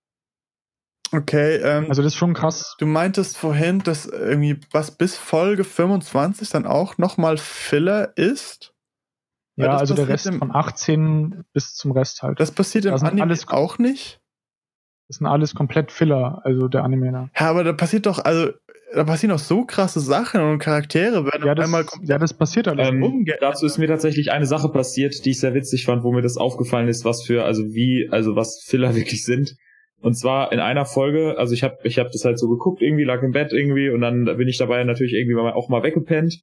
Okay, ähm, also das ist schon krass. Du meintest vorhin, dass irgendwie was bis Folge fünfundzwanzig dann auch nochmal Filler ist? Ja, also der Rest von achtzehn bis zum Rest halt. Das passiert im Anime alles auch nicht? Das sind alles komplett Filler, also der Anime. Ne? Ja, aber da passiert doch, also da passieren doch so krasse Sachen und Charaktere werden ja, auf das, einmal Ja, das passiert alles. Ähm, umge- dazu ist mir tatsächlich eine Sache passiert, die ich sehr witzig fand, wo mir das aufgefallen ist, was für, also wie, also was Filler wirklich sind. Und zwar in einer Folge, also ich habe ich hab das halt so geguckt, irgendwie lag im Bett irgendwie, und dann bin ich dabei natürlich irgendwie mal, auch mal weggepennt.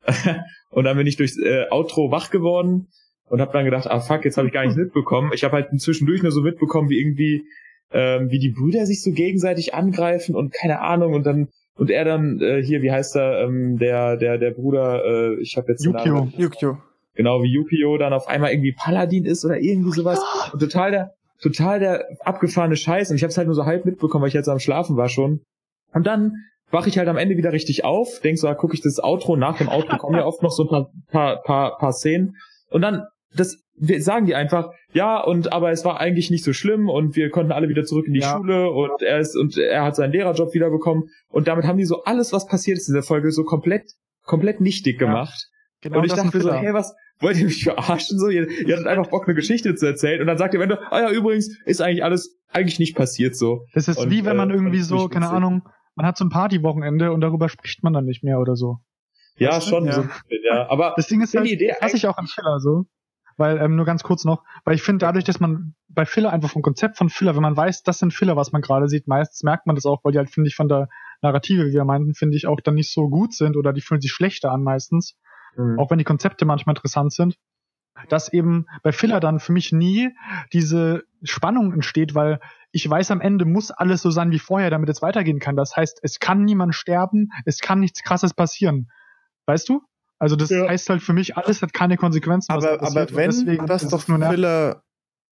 Und dann bin ich durchs äh, Outro wach geworden und habe dann gedacht, ah fuck, jetzt habe ich gar nichts mitbekommen. Ich habe halt zwischendurch nur so mitbekommen, wie irgendwie, ähm, wie die Brüder sich so gegenseitig angreifen und keine Ahnung, und dann und er dann äh, hier, wie heißt er, ähm, der der der Bruder, äh, ich habe jetzt Yukio. Namen, Yukio. Genau, wie Yukio dann auf einmal irgendwie Paladin ist oder irgendwie sowas, und total der total der abgefahrene Scheiß, und ich habe es halt nur so halb mitbekommen, weil ich jetzt am Schlafen war schon. Und dann wache ich halt am Ende wieder richtig auf, denk so, ah, gucke ich das Outro, nach dem Outro kommen ja oft noch so ein paar, paar, paar, paar Szenen, und dann das wir sagen die einfach, ja, und aber es war eigentlich nicht so schlimm und wir konnten alle wieder zurück in die ja. Schule und er ist und er hat seinen Lehrerjob wieder bekommen, und damit haben die so alles, was passiert ist in der Folge, so komplett komplett nichtig gemacht. Ja, genau, und ich dachte so, hey, was wollt ihr mich verarschen? So, ihr, ihr hattet einfach Bock, eine Geschichte zu erzählen, und dann sagt ihr am Ende, ah ja, übrigens ist eigentlich alles eigentlich nicht passiert so. Das ist und, wie wenn man äh, irgendwie so, keine Ahnung, man hat so ein Partywochenende und darüber spricht man dann nicht mehr oder so. Ja, weißt schon. Ja. So, ja. Aber das Ding ist halt, die Idee hasse ich auch an Filler so. Weil, ähm, nur ganz kurz noch, weil ich finde dadurch, dass man bei Filler einfach vom Konzept von Filler, wenn man weiß, das sind Filler, was man gerade sieht, meistens merkt man das auch, weil die halt, finde ich, von der Narrative, wie wir meinten, finde ich, auch dann nicht so gut sind oder die fühlen sich schlechter an meistens. Mhm. Auch wenn die Konzepte manchmal interessant sind. Dass eben bei Filler dann für mich nie diese Spannung entsteht, weil ich weiß, am Ende muss alles so sein wie vorher, damit es weitergehen kann. Das heißt, es kann niemand sterben, es kann nichts Krasses passieren. Weißt du? Also das ja. heißt halt für mich, alles hat keine Konsequenzen. Aber, aber wenn das doch Filler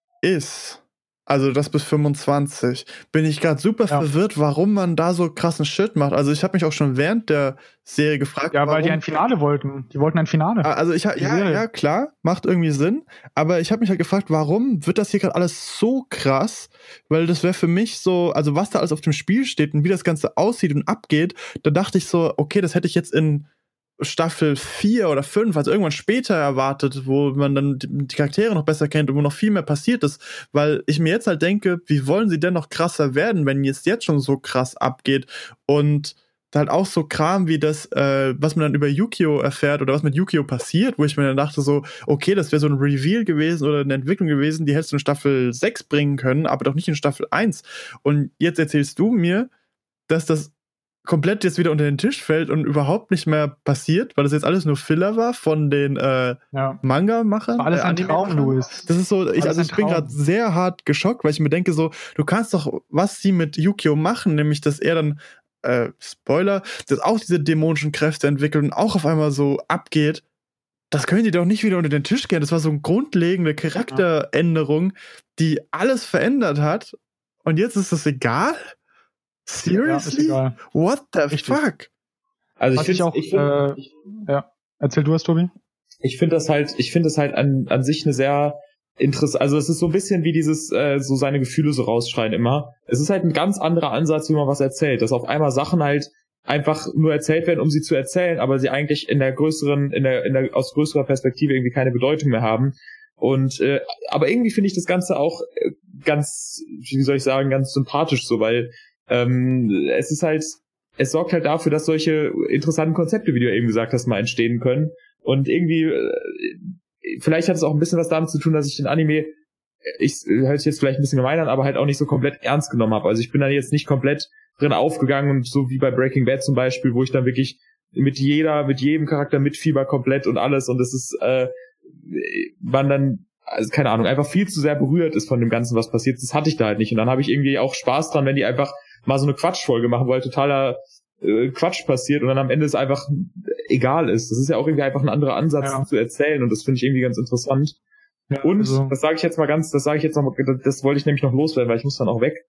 ist, also das bis fünfundzwanzig, bin ich gerade super ja. verwirrt, warum man da so krassen Shit macht. Also ich habe mich auch schon während der Serie gefragt, ja, weil warum, die ein Finale wollten. Die wollten ein Finale. Also ich ja, ja, klar, macht irgendwie Sinn. Aber ich habe mich halt gefragt, warum wird das hier gerade alles so krass? Weil das wäre für mich so, also was da alles auf dem Spiel steht und wie das Ganze aussieht und abgeht, da dachte ich so, okay, das hätte ich jetzt in Staffel vier oder fünf, also irgendwann später erwartet, wo man dann die Charaktere noch besser kennt und wo noch viel mehr passiert ist, weil ich mir jetzt halt denke, wie wollen sie denn noch krasser werden, wenn es jetzt schon so krass abgeht, und halt auch so Kram wie das, äh, was man dann über Yukio erfährt oder was mit Yukio passiert, wo ich mir dann dachte so, okay, das wäre so ein Reveal gewesen oder eine Entwicklung gewesen, die hättest du in Staffel sechs bringen können, aber doch nicht in Staffel eins, und jetzt erzählst du mir, dass das komplett jetzt wieder unter den Tisch fällt und überhaupt nicht mehr passiert, weil das jetzt alles nur Filler war von den äh, ja. Manga-Machern. War alles äh, ein Traum, Louis. Das ist so, ich, also ich bin gerade sehr hart geschockt, weil ich mir denke so, du kannst doch, was sie mit Yukio machen, nämlich, dass er dann, äh, Spoiler, dass auch diese dämonischen Kräfte entwickelt und auch auf einmal so abgeht, das können die doch nicht wieder unter den Tisch gehen. Das war so eine grundlegende Charakteränderung, die alles verändert hat, und jetzt ist das egal? Seriously? Ja, what the Richtig. fuck? Also ich finde auch, ich find, äh, ich, ja, erzähl du es, Tobi. Ich finde das halt, ich finde das halt an, an sich eine sehr interessant, also es ist so ein bisschen wie dieses, äh, so seine Gefühle so rausschreien immer. Es ist halt ein ganz anderer Ansatz, wie man was erzählt, dass auf einmal Sachen halt einfach nur erzählt werden, um sie zu erzählen, aber sie eigentlich in der größeren, in der, in der, aus größerer Perspektive irgendwie keine Bedeutung mehr haben. Und, äh, aber irgendwie finde ich das Ganze auch ganz, wie soll ich sagen, ganz sympathisch so, weil Ähm, es ist halt, es sorgt halt dafür, dass solche interessanten Konzepte, wie du eben gesagt hast, mal entstehen können. Und irgendwie, äh, vielleicht hat es auch ein bisschen was damit zu tun, dass ich den Anime, ich höre es jetzt vielleicht ein bisschen gemein an, aber halt auch nicht so komplett ernst genommen habe. Also ich bin da jetzt nicht komplett drin aufgegangen, und so wie bei Breaking Bad zum Beispiel, wo ich dann wirklich mit jeder, mit jedem Charakter mitfieber komplett und alles, und das ist, äh, man dann also keine Ahnung, einfach viel zu sehr berührt ist von dem Ganzen, was passiert. Das hatte ich da halt nicht. Und dann habe ich irgendwie auch Spaß dran, wenn die einfach mal so eine Quatschfolge machen, wo halt totaler äh, Quatsch passiert und dann am Ende es einfach egal ist. Das ist ja auch irgendwie einfach ein anderer Ansatz ja. zu erzählen und das finde ich irgendwie ganz interessant. Ja, und also. das sage ich jetzt mal ganz, das sage ich jetzt noch, das wollte ich nämlich noch loswerden, weil ich muss dann auch weg.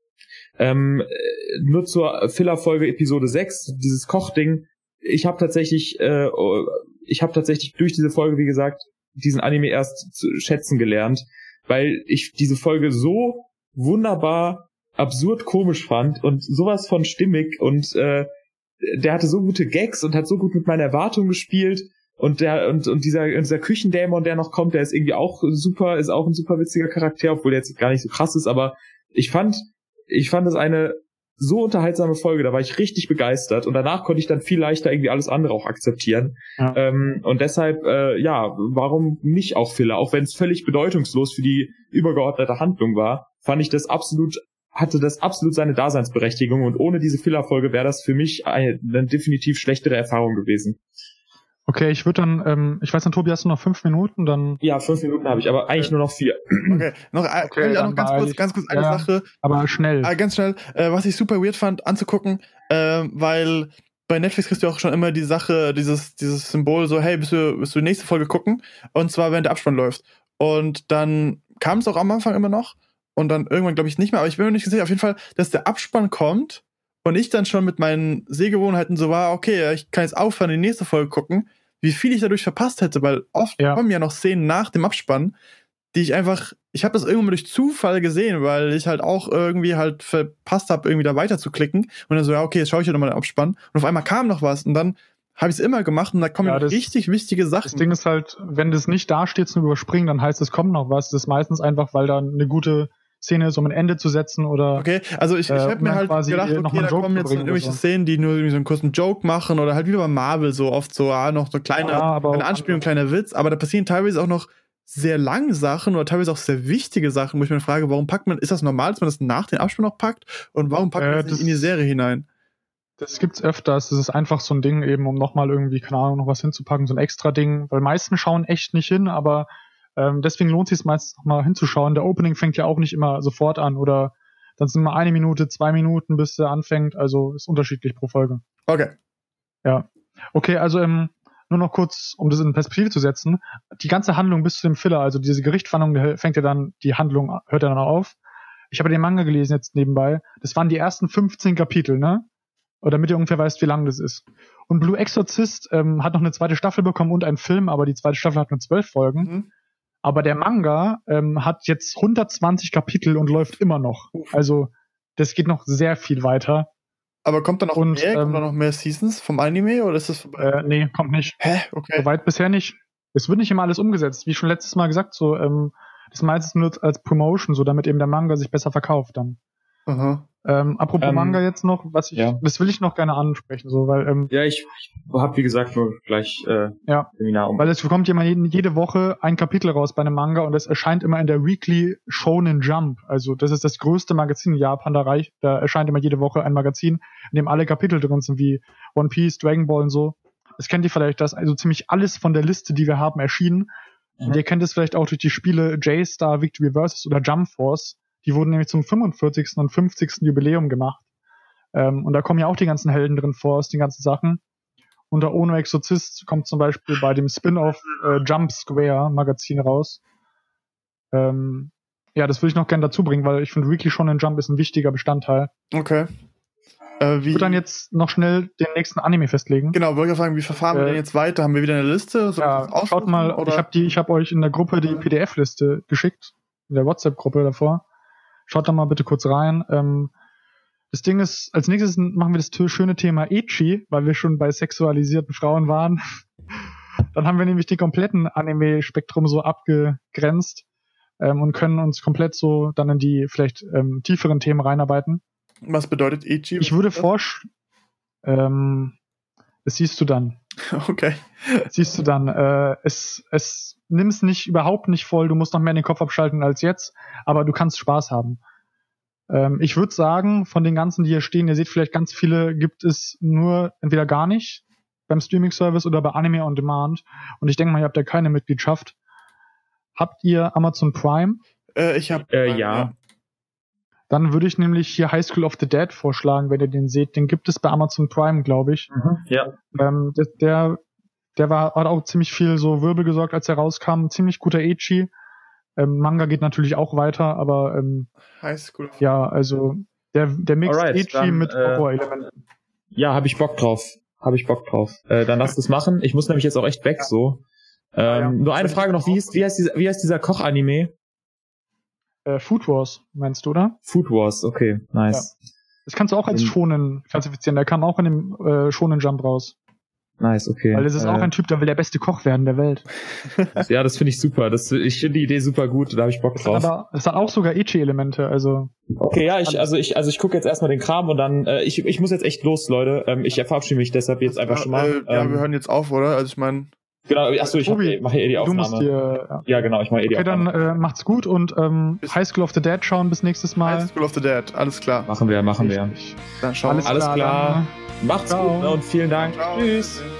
Ähm, nur zur Filler-Folge Episode sechs, dieses Kochding. Ich habe tatsächlich, äh, ich habe tatsächlich durch diese Folge, wie gesagt, diesen Anime erst zu schätzen gelernt, weil ich diese Folge so wunderbar, absurd komisch fand und sowas von stimmig und äh, der hatte so gute Gags und hat so gut mit meiner Erwartung gespielt. Und der und und dieser dieser Küchendämon, der noch kommt, der ist irgendwie auch super, ist auch ein super witziger Charakter, obwohl der jetzt gar nicht so krass ist, aber ich fand ich fand es eine so unterhaltsame Folge, da war ich richtig begeistert und danach konnte ich dann viel leichter irgendwie alles andere auch akzeptieren. Ja. Ähm, und deshalb, äh, ja, warum nicht auch Filler? Auch wenn es völlig bedeutungslos für die übergeordnete Handlung war, fand ich das absolut, hatte das absolut seine Daseinsberechtigung und ohne diese Filler-Folge wäre das für mich eine, eine definitiv schlechtere Erfahrung gewesen. Okay, ich würde dann, ähm, ich weiß nicht, Tobi, hast du noch fünf Minuten? Dann ja, fünf Minuten habe ich, aber eigentlich nur noch vier. Okay, noch, äh, okay, ich auch noch ganz kurz, ganz kurz eine ja, Sache. Aber schnell. Äh, ganz schnell, äh, was ich super weird fand anzugucken, äh, weil bei Netflix kriegst du auch schon immer die Sache, dieses dieses Symbol so, hey, bist du, bist du die nächste Folge gucken? Und zwar, wenn der Abspann läuft. Und dann kam es auch am Anfang immer noch und dann irgendwann, glaube ich, nicht mehr, aber ich bin mir nicht sicher, auf jeden Fall, dass der Abspann kommt und ich dann schon mit meinen Sehgewohnheiten so war, okay, ich kann jetzt aufhören, die nächste Folge gucken, wie viel ich dadurch verpasst hätte, weil oft ja. kommen ja noch Szenen nach dem Abspann, die ich einfach, ich habe das irgendwann mal durch Zufall gesehen, weil ich halt auch irgendwie halt verpasst habe, irgendwie da weiter zu klicken und dann so, ja, okay, jetzt schaue ich ja nochmal den Abspann und auf einmal kam noch was und dann habe ich es immer gemacht und da kommen ja, das, richtig wichtige Sachen. Das Ding ist halt, wenn das nicht da steht zum Überspringen, dann heißt es, kommt noch was. Das ist meistens einfach, weil da eine gute Szene ist, um ein Ende zu setzen oder okay, also ich, ich äh, habe mir halt gedacht, okay, da kommen jetzt irgendwelche so. Szenen, die nur irgendwie so einen kurzen Joke machen oder halt wie bei Marvel so oft so, ah, noch so kleine, ja, eine Anspielung, kleiner Witz, aber da passieren teilweise auch noch sehr lange Sachen oder teilweise auch sehr wichtige Sachen, wo ich mir frage, warum packt man, ist das normal, dass man das nach dem Abspann noch packt und warum packt äh, man das nicht in die Serie hinein? Das gibt's öfters, das ist einfach so ein Ding eben, um nochmal irgendwie, keine Ahnung, noch was hinzupacken, so ein extra Ding, weil meisten schauen echt nicht hin, aber Ähm, deswegen lohnt es sich meistens noch mal hinzuschauen. Der Opening fängt ja auch nicht immer sofort an oder dann sind mal eine Minute, zwei Minuten, bis er anfängt. Also ist unterschiedlich pro Folge. Okay. Ja. Okay, also ähm, nur noch kurz, um das in Perspektive zu setzen. Die ganze Handlung bis zu dem Filler, also diese Gerichtsverhandlung, fängt ja dann, die Handlung hört ja dann auf. Ich habe den Manga gelesen jetzt nebenbei. Das waren die ersten fünfzehn Kapitel, ne? Oder damit ihr ungefähr weißt, wie lang das ist. Und Blue Exorcist ähm, hat noch eine zweite Staffel bekommen und einen Film, aber die zweite Staffel hat nur zwölf Folgen. Mhm. Aber der Manga ähm, hat jetzt hundertzwanzig Kapitel und läuft immer noch. Also das geht noch sehr viel weiter. Aber kommt da noch und, mehr? Ähm, kommt da noch mehr Seasons vom Anime oder ist das vorbei? Äh, nee, kommt nicht. Hä? Okay. Soweit bisher nicht. Es wird nicht immer alles umgesetzt. Wie schon letztes Mal gesagt, so ähm, das meistens nur als Promotion, so damit eben der Manga sich besser verkauft dann. Aha. Ähm, apropos ähm, Manga jetzt noch, was ich, ja. das will ich noch gerne ansprechen, so, weil, ähm, ja, ich, ich habe wie gesagt nur gleich, äh, ja, Seminar um. Weil es bekommt jemand jede, jede Woche ein Kapitel raus bei einem Manga und es erscheint immer in der Weekly Shonen Jump, also das ist das größte Magazin in Japan, da reicht, da erscheint immer jede Woche ein Magazin, in dem alle Kapitel drin sind, wie One Piece, Dragon Ball und so. Das kennt ihr vielleicht, das also ziemlich alles von der Liste, die wir haben, erschienen. Mhm. Und ihr kennt es vielleicht auch durch die Spiele J-Star, Victory Versus oder Jump Force. Die wurden nämlich zum fünfundvierzigsten und fünfzigsten Jubiläum gemacht. Ähm, und da kommen ja auch die ganzen Helden drin vor aus den ganzen Sachen. Und der Ono Exorzist kommt zum Beispiel bei dem Spin-off äh, Jump Square Magazin raus. Ähm, ja, das würde ich noch gerne dazu bringen, weil ich finde, Weekly Shonen Jump ist ein wichtiger Bestandteil. Okay. Äh, wie, ich würde dann jetzt noch schnell den nächsten Anime festlegen. Genau, wollte ich fragen, wie verfahren äh, wir denn jetzt weiter? Haben wir wieder eine Liste? Soll ja, schaut mal, oder? ich habe die, ich habe euch in der Gruppe die P D F-Liste geschickt, in der WhatsApp-Gruppe davor. Schaut da mal bitte kurz rein. Ähm, das Ding ist, als nächstes machen wir das schöne Thema Ecchi, weil wir schon bei sexualisierten Frauen waren. Dann haben wir nämlich den kompletten Anime-Spektrum so abgegrenzt ähm, und können uns komplett so dann in die vielleicht ähm, tieferen Themen reinarbeiten. Was bedeutet Ecchi? Ich würde vorschlagen, ähm, das siehst du dann. Okay. Siehst du dann. Äh, es, es nimm es nicht, überhaupt nicht voll, du musst noch mehr in den Kopf abschalten als jetzt, aber du kannst Spaß haben. Ähm, ich würde sagen, von den ganzen, die hier stehen, ihr seht vielleicht ganz viele, gibt es nur entweder gar nicht beim Streaming-Service oder bei Anime on Demand. Und ich denke mal, ihr habt ja keine Mitgliedschaft. Habt ihr Amazon Prime? Äh, ich habe äh, ja. Dann würde ich nämlich hier High School of the Dead vorschlagen, wenn ihr den seht. Den gibt es bei Amazon Prime, glaube ich. Mhm, ja. Ähm, der, der, der war, hat auch ziemlich viel so Wirbel gesorgt, als er rauskam. Ziemlich guter Ecchi. Ähm, Manga geht natürlich auch weiter, aber ähm, High School of ja, also der, der mixt Alright, Ecchi dann, mit äh, Horror-Elementen. Ja, habe ich Bock drauf. Habe ich Bock drauf. Äh, dann lass das machen. Ich muss nämlich jetzt auch echt weg, so. Ähm, ja. Nur eine Frage noch. Wie, ist, wie, heißt, dieser, wie heißt dieser Koch-Anime? Äh, Food Wars, meinst du, oder? Food Wars, okay, nice. Ja. Das kannst du auch als Shonen klassifizieren. Der kam auch in dem äh, Shonen Jump raus. Nice, okay. Weil es ist äh, auch ein Typ, der will der beste Koch werden der Welt. Ja, das finde ich super. Das, ich finde die Idee super gut. Da habe ich Bock drauf. Aber es hat auch sogar Ecchi-Elemente, also. Okay, ja, ich, also ich, also ich gucke jetzt erstmal den Kram und dann, äh, ich, ich muss jetzt echt los, Leute. Ähm, ich verabschiede mich deshalb jetzt einfach ja, schon mal. Äh, ja, ähm, wir hören jetzt auf, oder? Also ich meine. Genau, achso, ich Tobi, mache eh die Aufnahme. Du musst dir, ja. ja, genau, ich mache eh die okay, Aufnahme. dann äh, macht's gut und ähm, High School of the Dead schauen bis nächstes Mal. High School of the Dead, alles klar. Machen wir, machen wir. Ich, Dann schauen alles wir. Alles klar. klar. Dann. Macht's Ciao. gut, ne, und vielen Dank. Ciao. Tschüss.